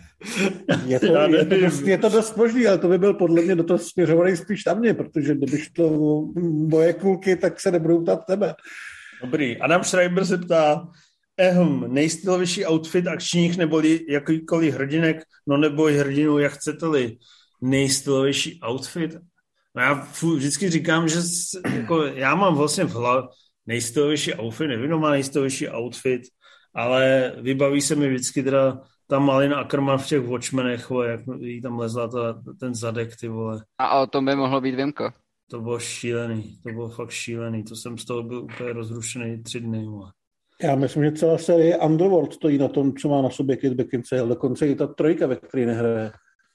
Je to dost možný, ale to by byl podle mě do toho směřovaný spíš na mě, protože kdybyš to moje kulky, tak se nebudou ptát tebe. Dobrý. Adam Schreiber se ptá, nejstylovější outfit akčních neboli jakýkoliv hrdinek, no nebo i hrdinu, jak chcete-li. Nejstylovější outfit? No já vždycky říkám, že jako, já mám vlastně v hlavě nejstylovější outfit, nevím, kdo má nejstylovější outfit, ale vybaví se mi vždycky teda ta Malin Ackerman v těch Watchmenech, jak jí tam lezla ten zadek, ty vole. A o tom by mohlo být Vimko. To bylo šílený, to bylo fakt šílený, to jsem z toho byl úplně rozrušený 3 dny. Vole. Já myslím, že celá série Underworld stojí na tom, co má na sobě Kate Beckinsale, dokonce i ta 3, ve které nehraje.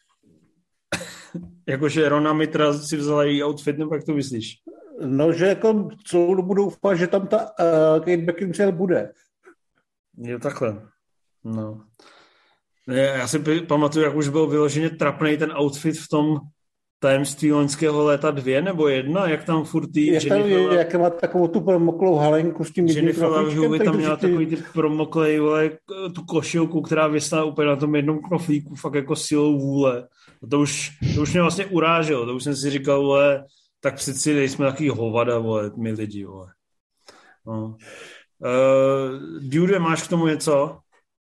Jakože Rona Mitra si vzala její outfit, nebo jak to myslíš? No, že jako celou dobu doufá, že tam ta Kate Beckinsale bude. Jo, takhle. No. Já si pamatuju, jak už byl vyloženě trapnej ten outfit v tom Tajemství loňského léta 2 nebo 1, jak tam furt jak má takovou tu promoklou halenku s tím Jennifer Love tam měla takový ty promoklej, tu košilku, která vysela úplně na tom jednom knoflíku, fakt jako silou vůle. A to už mě vlastně uráželo, to už jsem si říkal, vole, tak přeci nejsme takový hovada, vole, my lidi, vole. No. Dude, máš k tomu něco?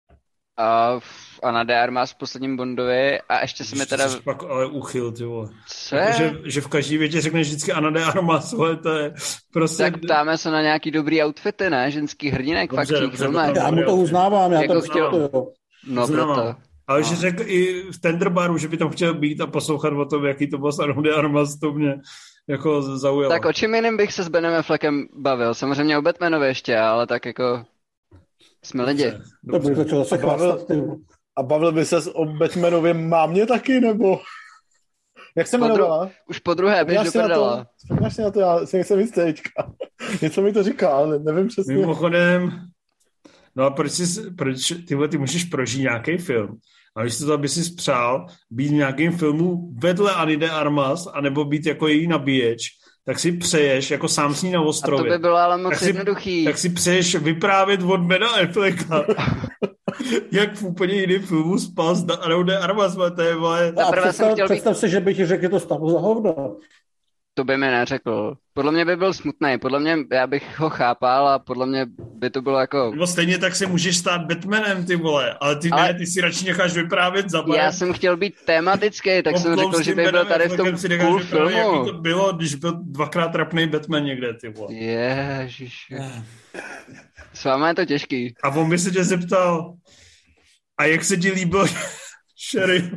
Ana de Armas v posledním Bondovi a ještě se mi teda... Jsi pak ale uchyl, ty vole. Co jako, že v každý větě řekneš vždycky Ana de Armas, vole, to je prostě... Tak ptáme se na nějaký dobrý outfity, ne? Ženský hrdinek, fakt filmech. Já mu to uznávám, já jako to chtěl. No proto. Ale že řekl i v Tenderbaru, že by tam chtěl být a poslouchat o tom, jaký to byl s Anou de Armas, to mě jako zaujalo. Tak o čím jiným bych se s Benem Affleckem bavil? Samozřejmě o Batmanovi ještě, ale tak jako jsme lidi. To by začalo se chvástat. A bavil by ses o Batmanově mámě taky, nebo? Jak se jmenovala? Už po druhé, běž do prdela. Vzpomínáš na to, já si nejsem jistý teďka. Něco mi to říká, ale nevím přesně. Mimochodem, no a proč ty můžeš prožít nějaký film? A když to by si přál být v nějakém filmu vedle Any de Armas, anebo být jako její nabíječ, tak si přeješ jako sám s ní na ostrově. A to by bylo ale moc jednoduchý. Tak si přeješ vyprávět od Bena Afflecka. Jak v úplně jiném filmu spal s Anou de Armas, to je, vole. Představ si, že bych ti řekl, že to stavu za hovno. To by mi neřekl. Podle mě by byl smutný. Podle mě, já bych ho chápal a podle mě by to bylo jako... Nebo stejně tak se můžeš stát Batmanem, ty vole, ale ty si radši necháš vyprávět za barem. Já jsem chtěl být tematický, tak jsem řekl, že by byl tady v tom cool filmu. Jaký to bylo, když byl 2x trapnej Batman někde, ty vole. Ježiši. S váma je to těžký. A on by se tě zeptal, a jak se ti líbil Sheriff?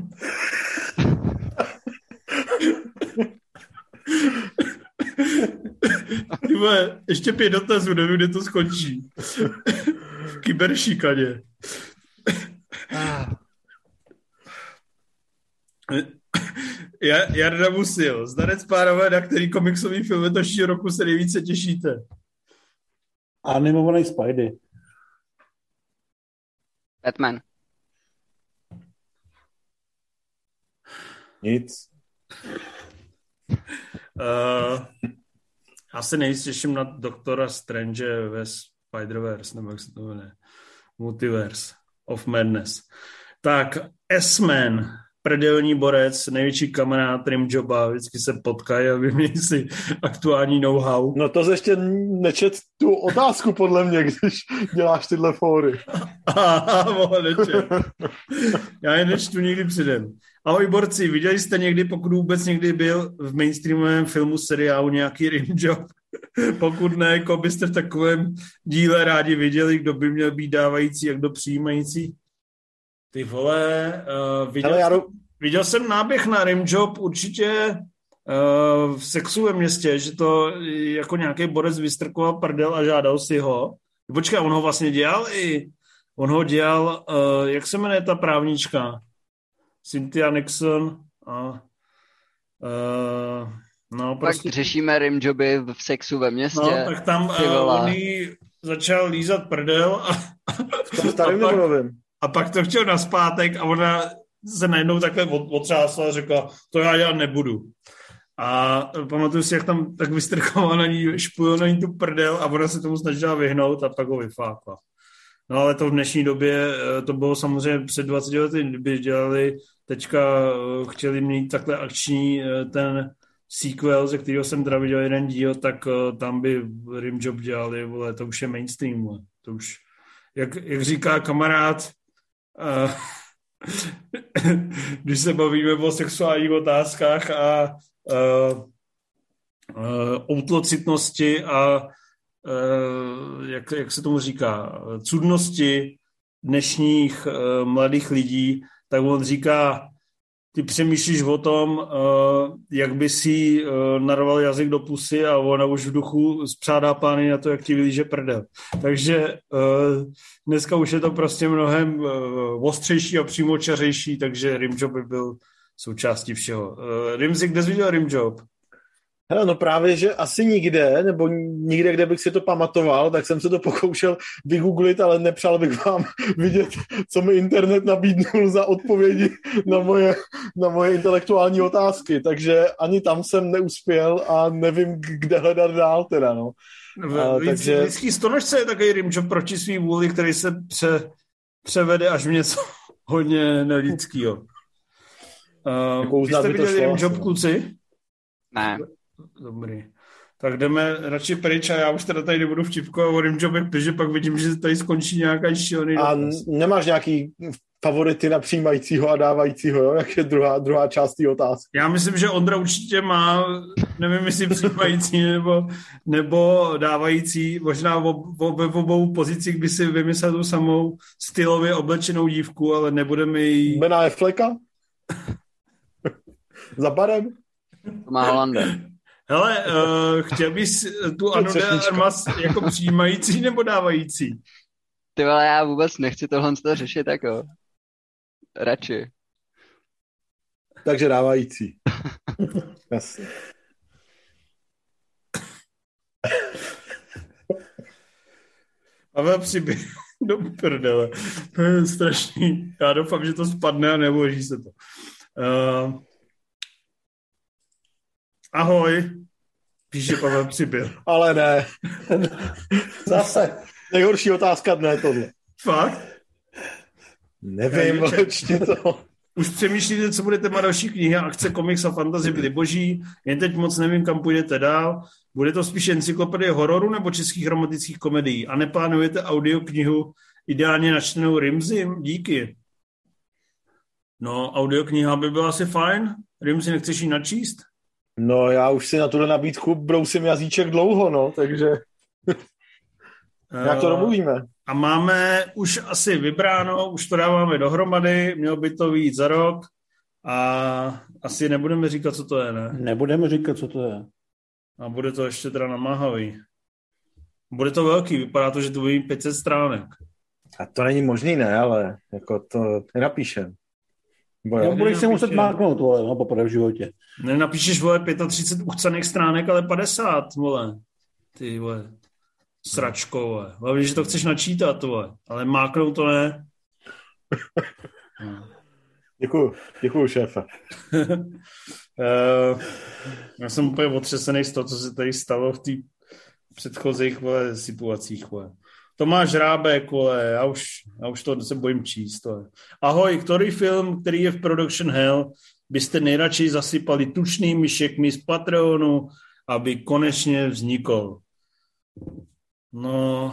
Tyhle, ještě 5 dotazů, nevím, kde to skončí. V kyberšikaně. Jarda Musil, Zdanec Pánové, na který komiksový film letošního roku se nejvíce těšíte? Animovaný Spidey. Batman. Nic. Já se nejvíc těším na Doktora Strange ve Spider-Verse, nebo jak se to jmenuje. Multiverse of Madness. Tak, S-Man, predelní borec, největší kamarád Rimjoba, vždycky se potkají a vymění si aktuální know-how. No to jsi ještě nečet tu otázku podle mě, když děláš tyhle fóry. Nečet. Já je nečtu nikdy předem. Ahoj borci, viděli jste někdy, pokud vůbec někdy byl v mainstreamovém filmu, seriálu nějaký Rimjob? Pokud ne, jako byste v takovém díle rádi viděli, kdo by měl být dávající a kdo přijímající. Ty vole, viděl jsem náběh na Rimjob určitě v Sexu ve městě, že to jako nějaký borec vystrkoval prdel a žádal si ho. Počkej, on ho vlastně dělal on ho dělal, jak se jmenuje ta právnička? Cynthia Nixon a no, prostě... Tak řešíme rimjoby v Sexu ve městě. No, tak tam on začal lízat prdel a pak to chtěl nazpátek a ona se najednou takhle otřásla a řekla, to já dělat nebudu. A pamatuju si, jak tam tak vystrkoval na ní, špujil na ní tu prdel a ona se tomu snažila vyhnout a pak ho vyflákla. No ale to v dnešní době, to bylo samozřejmě před 20 lety, kdyby dělali, teďka chtěli mít takhle akční ten sequel, ze kterého jsem teda viděl jeden díl, tak tam by Rimjob dělali, vole, to už je mainstream, vole. To už, jak říká kamarád, když se bavíme o sexuálních otázkách a outlocitnosti a jak se tomu říká, cudnosti dnešních mladých lidí, tak on říká, ty přemýšlíš o tom, jak by si narval jazyk do pusy a ona už v duchu spřádá plány na to, jak ti vylíže prdel. Takže dneska už je to prostě mnohem ostřejší a přímočařejší, takže Rimjob by byl součástí všeho. Rimzi, kde jsi viděl Rimjob? Hele, no právě, že asi nikde, nebo nikde, kde bych si to pamatoval, tak jsem se to pokoušel vygooglit, ale nepřál bych vám vidět, co mi internet nabídnul za odpovědi na moje intelektuální otázky, takže ani tam jsem neuspěl a nevím, kde hledat dál teda, no. Takže... Lidský stonožce je takový Rimjob proti svý vůli, který se převede až v něco hodně nelidskýho. Vy jste viděli Rimjob, kluci? Ne. Dobrý. Tak jdeme radši pryč a já už teda tady nebudu vtipkovat o Rimjobech, protože pak vidím, že tady skončí nějaká šílený dotaz. A nemáš nějaký favority na přijímajícího a dávajícího, jo? Jak je druhá část té otázky? Já myslím, že Ondra určitě má, nevím, jestli přijímající nebo dávající, možná ve obou pozicích by si vymyslel tu samou stylově oblečenou dívku, ale nebudeme jí... Bena Afflecka? Za barem? To má Hollander. Hele, chtěl bys tu Anu de Armas jako přijímající nebo dávající? Ty vole, já vůbec nechci tohle řešit jako. Radši. Takže dávající. Jasně. Pavel přiběh do prdele. To je strašný. Já doufám, že to spadne a neboží se to. Ahoj, píše Pavel Přibyl. Ale ne. Zase. Nejhorší otázka dne tohle. Fakt? Nevím, čti to. Už přemýšlíte, co budete má další knihy, akce, komiks a fantasy byly boží. Jen teď moc nevím, kam půjdete dál. Bude to spíš encyklopedie hororu nebo českých romantických komedií? A neplánujete audioknihu ideálně načtenou Rimzim? Díky. No, audiokniha by byla asi fajn. Rimzi, nechceš ji načíst? No, já už si na tuhle nabídku brousím jazyček dlouho, no, takže jak to domluvíme. A máme už asi vybráno, už to dáváme dohromady, mělo by to vyjít za rok a asi nebudeme říkat, co to je, ne? Nebudeme říkat, co to je. A bude to ještě teda namáhavý. Bude to velký, vypadá to, že to bude 500 stránek. A to není možný, ne, ale jako to nenapíšem. No, budeš si muset máknout, vole, no, poprvé v životě. Nenapíšeš, vole, 35 uchcaných stránek, ale 50, vole. Ty, vole, sračko, vole. Hlavně, že to chceš načítat, vole, ale máknout to ne. Děkuju, šéfe. Já jsem úplně otřesený z toho, co se tady stalo v té předchozích, vole, situacích, vole. Tomáš Rábek, vole, já už to se bojím číst. Vole. Ahoj, který film, který je v production hell, byste nejradši zasypali tučnými šekmi z Patreonu, aby konečně vznikl? No,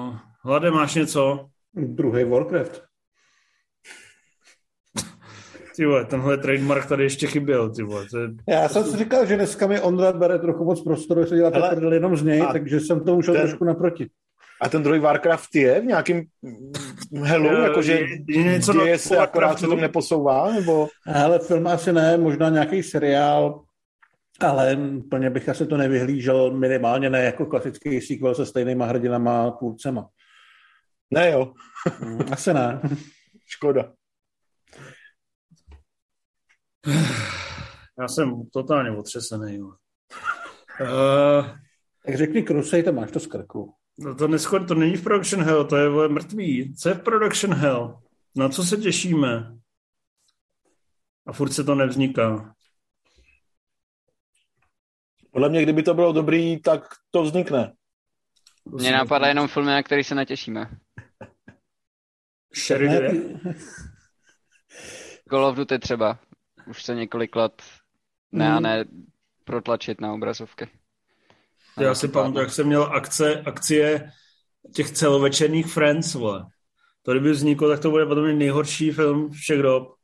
Hlade, máš něco? Druhý Warcraft. Ty vole, tenhle trademark tady ještě chyběl, ty vole. Já jsem si říkal, že dneska mi Ondra bere trochu moc prostoru, jestli děláte prdel jenom z něj, takže jsem tomu šel trošku naproti. A ten druhý Warcraft je v nějakým helu, jakože děje se, akorát se to neposouvá, nebo? Ale film asi ne, možná nějaký seriál, ale plně bych asi to nevyhlížel, minimálně ne jako klasický sequel se stejnýma hrdinama a tvůrcema. Ne jo. Asi ne. Škoda. Já jsem totálně otřesený. Tak řekni Crusade, máš to z krku. No to není v Production Hell, to je mrtvý. Co je v Production Hell? Na co se těšíme? A furt se to nevzniká. Podle mě, kdyby to bylo dobrý, tak to vznikne. Mně napadá jenom filmy, na který se netěšíme. Sheridan. Call of Duty třeba. Už se několik let ne protlačit na obrazovky. Já si pamatuju, jak jsem měl akcie těch celovečerních Friends, vole. To kdyby vzniklo, tak to bude potom nejhorší film všech dob.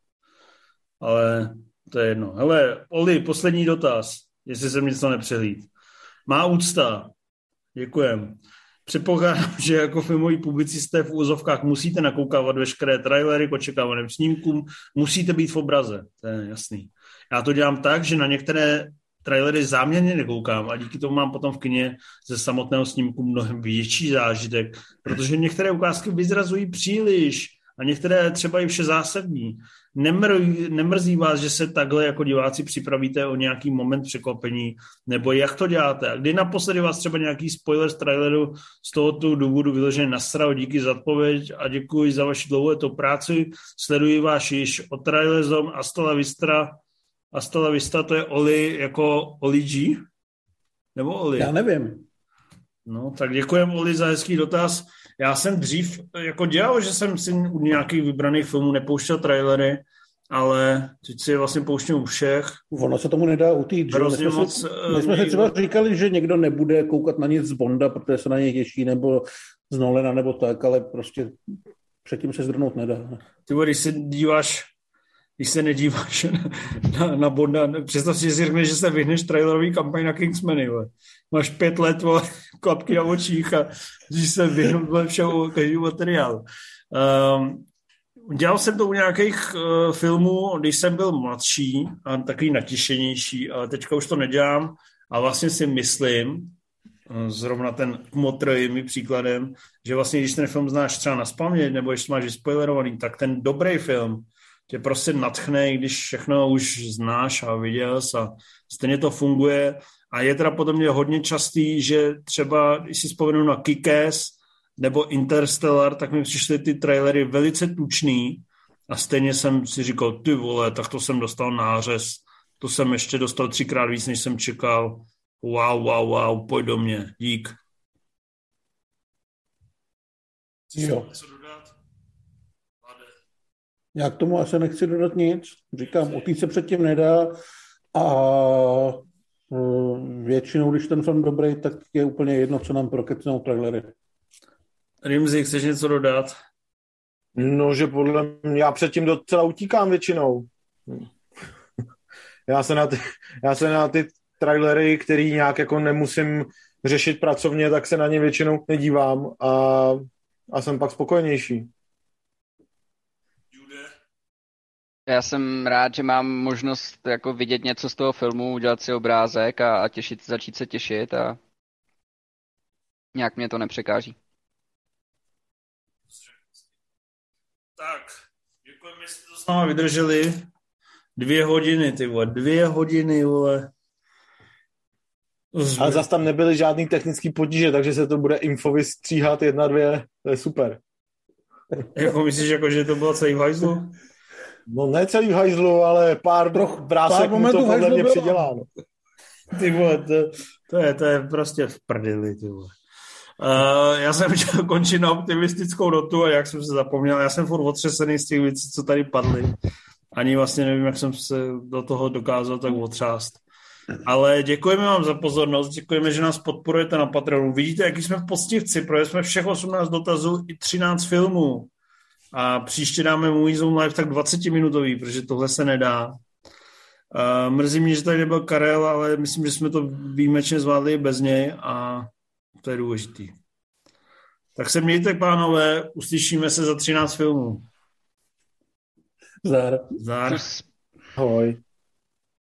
Ale to je jedno. Hele, Oli, poslední dotaz, jestli jsem nic to nepřehlíd. Má úcta. Děkujem. Předpokládám, že jako filmoví publicisté v úzovkách musíte nakoukávat veškeré trailery k očekávaným snímkům, musíte být v obraze. To je jasný. Já to dělám tak, že na některé trailery záměrně nekoukám a díky tomu mám potom v kině ze samotného snímku mnohem větší zážitek, protože některé ukázky vyzrazují příliš a některé třeba i vše zásadní. Nemrzí vás, že se takhle jako diváci připravíte o nějaký moment překvapení, nebo jak to děláte? A kdy naposledy vás třeba nějaký spoiler z traileru z tohoto důvodu vyloženě nasral? Díky za odpověď a děkuji za vaši dlouholetou práci. Sleduji váš již od trailerzom Hasta la vista, to je Oli jako Oli G? Nebo Oli? Já nevím. No, tak děkujem Oli za hezký dotaz. Já jsem dřív jako dělal, že jsem si u nějakých vybraných filmů nepouštěl trailery, ale teď si je vlastně pouštím u všech. Ono se tomu nedá utýct. My jsme si třeba říkali, že někdo nebude koukat na nic z Bonda, protože se na něj těší, nebo z Nolana, nebo tak, ale prostě předtím se zdrhnout nedá. Ty když se nedíváš na Bonda, představ si, že si řekneš, že se vyhneš trailerový kampaň na Kingsmany. Máš 5 let klapky na očích a když se vyhnout všeho, každý materiál. Dělal jsem to u nějakých filmů, když jsem byl mladší a takový natěšenější, ale teďka už to nedělám a vlastně si myslím, zrovna ten Kmotr je mi příkladem, že vlastně, když ten film znáš třeba naspaměť, nebo když máš vyspoilerovaný, tak ten dobrý film tě prostě nadchne, když všechno už znáš a viděl jsi a stejně to funguje. A je teda podle mě hodně častý, že třeba, když si vzpomenu na Kick-Ass nebo Interstellar, tak mi přišly ty trailery velice tučný a stejně jsem si říkal, ty vole, tak to jsem dostal nářez, to jsem ještě dostal 3x víc, než jsem čekal. Wow, pojď do mě, dík. Jo. Já k tomu asi nechci dodat nic. Říkám, utýct se předtím nedá a většinou, když ten film dobrý, tak je úplně jedno, co nám prokecnou trailery. Rimzi, chceš něco dodat? No, že podle mě, já předtím docela utíkám většinou. Já se na ty trailery, který nějak jako nemusím řešit pracovně, tak se na ně většinou nedívám a jsem pak spokojenější. Já jsem rád, že mám možnost jako vidět něco z toho filmu, udělat si obrázek a začít se těšit a nějak mě to nepřekáží. Tak, děkujeme, že jste to s námi vydrželi. 2 hodiny, ty vole, 2 hodiny, vole. Ale zase tam nebyly žádný technický potíže, takže se to bude infovy stříhat 1-2, to je super. Jako myslíš, jako, že to bylo celý v hajzlu? No ne celý v hajzlu, ale pár vrásek mu to podle mě přidělá. No. Ty vole, to je prostě v prdeli, ty vole. Já jsem chtěl končit na optimistickou notu a jak jsem se zapomněl, já jsem furt otřesený z těch věcí, co tady padly. Ani vlastně nevím, jak jsem se do toho dokázal tak otřást. Ale děkujeme vám za pozornost, děkujeme, že nás podporujete na Patreonu. Vidíte, jaký jsme v postivci, protože jsme všech 18 dotazů i 13 filmů. A příště dáme Movie Zone Live tak 20-minutový, protože tohle se nedá. Mrzí mě, že tady nebyl Karel, ale myslím, že jsme to výjimečně zvládli bez něj a to je důležitý. Tak se mějte, pánové, uslyšíme se za 13 filmů. Zdar. Zdar. Ahoj.